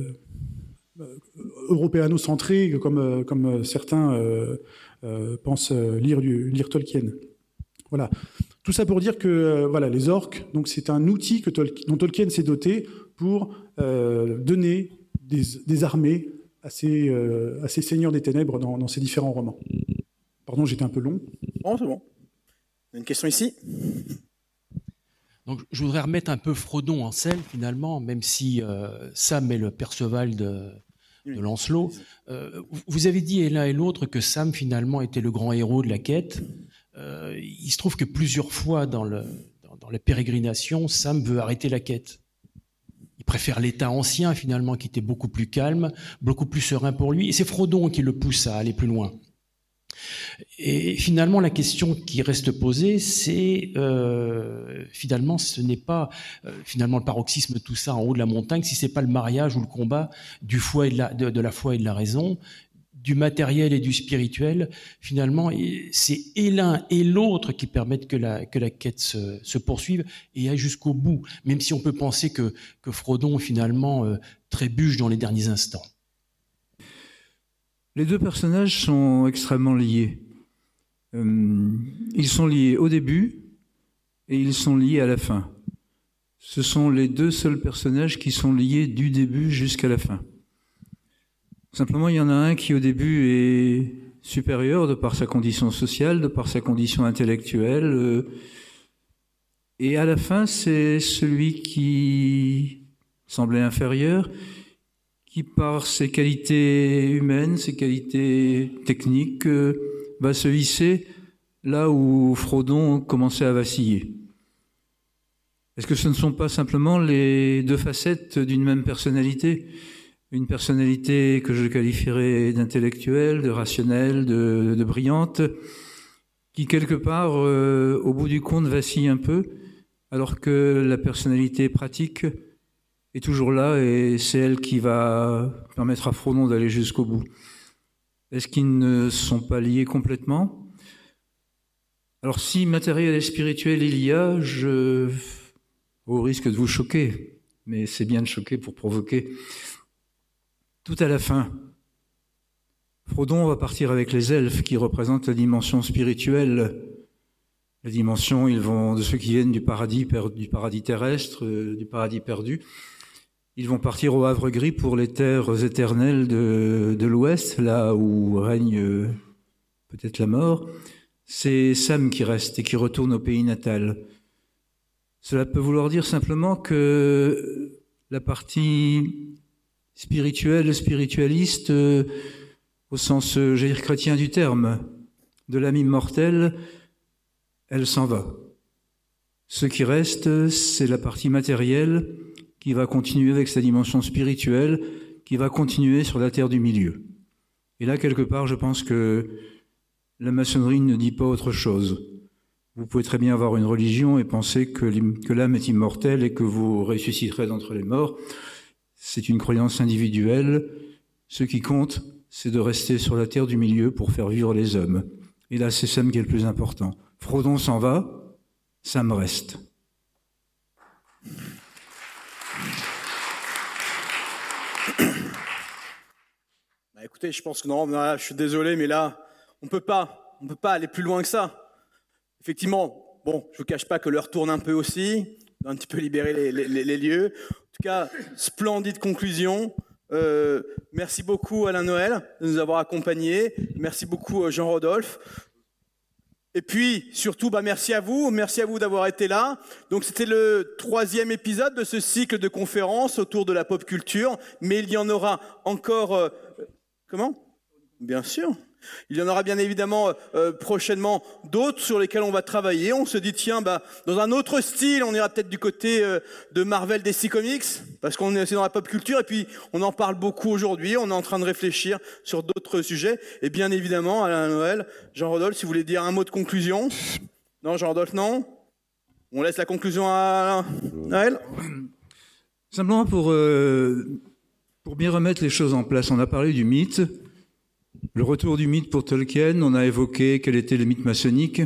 européano-centrée, comme, comme certains euh, euh, pensent lire, du, lire Tolkien. Voilà. Tout ça pour dire que euh, voilà, les orques, donc c'est un outil que Tol- dont Tolkien s'est doté pour euh, donner des, des armées à ces, euh, à ces seigneurs des ténèbres dans, dans ses différents romans. Pardon, j'étais un peu long. Oh, c'est bon. Une question ici. Donc, je voudrais remettre un peu Frodon en scène, finalement, même si euh, Sam est le Perceval de, de Lancelot. Euh, vous avez dit, et l'un et l'autre, que Sam, finalement, était le grand héros de la quête. Euh, il se trouve que plusieurs fois dans, le, dans, dans les pérégrinations, Sam veut arrêter la quête. Il préfère l'état ancien, finalement, qui était beaucoup plus calme, beaucoup plus serein pour lui. Et c'est Frodon qui le pousse à aller plus loin. Et finalement, la question qui reste posée, c'est euh, finalement, ce n'est pas euh, finalement le paroxysme de tout ça en haut de la montagne, si c'est pas le mariage ou le combat du foi et de la, de, de la foi et de la raison, du matériel et du spirituel. Finalement, c'est et l'un et l'autre qui permettent que la, que la quête se, se poursuive et aille jusqu'au bout, même si on peut penser que, que Frodon, finalement, euh, trébuche dans les derniers instants. Les deux personnages sont extrêmement liés. Euh, ils sont liés au début et ils sont liés à la fin. Ce sont les deux seuls personnages qui sont liés du début jusqu'à la fin. Simplement, il y en a un qui au début est supérieur de par sa condition sociale, de par sa condition intellectuelle, euh, et à la fin, c'est celui qui semblait inférieur, qui par ses qualités humaines, ses qualités techniques, euh, va se hisser là où Frodon commençait à vaciller. Est-ce que ce ne sont pas simplement les deux facettes d'une même personnalité ? Une personnalité que je qualifierais d'intellectuelle, de rationnelle, de, de brillante, qui quelque part, euh, au bout du compte, vacille un peu, alors que la personnalité pratique est toujours là et c'est elle qui va permettre à Frodon d'aller jusqu'au bout. Est-ce qu'ils ne sont pas liés complètement ? Alors si matériel et spirituel il y a, je... au risque de vous choquer, mais c'est bien de choquer pour provoquer. Tout à la fin, Frodon va partir avec les elfes qui représentent la dimension spirituelle, la dimension ils vont, de ceux qui viennent du paradis, du paradis terrestre, du paradis perdu. Ils vont partir au Havre Gris pour les terres éternelles de, de l'Ouest, là où règne euh, peut-être la mort. C'est Sam qui reste et qui retourne au pays natal. Cela peut vouloir dire simplement que la partie spirituelle, spiritualiste, euh, au sens euh, j'ai dire, chrétien du terme, de l'âme immortelle, elle s'en va. Ce qui reste, c'est la partie matérielle qui va continuer avec sa dimension spirituelle, qui va continuer sur la terre du milieu. Et là, quelque part, je pense que la maçonnerie ne dit pas autre chose. Vous pouvez très bien avoir une religion et penser que l'âme est immortelle et que vous ressusciterez d'entre les morts. C'est une croyance individuelle. Ce qui compte, c'est de rester sur la terre du milieu pour faire vivre les hommes. Et là, c'est Sam qui est le plus important. Frodon s'en va, Sam reste. écoutez, je pense que non, là, je suis désolé, mais là, on peut pas, on peut pas aller plus loin que ça. Effectivement, bon, je vous cache pas que l'heure tourne un peu aussi, on a un petit peu libéré les, les, les lieux. En tout cas, splendide conclusion. Euh, merci beaucoup Alain Noël de nous avoir accompagnés. Merci beaucoup Jean-Rodolphe. Et puis, surtout, bah, merci à vous. Merci à vous d'avoir été là. Donc, c'était le troisième épisode de ce cycle de conférences autour de la pop culture. Mais il y en aura encore... Euh, comment ? Bien sûr. Il y en aura bien évidemment euh, prochainement d'autres sur lesquels on va travailler. On se dit, tiens, bah, dans un autre style, on ira peut-être du côté euh, de Marvel D C Comics, parce qu'on est aussi dans la pop culture, et puis on en parle beaucoup aujourd'hui. On est en train de réfléchir sur d'autres sujets. Et bien évidemment, Alain Noël, Jean-Rodolphe, si vous voulez dire un mot de conclusion. Non, Jean-Rodolphe, non. On laisse la conclusion à Noël. Simplement pour, euh, pour bien remettre les choses en place, on a parlé du mythe. Le retour du mythe pour Tolkien, on a évoqué quel était le mythe maçonnique.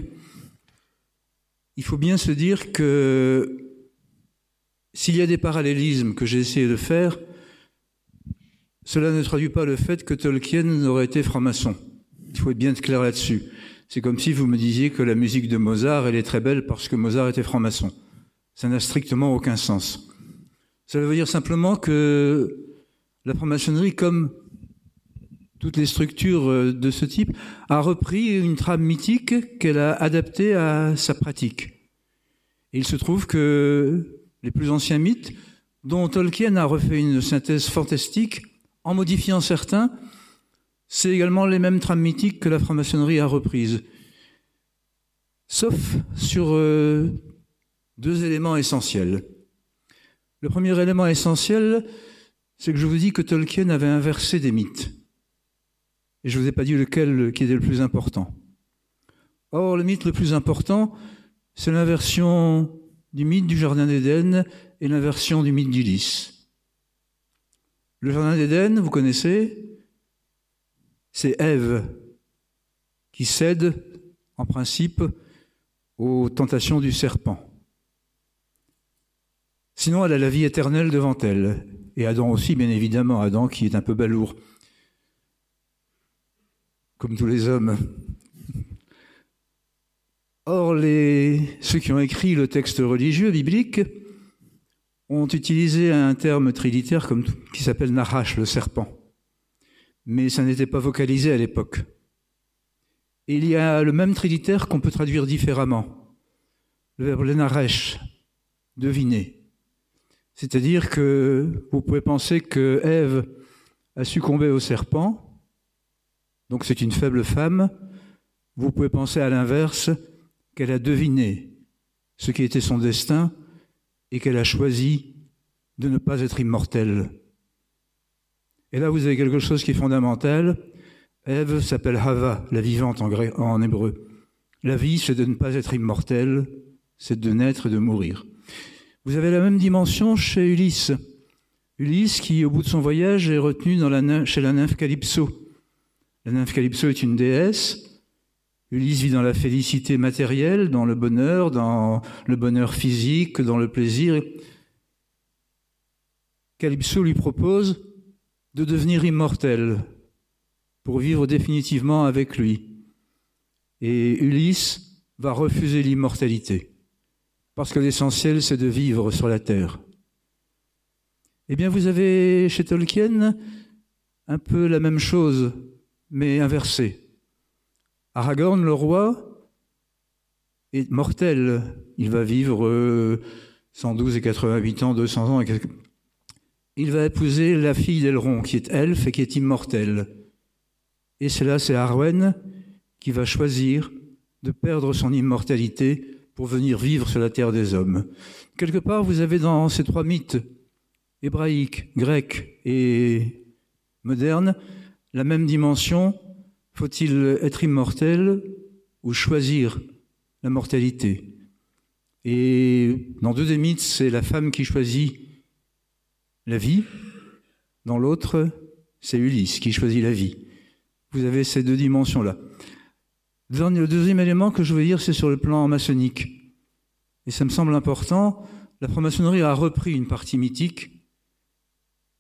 Il faut bien se dire que s'il y a des parallélismes que j'ai essayé de faire, cela ne traduit pas le fait que Tolkien aurait été franc-maçon. Il faut être bien clair là-dessus. C'est comme si vous me disiez que la musique de Mozart, elle est très belle parce que Mozart était franc-maçon. Ça n'a strictement aucun sens. Ça veut dire simplement que la franc-maçonnerie, comme toutes les structures de ce type, a repris une trame mythique qu'elle a adaptée à sa pratique. Et il se trouve que les plus anciens mythes, dont Tolkien a refait une synthèse fantastique, en modifiant certains, c'est également les mêmes trames mythiques que la franc-maçonnerie a reprises. Sauf sur euh, deux éléments essentiels. Le premier élément essentiel, c'est que je vous dis que Tolkien avait inversé des mythes. Et je ne vous ai pas dit lequel qui était le plus important. Or, le mythe le plus important, c'est l'inversion du mythe du Jardin d'Éden et l'inversion du mythe d'Ulysse. Le Jardin d'Éden, vous connaissez, c'est Ève qui cède, en principe, aux tentations du serpent. Sinon, elle a la vie éternelle devant elle. Et Adam aussi, bien évidemment, Adam qui est un peu balourd. Comme tous les hommes. Or, les, ceux qui ont écrit le texte religieux biblique ont utilisé un terme trilitaire comme, qui s'appelle Nahash, le serpent. Mais ça n'était pas vocalisé à l'époque. Et il y a le même trilitaire qu'on peut traduire différemment. Le verbe lenaresh, deviner. C'est-à-dire que vous pouvez penser que Ève a succombé au serpent, donc c'est une faible femme. Vous pouvez penser à l'inverse, qu'elle a deviné ce qui était son destin et qu'elle a choisi de ne pas être immortelle. Et là, vous avez quelque chose qui est fondamental. Ève s'appelle Hava, la vivante en, grec, en hébreu. La vie, c'est de ne pas être immortelle, c'est de naître et de mourir. Vous avez la même dimension chez Ulysse. Ulysse qui, au bout de son voyage, est retenu dans la, chez la nymphe Calypso. La nymphe Calypso est une déesse. Ulysse vit dans la félicité matérielle, dans le bonheur, dans le bonheur physique, dans le plaisir. Calypso lui propose de devenir immortel pour vivre définitivement avec lui. Et Ulysse va refuser l'immortalité parce que l'essentiel, c'est de vivre sur la terre. Eh bien, vous avez chez Tolkien un peu la même chose, mais inversé. Aragorn, le roi, est mortel. Il va vivre cent douze et quatre-vingt-huit ans, deux cents ans. Et quelques... Il va épouser la fille d'Elrond, qui est elfe et qui est immortelle. Et c'est là, c'est Arwen qui va choisir de perdre son immortalité pour venir vivre sur la terre des hommes. Quelque part, vous avez dans ces trois mythes, hébraïques, grecs et modernes, la même dimension. Faut-il être immortel ou choisir la mortalité? Et dans deux des mythes, c'est la femme qui choisit la vie. Dans l'autre, c'est Ulysse qui choisit la vie. Vous avez ces deux dimensions-là. Le deuxième élément que je veux dire, c'est sur le plan maçonnique. Et ça me semble important. La franc-maçonnerie a repris une partie mythique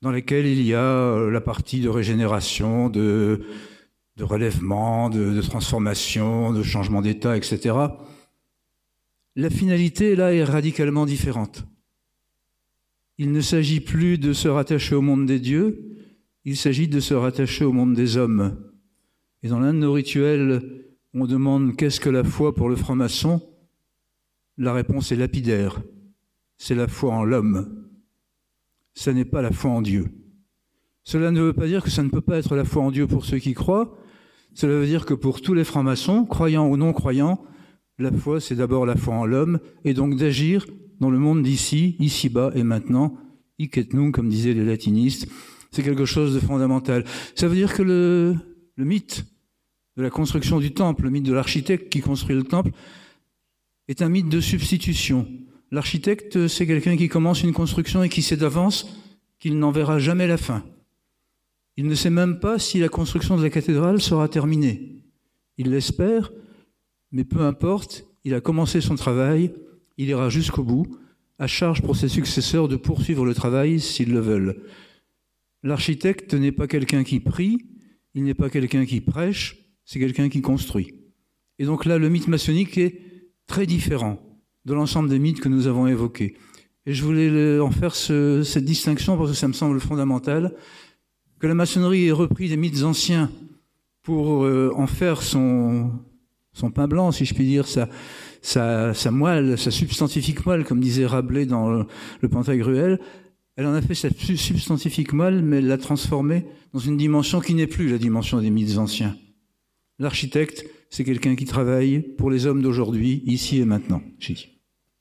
dans lesquelles il y a la partie de régénération, de, de relèvement, de, de transformation, de changement d'état, et cetera. La finalité, là, est radicalement différente. Il ne s'agit plus de se rattacher au monde des dieux, il s'agit de se rattacher au monde des hommes. Et dans l'un de nos rituels, on demande « Qu'est-ce que la foi pour le franc-maçon ?» La réponse est lapidaire. C'est la foi en l'homme. Ça n'est pas la foi en Dieu. Cela ne veut pas dire que ça ne peut pas être la foi en Dieu pour ceux qui croient. Cela veut dire que pour tous les francs-maçons, croyants ou non-croyants, la foi, c'est d'abord la foi en l'homme, et donc d'agir dans le monde d'ici, ici-bas et maintenant, hic et nunc, comme disaient les latinistes. C'est quelque chose de fondamental. Ça veut dire que le, le mythe de la construction du temple, le mythe de l'architecte qui construit le temple, est un mythe de substitution. L'architecte, c'est quelqu'un qui commence une construction et qui sait d'avance qu'il n'en verra jamais la fin. Il ne sait même pas si la construction de la cathédrale sera terminée. Il l'espère, mais peu importe, il a commencé son travail, il ira jusqu'au bout, à charge pour ses successeurs de poursuivre le travail s'ils le veulent. L'architecte n'est pas quelqu'un qui prie, il n'est pas quelqu'un qui prêche, c'est quelqu'un qui construit. Et donc là, le mythe maçonnique est très différent de l'ensemble des mythes que nous avons évoqués. Et je voulais en faire ce, cette distinction parce que ça me semble fondamental, que la maçonnerie ait repris des mythes anciens pour euh, en faire son, son pain blanc, si je puis dire, sa, sa, sa moelle, sa substantifique moelle, comme disait Rabelais dans le, le Pantagruel. Elle en a fait cette substantifique moelle, mais elle l'a transformée dans une dimension qui n'est plus la dimension des mythes anciens. L'architecte, c'est quelqu'un qui travaille pour les hommes d'aujourd'hui, ici et maintenant. J'ai dit.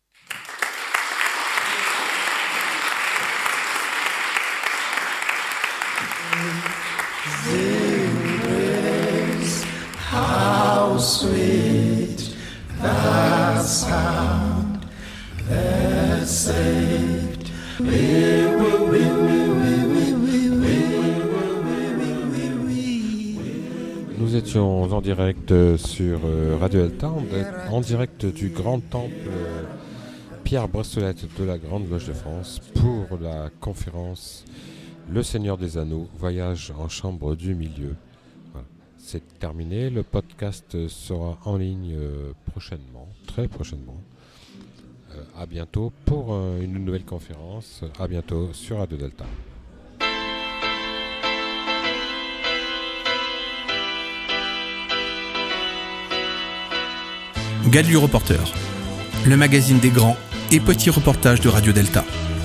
How sweet the sound that saved me. Nous étions en direct sur Radio Delta, en direct du grand temple Pierre Brossolette de la Grande Loge de France pour la conférence Le Seigneur des Anneaux, voyage en chambre du milieu. Voilà. C'est terminé, le podcast sera en ligne prochainement, très prochainement. Euh, à bientôt pour une nouvelle conférence, à bientôt sur Radio Delta. Galiu Reporter, le magazine des grands et petits reportages de Radio Delta.